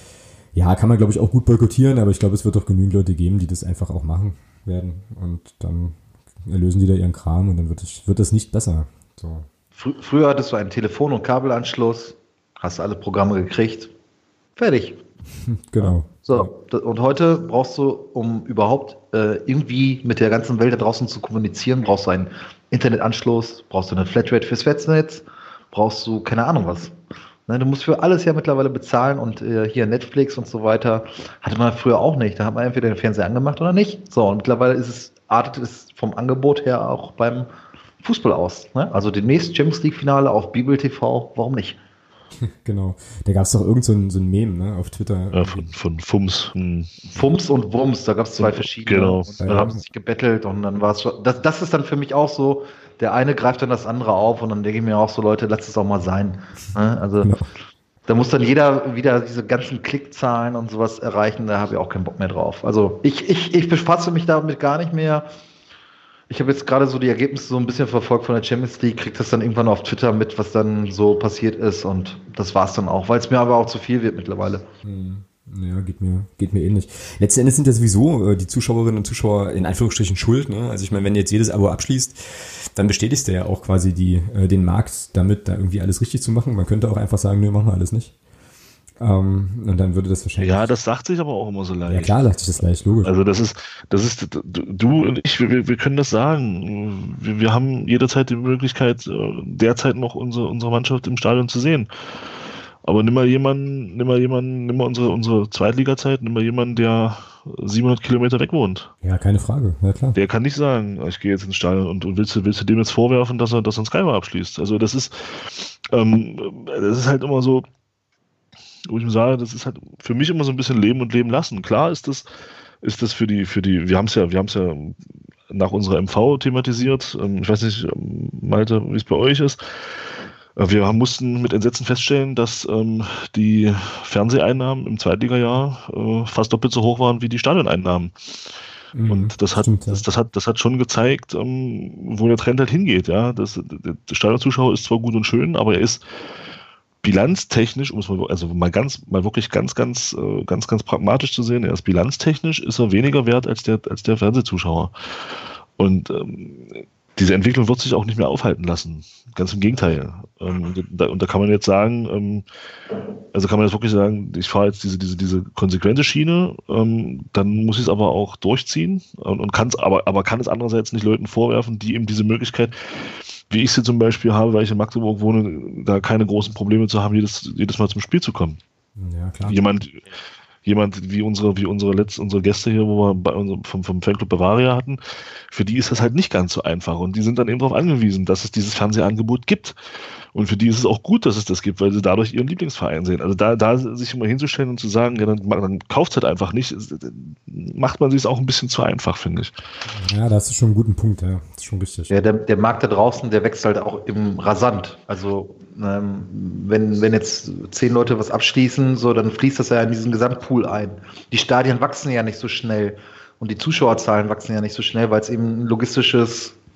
ja, kann man glaube ich auch gut boykottieren, aber ich glaube, es wird doch genügend Leute geben, die das einfach auch machen werden und dann erlösen die da ihren Kram und dann wird das nicht besser. So. Früher hattest du einen Telefon- und Kabelanschluss, hast alle Programme gekriegt, fertig. Genau. So, und heute brauchst du, um überhaupt irgendwie mit der ganzen Welt da draußen zu kommunizieren, brauchst du einen Internetanschluss, brauchst du eine Flatrate fürs Festnetz, brauchst du keine Ahnung was. Ne, du musst für alles ja mittlerweile bezahlen und hier Netflix und so weiter hatte man früher auch nicht. Da hat man entweder den Fernseher angemacht oder nicht. So, und mittlerweile artet es vom Angebot her auch beim Fußball aus. Ne? Also demnächst Champions League Finale auf Bibel TV, warum nicht? Genau. Da gab es doch irgend so ein Meme, ne, auf Twitter. Ja, von Fums. Fums und Wums, da gab es 2 verschiedene. Genau. Und da haben sie sich gebettelt und dann war es schon. Das ist dann für mich auch so, der eine greift dann das andere auf und dann denke ich mir auch so, Leute, lasst es auch mal sein. Ne? Also Genau. da muss dann jeder wieder diese ganzen Klickzahlen und sowas erreichen, da habe ich auch keinen Bock mehr drauf. Also ich befasse mich damit gar nicht mehr. Ich habe jetzt gerade so die Ergebnisse so ein bisschen verfolgt von der Champions League, kriege das dann irgendwann auf Twitter mit, was dann so passiert ist und das war's dann auch, weil es mir aber auch zu viel wird mittlerweile. Ja, geht mir ähnlich. Letzten Endes sind ja sowieso die Zuschauerinnen und Zuschauer in Anführungsstrichen schuld, ne? Also ich meine, wenn du jetzt jedes Abo abschließt, dann bestätigst du ja auch quasi den Markt damit, da irgendwie alles richtig zu machen. Man könnte auch einfach sagen, nö, machen wir alles nicht. Und dann würde das wahrscheinlich... Ja, das sagt sich aber auch immer so leicht. Ja klar, sagt sich das leicht, logisch. Also das ist, du und ich, wir können das sagen. Wir haben jederzeit die Möglichkeit, derzeit noch unsere Mannschaft im Stadion zu sehen. Aber nimm mal unsere Zweitliga-Zeit, nimm mal jemanden, der 700 Kilometer weg wohnt. Ja, keine Frage, ja klar. Der kann nicht sagen, ich gehe jetzt ins Stadion und willst du dem jetzt vorwerfen, dass er einen Skybar abschließt. Also das ist halt immer so, wo ich mir sage, das ist halt für mich immer so ein bisschen Leben und Leben lassen. Klar ist das für die, wir haben es ja nach unserer MV thematisiert. Ich weiß nicht, Malte, wie es bei euch ist. Wir mussten mit Entsetzen feststellen, dass die Fernseheinnahmen im Zweitligajahr fast doppelt so hoch waren wie die Stadioneinnahmen. Und das hat schon gezeigt, wo der Trend halt hingeht. Ja, der Stadionzuschauer ist zwar gut und schön, aber er ist bilanztechnisch, mal wirklich ganz pragmatisch zu sehen, er ist bilanztechnisch ist er weniger wert als der Fernsehzuschauer. Und diese Entwicklung wird sich auch nicht mehr aufhalten lassen. Ganz im Gegenteil. Und da kann man jetzt sagen, kann man jetzt wirklich sagen, ich fahre jetzt diese konsequente Schiene, dann muss ich es aber auch durchziehen und kann es andererseits nicht Leuten vorwerfen, die eben diese Möglichkeit, wie ich sie zum Beispiel habe, weil ich in Magdeburg wohne, da keine großen Probleme zu haben, jedes Mal zum Spiel zu kommen. Ja, klar. Jemand wie unsere Gäste hier, wo wir vom Fanclub Bavaria hatten, für die ist das halt nicht ganz so einfach und die sind dann eben darauf angewiesen, dass es dieses Fernsehangebot gibt. Und für die ist es auch gut, dass es das gibt, weil sie dadurch ihren Lieblingsverein sehen. Also da sich immer hinzustellen und zu sagen, ja, dann kauft es halt einfach nicht, macht man sich es auch ein bisschen zu einfach, finde ich. Ja, da hast du schon einen guten Punkt, ja. Das ist schon richtig. Ja, der Markt da draußen, der wächst halt auch im rasant. Also wenn jetzt 10 Leute was abschließen, so, dann fließt das ja in diesen Gesamtpool ein. Die Stadien wachsen ja nicht so schnell und die Zuschauerzahlen wachsen ja nicht so schnell, weil es eben ein logistisches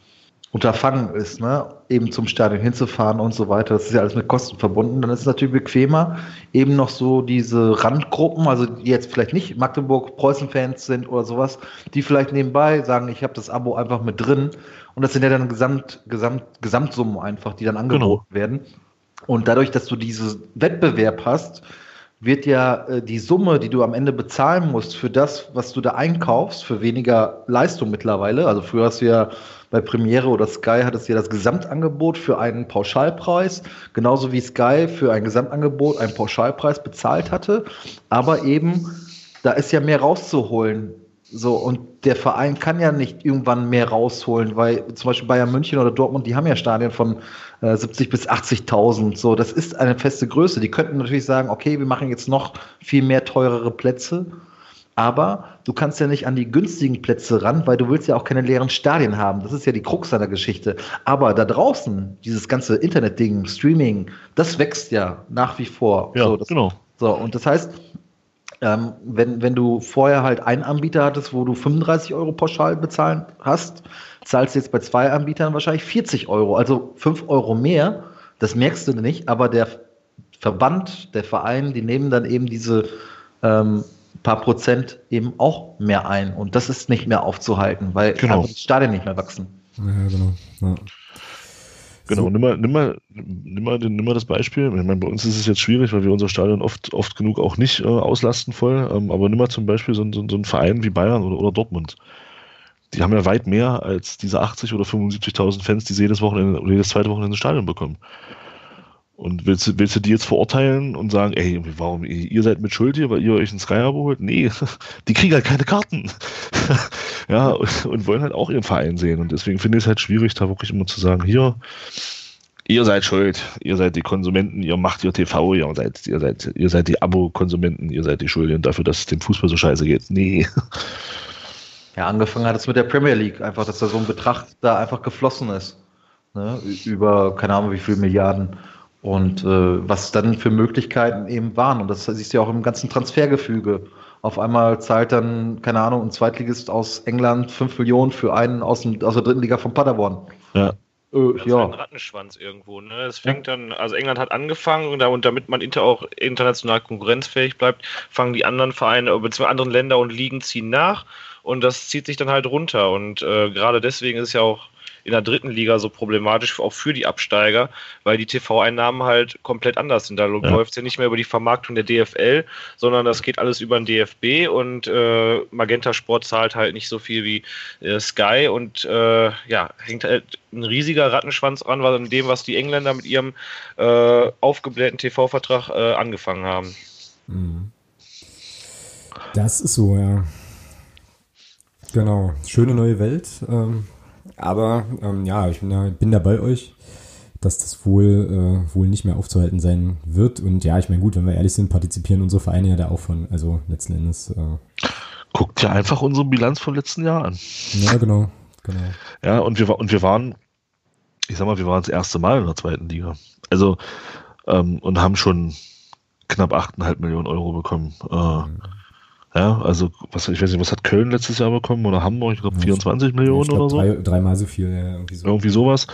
Unterfangen ist, ne, eben zum Stadion hinzufahren und so weiter, das ist ja alles mit Kosten verbunden, dann ist es natürlich bequemer, eben noch so diese Randgruppen, also die jetzt vielleicht nicht Magdeburg-Preußen-Fans sind oder sowas, die vielleicht nebenbei sagen, ich habe das Abo einfach mit drin und das sind ja dann Gesamtsummen einfach, die dann angeboten werden. Und dadurch, dass du diesen Wettbewerb hast, wird ja die Summe, die du am Ende bezahlen musst für das, was du da einkaufst, für weniger Leistung mittlerweile. Also früher hast du ja bei Premiere oder Sky hattest du ja das Gesamtangebot für einen Pauschalpreis, genauso wie Sky für ein Gesamtangebot einen Pauschalpreis bezahlt hatte. Aber eben, da ist ja mehr rauszuholen. So, und der Verein kann ja nicht irgendwann mehr rausholen, weil zum Beispiel Bayern München oder Dortmund, die haben ja Stadien von 70 bis 80.000. So, das ist eine feste Größe. Die könnten natürlich sagen, okay, wir machen jetzt noch viel mehr teurere Plätze, aber du kannst ja nicht an die günstigen Plätze ran, weil du willst ja auch keine leeren Stadien haben. Das ist ja die Krux an der Geschichte. Aber da draußen, dieses ganze Internet-Ding, Streaming, das wächst ja nach wie vor. Ja, so, genau. So, und das heißt, wenn du vorher halt einen Anbieter hattest, wo du 35 € pauschal bezahlen hast, zahlst du jetzt bei 2 Anbietern wahrscheinlich 40 €, also 5 € mehr. Das merkst du nicht, aber der Verband, der Verein, die nehmen dann eben diese paar Prozent eben auch mehr ein. Und das ist nicht mehr aufzuhalten, weil einfach die Stadien nicht mehr wachsen. Ja, genau. Ja. Genau, So. nimm mal das Beispiel. Ich meine, bei uns ist es jetzt schwierig, weil wir unser Stadion oft genug auch nicht auslasten voll. Aber nimm mal zum Beispiel so einen Verein wie Bayern oder Dortmund. Die haben ja weit mehr als diese 80 oder 75.000 Fans, die sie jedes Wochenende oder jedes zweite Wochenende ins Stadion bekommen. Und willst du die jetzt verurteilen und sagen, ey, warum, ihr seid mit Schuld hier, weil ihr euch ein Sky-Abo holt? Nee, die kriegen halt keine Karten. Ja, und wollen halt auch ihren Verein sehen. Und deswegen finde ich es halt schwierig, da wirklich immer zu sagen, hier, ihr seid schuld, ihr seid die Konsumenten, ihr macht ihr TV, ihr seid die Abo-Konsumenten, ihr seid die Schuldigen dafür, dass es dem Fußball so scheiße geht. Nee. Ja, angefangen hat es mit der Premier League, einfach, dass da so ein Betrag da einfach geflossen ist. Ne? Über, keine Ahnung, wie viele Milliarden. Und was dann für Möglichkeiten eben waren. Und das siehst du ja auch im ganzen Transfergefüge. Auf einmal zahlt dann, keine Ahnung, ein Zweitligist aus England 5 Millionen für einen aus der dritten Liga von Paderborn. Ja. Das ist ein Rattenschwanz irgendwo. Ne? Es fängt dann, also England hat angefangen und damit man auch international konkurrenzfähig bleibt, fangen die anderen Vereine bzw. anderen Länder und Ligen ziehen nach und das zieht sich dann halt runter. Und gerade deswegen ist es ja auch in der dritten Liga so problematisch, auch für die Absteiger, weil die TV-Einnahmen halt komplett anders sind. Da läuft es ja nicht mehr über die Vermarktung der DFL, sondern das geht alles über den DFB und Magenta Sport zahlt halt nicht so viel wie Sky und hängt halt ein riesiger Rattenschwanz an, an dem, was die Engländer mit ihrem aufgeblähten TV-Vertrag angefangen haben. Das ist so, ja. Genau. Schöne neue Welt. Aber ich bin da bei euch, dass das wohl nicht mehr aufzuhalten sein wird. Und ja, ich meine, gut, wenn wir ehrlich sind, partizipieren unsere Vereine ja da auch von. Also letzten Endes. Guckt ja einfach unsere Bilanz vom letzten Jahr an. Ja, genau. Ja, und wir waren, ich sag mal, wir waren das erste Mal in der zweiten Liga. Also, und haben schon knapp 8,5 Millionen Euro bekommen. Ja, also, ich weiß nicht, was hat Köln letztes Jahr bekommen oder Hamburg? Ich glaube 24 Millionen oder so. Dreimal so viel, ja, irgendwie sowas.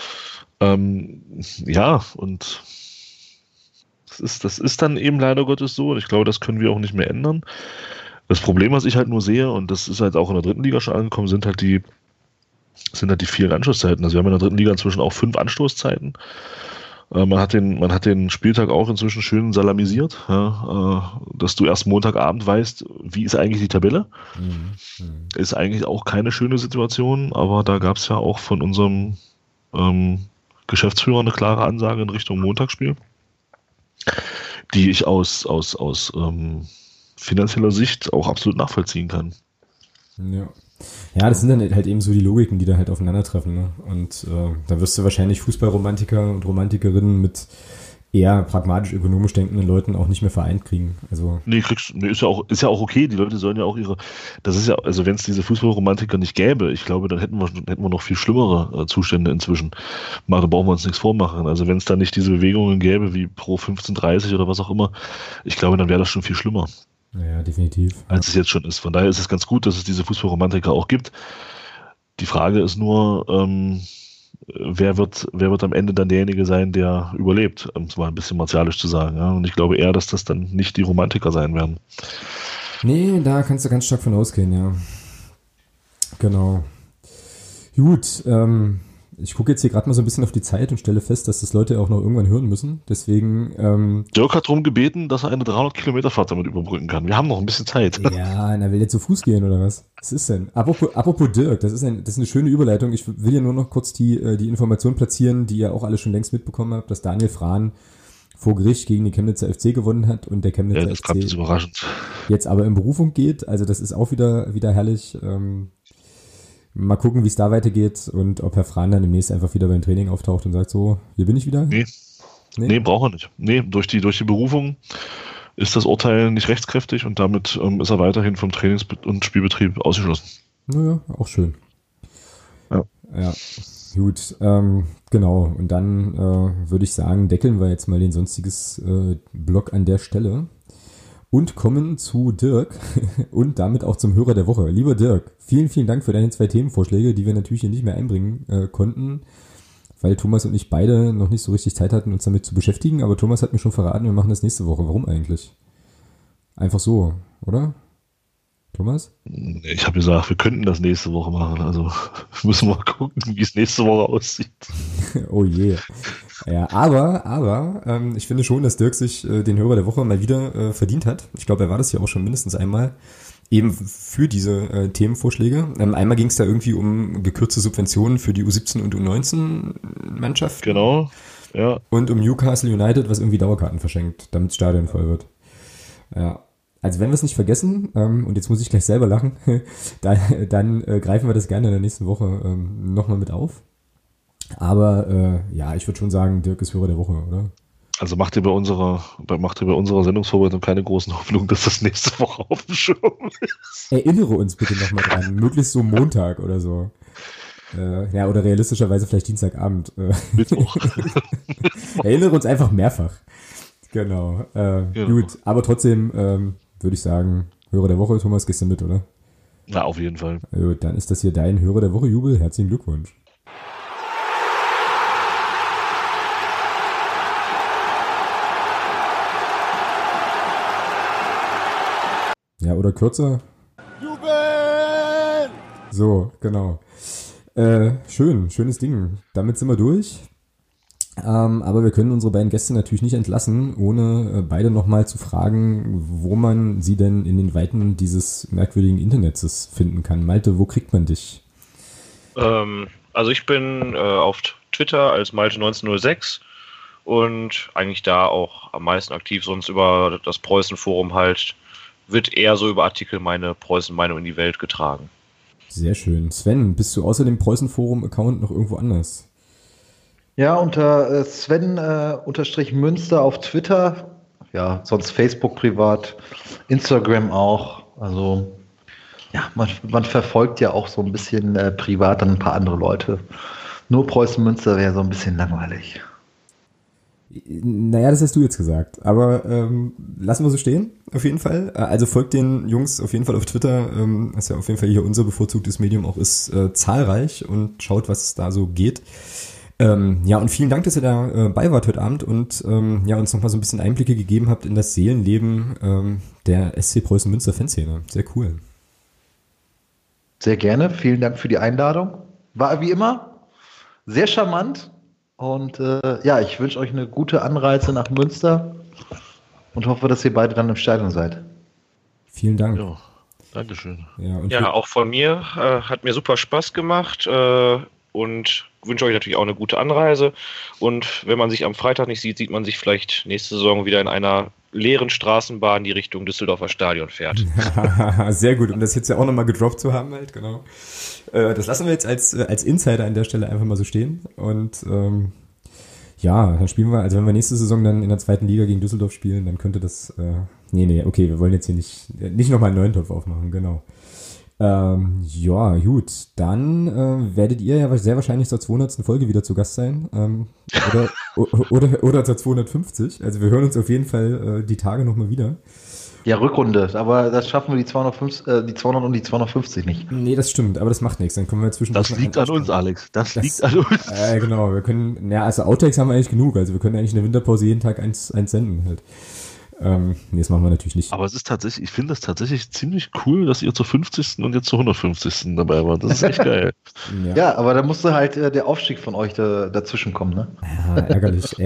Ja. Und das ist dann eben leider Gottes so. Und ich glaube, das können wir auch nicht mehr ändern. Das Problem, was ich halt nur sehe, und das ist halt auch in der dritten Liga schon angekommen, sind halt die vielen Anstoßzeiten. Also wir haben in der dritten Liga inzwischen auch 5 Anstoßzeiten. Man hat den Spieltag auch inzwischen schön salamisiert, ja, dass du erst Montagabend weißt, wie ist eigentlich die Tabelle. Ist eigentlich auch keine schöne Situation, aber da gab es ja auch von unserem Geschäftsführer eine klare Ansage in Richtung Montagsspiel, die ich aus finanzieller Sicht auch absolut nachvollziehen kann. Ja, das sind dann halt eben so die Logiken, die da halt aufeinandertreffen. Ne? Und da wirst du wahrscheinlich Fußballromantiker und Romantikerinnen mit eher pragmatisch ökonomisch denkenden Leuten auch nicht mehr vereint kriegen. Also ist ja auch okay. Die Leute sollen ja auch das ist ja, also wenn es diese Fußballromantiker nicht gäbe, ich glaube, dann hätten wir noch viel schlimmere Zustände inzwischen. Da brauchen wir uns nichts vormachen. Also wenn es da nicht diese Bewegungen gäbe wie Pro 1530 oder was auch immer, ich glaube, dann wäre das schon viel schlimmer. Ja, definitiv. Als es jetzt schon ist. Von daher ist es ganz gut, dass es diese Fußballromantiker auch gibt. Die Frage ist nur, wer wird am Ende dann derjenige sein, der überlebt, um es mal ein bisschen martialisch zu sagen. Ja? Und ich glaube eher, dass das dann nicht die Romantiker sein werden. Nee, da kannst du ganz stark von ausgehen, ja. Genau. Gut, ich gucke jetzt hier gerade mal so ein bisschen auf die Zeit und stelle fest, dass das Leute auch noch irgendwann hören müssen. Deswegen. Dirk hat darum gebeten, dass er eine 300-Kilometer-Fahrt damit überbrücken kann. Wir haben noch ein bisschen Zeit. Ja, er will jetzt zu Fuß gehen oder was? Was ist denn? Apropos Dirk, das ist eine schöne Überleitung. Ich will hier nur noch kurz die Information platzieren, die ihr auch alle schon längst mitbekommen habt, dass Daniel Frahn vor Gericht gegen den Chemnitzer FC gewonnen hat und der Chemnitzer das FC ist überraschend. Jetzt aber in Berufung geht. Also das ist auch wieder herrlich. Mal gucken, wie es da weitergeht und ob Herr Frahn dann demnächst einfach wieder beim Training auftaucht und sagt so, hier bin ich wieder. Nee, braucht er nicht. Nee, durch die Berufung ist das Urteil nicht rechtskräftig und damit ist er weiterhin vom Trainings- und Spielbetrieb ausgeschlossen. Naja, auch schön. Ja, gut. Genau, und dann würde ich sagen, deckeln wir jetzt mal den sonstiges Blog an der Stelle und kommen zu Dirk und damit auch zum Hörer der Woche. Lieber Dirk, vielen, vielen Dank für deine 2 Themenvorschläge, die wir natürlich hier nicht mehr einbringen konnten, weil Thomas und ich beide noch nicht so richtig Zeit hatten, uns damit zu beschäftigen. Aber Thomas hat mir schon verraten, wir machen das nächste Woche. Warum eigentlich? Einfach so, oder? Thomas? Ich habe gesagt, wir könnten das nächste Woche machen. Also müssen wir mal gucken, wie es nächste Woche aussieht. Oh je. Ja, aber ich finde schon, dass Dirk sich den Hörer der Woche mal wieder verdient hat. Ich glaube, er war das ja auch schon mindestens einmal. Eben für diese Themenvorschläge. Einmal ging es da irgendwie um gekürzte Subventionen für die U17 und U19-Mannschaft. Genau, ja. Und um Newcastle United, was irgendwie Dauerkarten verschenkt, damit das Stadion voll wird. Ja. Also wenn wir es nicht vergessen, und jetzt muss ich gleich selber lachen, dann greifen wir das gerne in der nächsten Woche nochmal mit auf. Aber ja, ich würde schon sagen, Dirk ist Hörer der Woche, oder? Also macht ihr bei unserer Sendungsvorbereitung keine großen Hoffnungen, dass das nächste Woche auf dem Schirm ist. Erinnere uns bitte nochmal dran, möglichst so Montag oder so. Ja, oder realistischerweise vielleicht Dienstagabend. Mittwoch. Erinnere uns einfach mehrfach. Genau. Gut, aber trotzdem würde ich sagen, Hörer der Woche, Thomas, gehst du mit, oder? Na, auf jeden Fall. Gut, dann ist das hier dein Hörer der Woche, Jubel. Herzlichen Glückwunsch. Ja, oder kürzer? Jubel! So, genau. Schönes Ding. Damit sind wir durch. Aber wir können unsere beiden Gäste natürlich nicht entlassen, ohne beide nochmal zu fragen, wo man sie denn in den Weiten dieses merkwürdigen Internets finden kann. Malte, wo kriegt man dich? Also ich bin auf Twitter als Malte1906 und eigentlich da auch am meisten aktiv, sonst über das Preußen-Forum halt, wird eher so über Artikel meine Preußen-Meinung in die Welt getragen. Sehr schön. Sven, bist du außer dem Preußen-Forum-Account noch irgendwo anders? Ja, unter Sven-Münster auf Twitter, ja, sonst Facebook privat, Instagram auch. Also ja, man verfolgt ja auch so ein bisschen privat dann ein paar andere Leute. Nur Preußen-Münster wäre so ein bisschen langweilig. Naja, das hast du jetzt gesagt, aber lassen wir so stehen, auf jeden Fall. Also folgt den Jungs auf jeden Fall auf Twitter, was ja auf jeden Fall hier unser bevorzugtes Medium auch ist, zahlreich und schaut, was da so geht. Ja, und vielen Dank, dass ihr da bei wart heute Abend und ja, uns nochmal so ein bisschen Einblicke gegeben habt in das Seelenleben der SC Preußen Münster Fanszene. Sehr cool. Sehr gerne, vielen Dank für die Einladung. War wie immer sehr charmant. Und ja, ich wünsche euch eine gute Anreise nach Münster und hoffe, dass ihr beide dann im Stadion seid. Vielen Dank. Ja, Dankeschön. Ja, auch von mir. Hat mir super Spaß gemacht und wünsche euch natürlich auch eine gute Anreise. Und wenn man sich am Freitag nicht sieht, sieht man sich vielleicht nächste Saison wieder in einer leeren Straßenbahn, die Richtung Düsseldorfer Stadion fährt. Sehr gut, um das jetzt ja auch nochmal gedroppt zu haben halt, genau. Das lassen wir jetzt als Insider an der Stelle einfach mal so stehen. Und ja, dann spielen wir, also wenn wir nächste Saison dann in der 2. Liga gegen Düsseldorf spielen, dann könnte das, okay, wir wollen jetzt hier nicht nochmal einen neuen Topf aufmachen, genau. Ja, gut, dann werdet ihr ja sehr wahrscheinlich zur 200. Folge wieder zu Gast sein, oder zur 250, also wir hören uns auf jeden Fall die Tage nochmal wieder Ja, Rückrunde, aber das schaffen wir die 200 und die 250 nicht. Nee, das stimmt, aber das macht nichts. Dann können wir zwischendurch. Das liegt an uns, Alex. Das liegt an uns. Genau, wir können, also Outtakes haben wir eigentlich genug. Also wir können eigentlich in der Winterpause jeden Tag eins senden halt. Nee, das machen wir natürlich nicht. Aber es ist tatsächlich, ich finde das tatsächlich ziemlich cool, dass ihr zur 50. und jetzt zur 150. dabei wart. Das ist echt geil. Ja, aber da musste halt der Aufstieg von euch dazwischen kommen, ne? Ja, ärgerlich.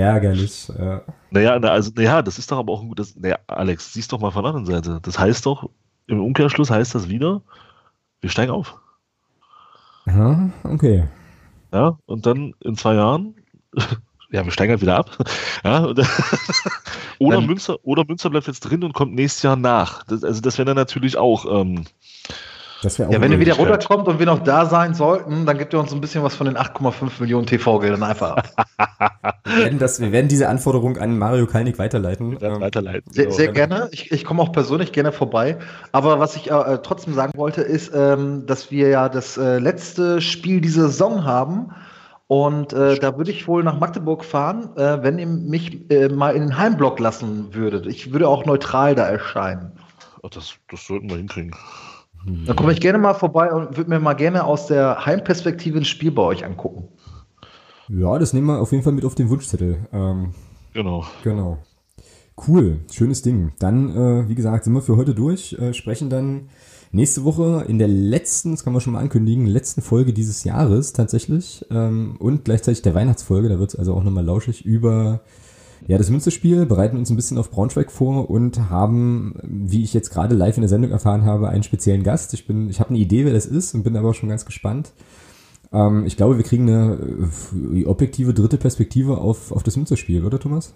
Das ist doch aber auch ein gutes. Naja, Alex, siehst doch mal von der anderen Seite. Das heißt doch, im Umkehrschluss heißt das wieder, wir steigen auf. Aha, okay. Ja, und dann in 2 Jahren, ja, wir steigen halt wieder ab. Ja, oder Münster bleibt jetzt drin und kommt nächstes Jahr nach. Das wäre dann natürlich auch. Das wäre auch wenn ihr wieder runterkommt und wir noch da sein sollten, dann gebt ihr uns ein bisschen was von den 8,5 Millionen TV-Geldern einfach ab. Wir werden diese Anforderung an Mario Kalnick weiterleiten. Sehr gerne. Ich komme auch persönlich gerne vorbei. Aber was ich trotzdem sagen wollte, ist, dass wir ja das letzte Spiel dieser Saison haben. Und da würde ich wohl nach Magdeburg fahren, wenn ihr mich mal in den Heimblock lassen würdet. Ich würde auch neutral da erscheinen. Das sollten wir hinkriegen. Dann komme ich gerne mal vorbei und würde mir mal gerne aus der Heimperspektive ein Spiel bei euch angucken. Ja, das nehmen wir auf jeden Fall mit auf den Wunschzettel. Genau. Cool, schönes Ding. Dann, wie gesagt, sind wir für heute durch, sprechen dann nächste Woche in der letzten, das kann man schon mal ankündigen, letzten Folge dieses Jahres tatsächlich und gleichzeitig der Weihnachtsfolge, da wird es also auch nochmal lauschig über das Münsterspiel, bereiten uns ein bisschen auf Braunschweig vor und haben, wie ich jetzt gerade live in der Sendung erfahren habe, einen speziellen Gast. Ich habe eine Idee, wer das ist und bin aber auch schon ganz gespannt. Ich glaube, wir kriegen eine objektive dritte Perspektive auf das Münsterspiel, oder Thomas?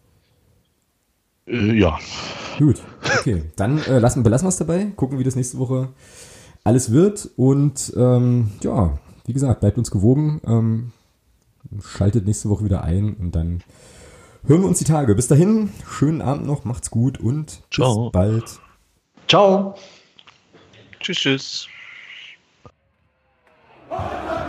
Ja. Gut, okay. Dann belassen wir es dabei, gucken, wie das nächste Woche alles wird und wie gesagt, bleibt uns gewogen, schaltet nächste Woche wieder ein und dann hören wir uns die Tage. Bis dahin, schönen Abend noch, macht's gut und Ciao. Bis bald. Ciao. Tschüss.